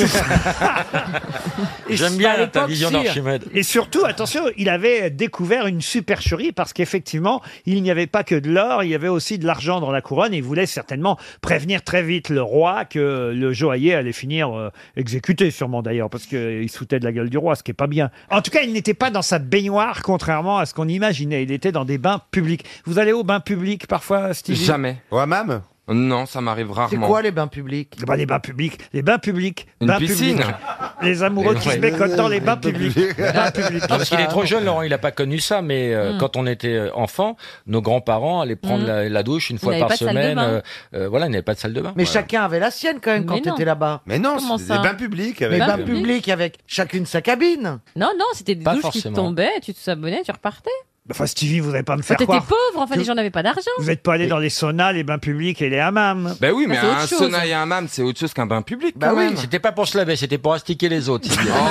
et J'aime sur- bien à ta l'époque, vision si, d'Archimède. Et surtout, attention, il avait découvert une supercherie parce qu'effectivement, il n'y avait pas que de l'or, il y avait aussi de l'argent dans la couronne et il voulait certainement prévenir très vite le roi que le joaillier allait finir euh, exécuté, sûrement d'ailleurs, parce qu'il se foutait de la gueule du roi, ce qui est pas bien. En tout cas, il n'était pas dans sa baignoire, contrairement à ce qu'on imaginait. Il était dans des bains publics. Vous allez au bain public parfois, Stevie? Jamais. Au hammam? Non, ça m'arrive C'est rarement. quoi les bains publics? Bah, les bains publics, les bains publics, Une bains piscine. publics. Les amoureux qui Ouais. se bécotent dans les bains publics. Bains publics. Non, parce qu'il est trop jeune, Laurent, il n'a pas connu ça, mais euh, Mm. quand on était euh, enfant, nos grands-parents allaient prendre Mm. la, la douche une fois n'avaient par pas de salle de semaine. bain. euh, euh, voilà, il n'avait pas de salle de bain. Mais Voilà. chacun avait la sienne quand même Mais quand non. t'étais là-bas. Mais non, Comment c'est ça des bains publics Les avec. bains bains publics. publics avec chacune sa cabine. Non, non, c'était des Pas douches forcément. qui tombaient, tu te sabonnais, tu repartais. Enfin, Stevie, vous n'allez pas me Enfin, faire t'étais croire. pauvre, enfin, que- les gens n'avaient pas d'argent. Vous n'êtes pas allé dans les saunas, les bains publics et les hammams. Ben oui, mais Ça, c'est autre un chose. sauna et un hammam, c'est autre chose qu'un bain public, Bah quand oui, même. C'était pas pour se laver, c'était pour astiquer les autres.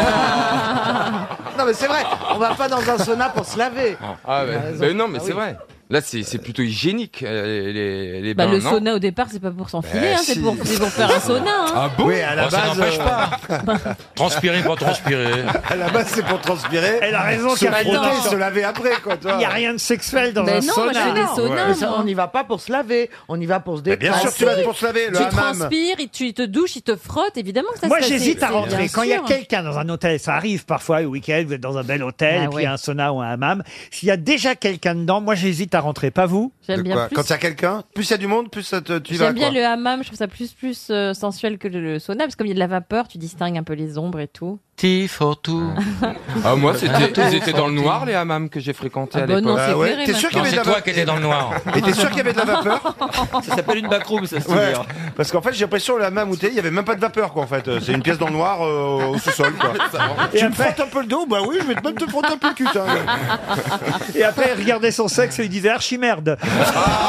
Non mais c'est vrai, on va pas dans un sauna pour se laver. Ah, Il a ouais. raison. Ben non, mais Ah c'est oui. vrai. Là, c'est c'est plutôt hygiénique, euh, les, les Bah, bains, le non sauna au départ, c'est pas pour s'enfiler, Bah, hein, c'est si. pour, c'est pour faire un sauna. Hein. Ah bon Oui, à la Oh, ça base. n'empêche euh, pas. Transpirer, pas transpirer. À la base, c'est pour transpirer. Elle a raison, Se Karine. frotter, Non. se laver après, quoi, toi. Il n'y a rien de sexuel dans Mais un non, moi, je sauna. fais des Non, saunas. mais ça, moi. on n'y va pas pour se laver, on y va pour se Mais détendre. bien sûr, tu vas pour se laver, le Tu hammam. transpires, il- tu te douches, il te frotte, évidemment que ça Moi, se passe. j'hésite à C'est- rentrer. bien Quand il y a sûr. quelqu'un dans un hôtel, ça arrive parfois, le week-end, vous êtes dans un bel hôtel, Ah et puis il ouais. y a un sauna ou un hammam. S'il y a déjà quelqu'un dedans, moi, j'hésite à rentrer. Pas vous? J'aime De bien quoi plus. Quand il y a quelqu'un, plus il y a du monde, plus ça te, tu y vas. J'aime bien quoi. le hammam, je trouve ça plus plus euh, sensuel que le, le sauna, parce que comme il y a de la vapeur, tu distingues un peu les ombres et tout. T for two. Ah, moi, c'était, ils étaient dans le noir, les hammams que j'ai fréquentés Ah à bah non, l'époque. c'est Ah ouais, clair, t'es et sûr qu'il y Non, avait de c'est la toi vapeur qui étais dans le noir. Et t'es sûr qu'il y avait de la vapeur? Ça s'appelle une backroom, ça se Ouais. dire. Parce qu'en fait, j'ai l'impression, le hammam où t'es, il y avait même pas de vapeur, quoi, en fait. C'est une pièce dans le noir, euh, au sous-sol, quoi. Et Tu me après- frottes un peu le dos? Bah oui, je vais même te frotter un peu le cul, hein. Et après, il regardait son sexe et il disait Archimerde. Oh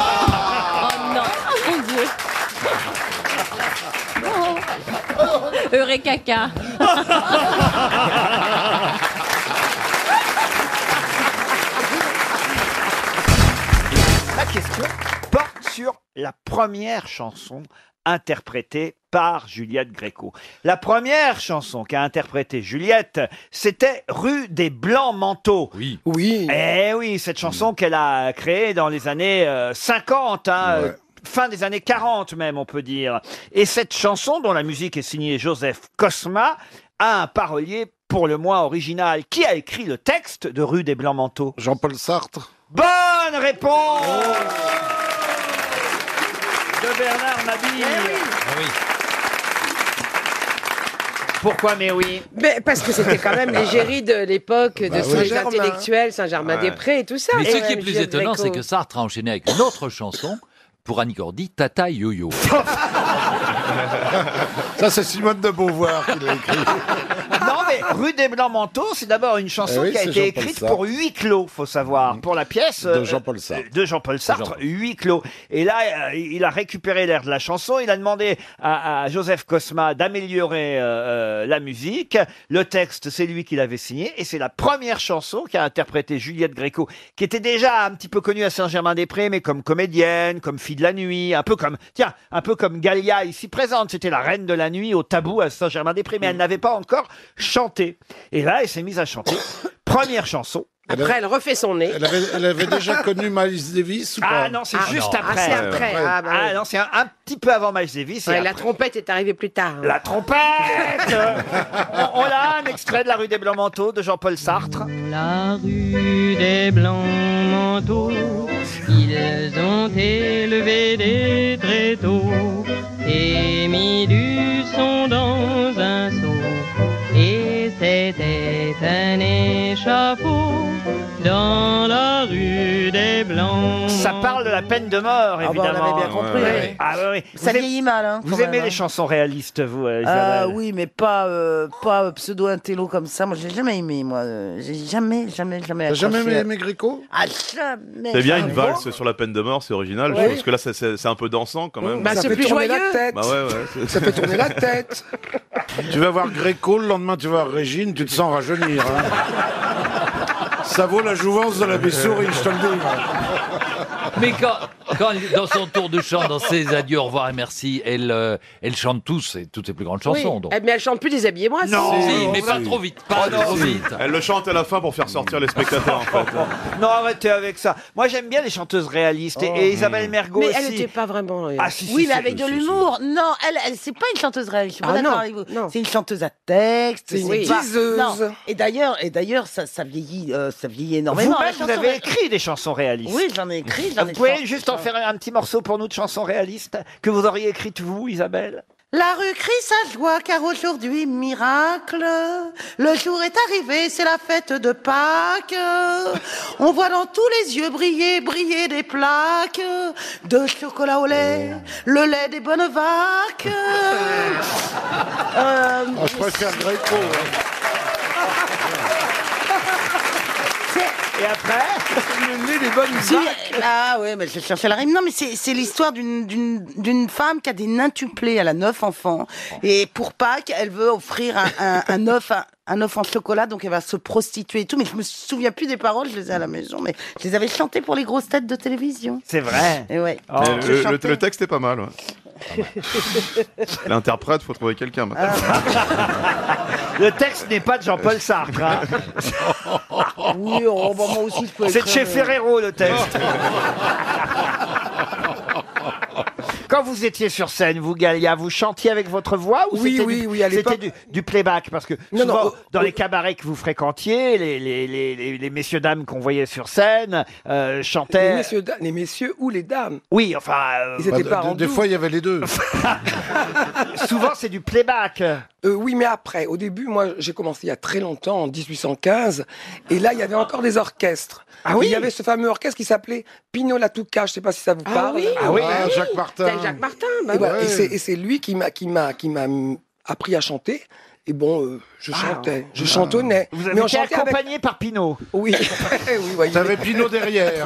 non, oh mon Dieu. Oh. Eureka. La question porte sur la première chanson interprétée par Juliette Gréco. La première chanson qu'a interprétée Juliette, c'était Rue des Blancs Manteaux. Oui. Oui. Eh oui, cette chanson qu'elle a créée dans les années euh, cinquante, hein, Ouais. euh, fin des années quarante même, on peut dire. Et cette chanson, dont la musique est signée Joseph Cosma, a un parolier pour le moins original. Qui a écrit le texte de Rue des Blancs Manteaux? Jean-Paul Sartre. Bonne réponse de Bernard Mabille. Ah oui. Pourquoi mais oui? Mais parce que c'était quand même l'égérie de l'époque de Bah tous oui. les Saint-Germain. intellectuels, Saint-Germain-des-Prés et tout ça. Mais Et ce qui est même plus Juliette étonnant, Gréco. c'est que Sartre a enchaîné avec une autre chanson pour Annie Cordy, Tata Yo-Yo. Ça, c'est Simone de Beauvoir qui l'a écrit. Non mais Rue des Blancs Manteaux, c'est d'abord une chanson Eh oui, qui a c'est été Jean-Paul écrite Sartre. pour huis clos, faut savoir, pour la pièce De euh, Jean-Paul Sartre. de Jean-Paul Sartre, huis clos. Et là, euh, il a récupéré l'air de la chanson, il a demandé à, à Joseph Cosma d'améliorer euh, euh, la musique. Le texte, c'est lui qui l'avait signé, et c'est la première chanson qu'a interprétée Juliette Gréco, qui était déjà un petit peu connue à Saint-Germain-des-Prés, mais comme comédienne, comme fille de la nuit, un peu comme, tiens, un peu comme Galia ici présente. C'était la reine de la nuit au Tabou à Saint-Germain-des-Prés, mais elle n'avait pas encore chanté. Et là, elle s'est mise à chanter. Première chanson. Après, elle refait son nez. Elle avait, elle avait déjà connu Miles Davis ou pas? Ah non, c'est Ah, juste non. après. Ah, c'est après. Ah, bah oui. non, c'est un, un petit peu avant Miles Davis. et Ouais, la après- trompette est arrivée plus tard. hein. La trompette on, on a un extrait de La Rue des Blancs Manteaux de Jean-Paul Sartre. La rue des Blancs Manteaux, ils ont élevé des tréteaux et mis du son dans un seau. Et dans la rue des Blancs. Ça parle de la peine de mort, Ah bah, on évidemment. l'avait bien compris, Ouais. oui. Ah, oui, oui. Ça Vous aimez- vieillit mal, hein, Vous quand aimez même, les hein. chansons réalistes, vous, euh, Euh, Isabelle oui, mais pas, euh, pas pseudo-intello comme ça. Moi, j'ai jamais aimé, moi. Euh, J'ai jamais, jamais, jamais T'as jamais accroché aimé, à- aimé Gréco Ah, jamais. C'est bien une jamais. valse sur la peine de mort, c'est original. Ouais. Je pense que là, c'est- c'est c'est un peu dansant quand même. Bah, Ça c'est fait plus tourner joyeux. la tête. Bah ouais, ouais. c'est- Ça fait tourner la tête. Tu vas voir Gréco, le lendemain tu vas voir Régine, tu te sens rajeunir. hein. Ça vaut la jouvence de la Bessourie, je te le dis. Mais quand, quand elle- dans son tour de chant, dans ses adieux, au revoir et merci, elle, euh, elle chante tous, et toutes ses plus grandes chansons. Oui. Donc. Eh, mais elle chante plus Déshabillez-moi. Non. si. Si, mais si. pas trop vite, pas trop vite. Elle le chante à la fin pour faire sortir les spectateurs en fait. Non, arrêtez avec ça. Moi, j'aime bien les chanteuses réalistes. Et, et Isabelle Mergo Mais aussi. elle n'était pas vraiment. euh, Ah, si, si, Oui, si. mais avec de l'humour. Non, elle, elle c'est pas une chanteuse réaliste. Je suis pas Ah, d'accord non, avec vous. non. C'est une chanteuse à texte. C'est une pas- diseuse. Non. Et d'ailleurs, et d'ailleurs, ça, ça vieillit, euh, ça vieillit énormément. Vous-même, La vous chanson avez ré- écrit des chansons réalistes. Oui, j'en ai écrit. J'en Vous ai pouvez chanté. juste en faire un petit morceau pour nous de chansons réalistes que vous auriez écrites vous, Isabelle. La rue crie sa joie car aujourd'hui miracle. Le jour est arrivé, c'est la fête de Pâques. On voit dans tous les yeux briller, briller des plaques de chocolat au lait, le lait des bonnes vaques. Euh, Ah, je préfère Gréco. hein. Et après, Le nez des bonnes Si, vaches. ah ouais, mais je cherchais la rime. Non, mais c'est c'est l'histoire d'une d'une d'une femme qui a des nintuplés. Elle a neuf enfants et pour Pâques, elle veut offrir un un, un œuf un, un œuf en chocolat, donc elle va se prostituer et tout. Mais je me souviens plus des paroles, je les ai à la maison, mais je les avais chantées pour les grosses têtes de télévision. c'est vrai. Et ouais. Oh. Mais je le, le- chantais. le texte est pas mal. Ouais. L'interprète, faut trouver quelqu'un maintenant. Le texte n'est pas de Jean-Paul Sartre. hein. Oui, oh, bah, moi aussi je peux. C'est de chez écrire, mais- Ferrero, le texte. Quand vous étiez sur scène, vous, Galia, vous chantiez avec votre voix ou Oui, c'était oui, du, oui, à c'était l'époque- du, du playback? Parce que Non, souvent, non, oh, dans oh. les cabarets que vous fréquentiez, les, les, les, les, les messieurs-dames qu'on voyait sur scène euh, Les chantaient... messieurs, da- les messieurs ou les dames. Oui, enfin... euh, Ils étaient pas Bah, en des double. fois, il y avait les deux. souvent, c'est du playback. Euh, oui, mais après, au début, moi, j'ai commencé il y a très longtemps, en dix-huit cent quinze, et là, il y avait encore des orchestres. Ah oui Il y avait ce fameux orchestre qui s'appelait Pino Latouca, je sais pas si ça vous Ah parle. oui. Ah oui. Ah, Jacques Martin. C'est Jacques Martin. bah Et, oui. voilà, et c'est- et c'est lui qui m'a qui m'a qui m'a mm, appris à chanter. Et bon, euh, je chantais, je chantonnais. Vous avez mais on été chantait avec... accompagné par Pinot. Oui, oui, voyez. T'avais Pinot derrière.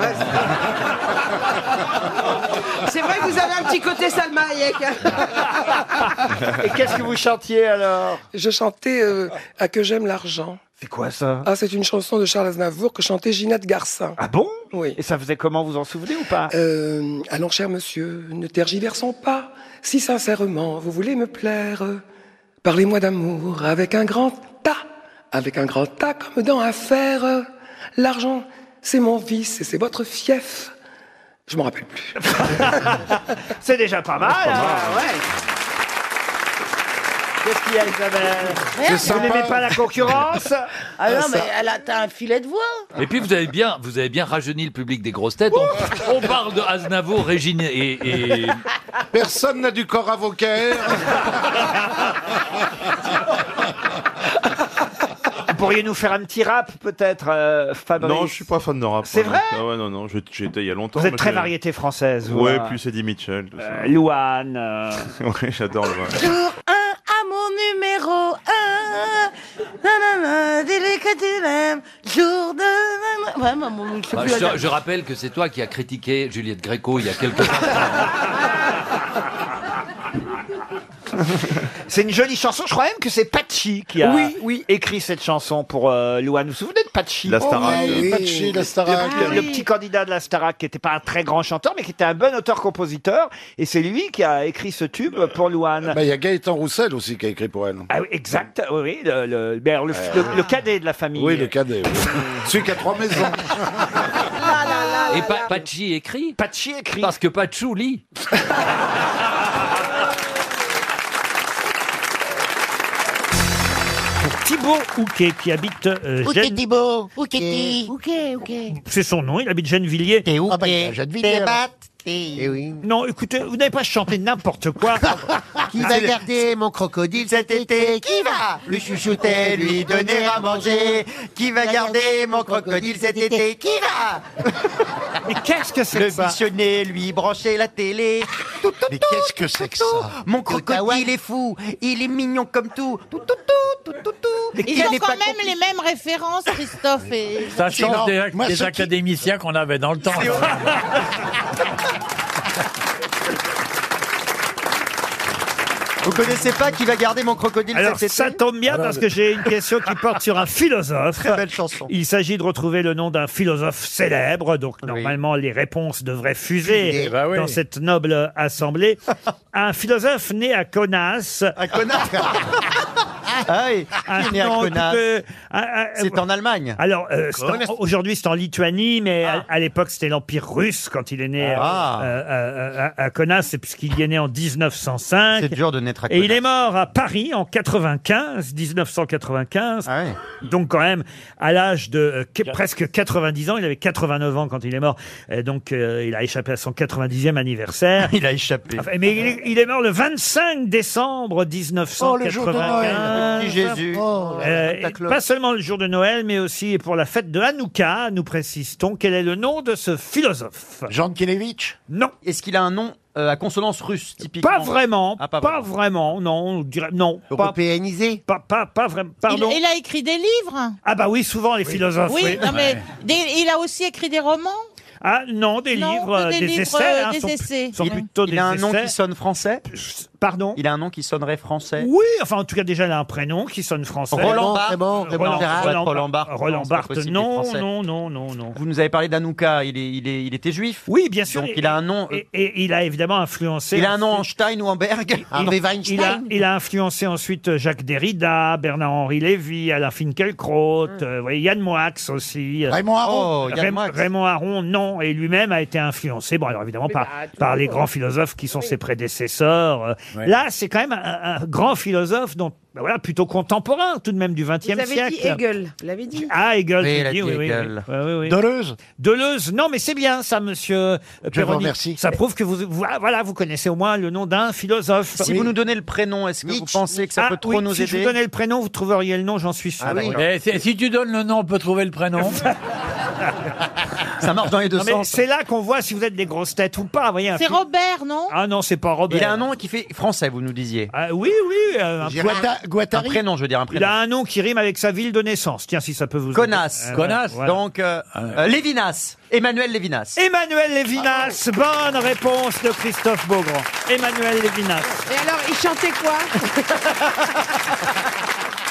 C'est vrai que vous avez un petit côté Salma Hayek. Et qu'est-ce que vous chantiez alors? Je chantais euh, à Que j'aime l'argent. C'est quoi ça? Ah, c'est une chanson de Charles Aznavour que chantait Ginette Garcin. Ah bon? Oui. Et ça faisait comment, vous en souvenez ou pas? Euh, allons, cher monsieur, ne tergiversons pas. Si sincèrement vous voulez me plaire, parlez-moi d'amour avec un grand tas, avec un grand tas comme dans Affaire. L'argent, c'est mon vice et c'est votre fief. Je m'en rappelle plus. C'est déjà pas mal. hein, ouais. Qu'est-ce qu'il y a, Isabelle? C'est Vous n'aimez sympa. pas la concurrence? Ah non, mais elle a t'as un filet de voix. Et puis vous avez bien, vous avez bien rajeuni le public des grosses têtes. On, on parle de Aznavour, Régine et, et... Personne n'a du corps avocat. Vous pourriez nous faire un petit rap, peut-être, euh, Fabrice? Non, je suis pas fan de rap. C'est moi. vrai? Ah ouais, non, non, je- j'ai été il y a longtemps. Vous êtes mais très j'ai- variété française, vous. Ouais, hein. plus Eddie Mitchell. Tout ça. Euh, Louane. euh, Ouais, j'adore le rap. Jour un à mon numéro un. Nanana, dis-lui que tu l'aimes. Jour deux. nanana. Ouais, maman, je sais Bah, plus la je, date. je rappelle que c'est toi qui as critiqué Juliette Gréco il y a quelques temps. C'est une jolie chanson. Je crois même que c'est Patchy qui a Oui, oui. écrit cette chanson pour euh, Louane. Vous vous souvenez de Patchy? La Starac. Oh, oui, euh, Patchy, la Starac. Le, le petit candidat de la Starac qui n'était pas un très grand chanteur, mais qui était un bon auteur-compositeur. Et c'est lui qui a écrit ce tube pour Louane. Bah, il y a Gaëtan Roussel aussi qui a écrit pour elle. Ah oui, exact, oui, oui, le, le, mais alors, le, le- le cadet de la famille. Oui, le cadet. oui. Celui qui a trois maisons. Et pa Patchy écrit Patchy écrit. parce que Patchou lit. Thibaut Houquet qui habite euh, Où t'es Gênes- Thibaut? Où t'es? Ok, ok. c'est son nom, il habite Gennevilliers. T'es où? Ah bah, T'es je te T'es dis, bat, Eh oui. Non, écoutez, vous n'avez pas chanté n'importe quoi. Qui va garder mon crocodile cet été? Qui va le chouchouter, lui donner à manger? Qui va garder mon crocodile cet été? Qui va Mais qu'est-ce que c'est Le que ça? bichonner, lui brancher la télé. Mais qu'est-ce que c'est que ça? Mon crocodile est fou, il est mignon comme tout. Tout, tout, tout, tout, tout, tout. Ils Il ont est quand pas même les mêmes références, Christophe et... Ça Sinon, change des, moi, des ce qui- académiciens qu'on avait dans le temps. Vous connaissez pas Qui va garder mon crocodile Alors cet été? ça tombe bien parce que j'ai une question qui porte sur un philosophe. Très belle chanson. Il s'agit de retrouver le nom d'un philosophe célèbre, donc normalement les réponses devraient fuser Eh ben oui. dans cette noble assemblée. Un philosophe né à Kaunas. À Kaunas. Ah oui, Ah, qui est né à non, Kaunas. écoutez, ah, ah, C'est en Allemagne. Alors, euh, c'est en- aujourd'hui, c'est en Lituanie, mais à, à l'époque, c'était l'Empire russe quand il est né Ah. euh, euh, à, à Kaunas, c'est puisqu'il y est né en dix-neuf cent cinq. C'est dur de naître à Et il Kaunas. est mort à Paris en quatre-vingt-quinze, dix-neuf cent quatre-vingt-quinze. Ah ouais. Donc quand même, à l'âge de euh, que- presque quatre-vingt-dix ans, il avait quatre-vingt-neuf ans quand il est mort. Et donc, euh, il a échappé à son quatre-vingt-dixième anniversaire. Il a échappé. Enfin, mais il est, il est mort le vingt-cinq décembre dix-neuf cent quatre-vingt-quinze. Oh, le jour de Noël. Petit Jésus. Euh, et pas seulement le jour de Noël, mais aussi pour la fête de Hanouka, nous précisons. Quel est le nom de ce philosophe? Jean Kelevitch? Non. Est-ce qu'il a un nom euh, à consonance russe, typiquement? Pas vraiment, Ah, pas, pas vraiment. non, on dirait, non. Pas, Européanisé? pas, pas, pas vraiment, Il, pardon. il a écrit des livres. Ah bah oui, souvent les philosophes. Oui, oui. non mais des- il a aussi écrit des romans. Ah non, des Non, livres, que euh, des des, livres, essais. euh, hein, des sont- essais. sont Il- plutôt Il des a un nom essais. qui sonne français? Pardon? Il a un nom qui sonnerait français? Oui, enfin en tout cas déjà il a un prénom qui sonne français. Roland Barthes. Raymond, Raymond Roland, Gérard. Roland, Roland Barthes. Roland Non, c'est pas Barthes, possible, il est non, français. non, non, non, non. Vous nous avez parlé d'Hanouka, il, est, il, est, il était juif? Oui, bien sûr. Donc et- il a un nom... Et, et il a évidemment influencé. Il a un nom en Stein ou en Berg? Harvey Il a, Weinstein? il a influencé ensuite Jacques Derrida, Bernard-Henri Lévy, Alain Finkielkraut, euh, vous voyez, Yann Moix aussi. Raymond Aron? Oh, Yann Raym- Moix. Raymond Aron, non, et lui-même a été influencé, bon alors évidemment par, par les grands philosophes qui sont ses prédécesseurs. Euh, Ouais. Là, c'est quand même un, un grand philosophe, dont, ben voilà, plutôt contemporain tout de même du Vous vingtième avez siècle. dit Hegel, vous l'avez dit. Ah, Hegel, Oui, j'ai il a dit, dit oui, oui, Hegel. oui. Ouais, oui, oui. Deleuze? Deleuze, non, mais c'est bien ça, monsieur euh, Je vous Perroni. remercie. Ça prouve que vous, vous- ah, voilà, vous connaissez au moins le nom d'un philosophe. Si vous nous donnez le prénom, est-ce que vous pensez que ça Ah, peut trop oui, nous si je vous aider? donnais le prénom, vous trouveriez le nom, j'en suis sûr. Ah oui. Mais c'est- si tu donnes le nom, on peut trouver le prénom. Ça marche dans les deux Non, mais sens. c'est là qu'on voit si vous êtes des grosses têtes ou pas. Vous voyez, un C'est fi- Robert, non? Ah non, c'est pas Robert. Il a un nom qui fait français, vous nous disiez. Ah, oui, oui. euh, un, Guatta- Un Guattari? prénom, je veux dire, un il prénom. a un nom qui rime avec sa ville de naissance. Tiens, si ça peut vous Connasse. aider. Euh, Connasse. voilà. Donc, euh, euh, Lévinas. Emmanuel Lévinas. Emmanuel Lévinas. Bonne réponse de Christophe Beaugrand. Emmanuel Lévinas. Et alors, il chantait quoi?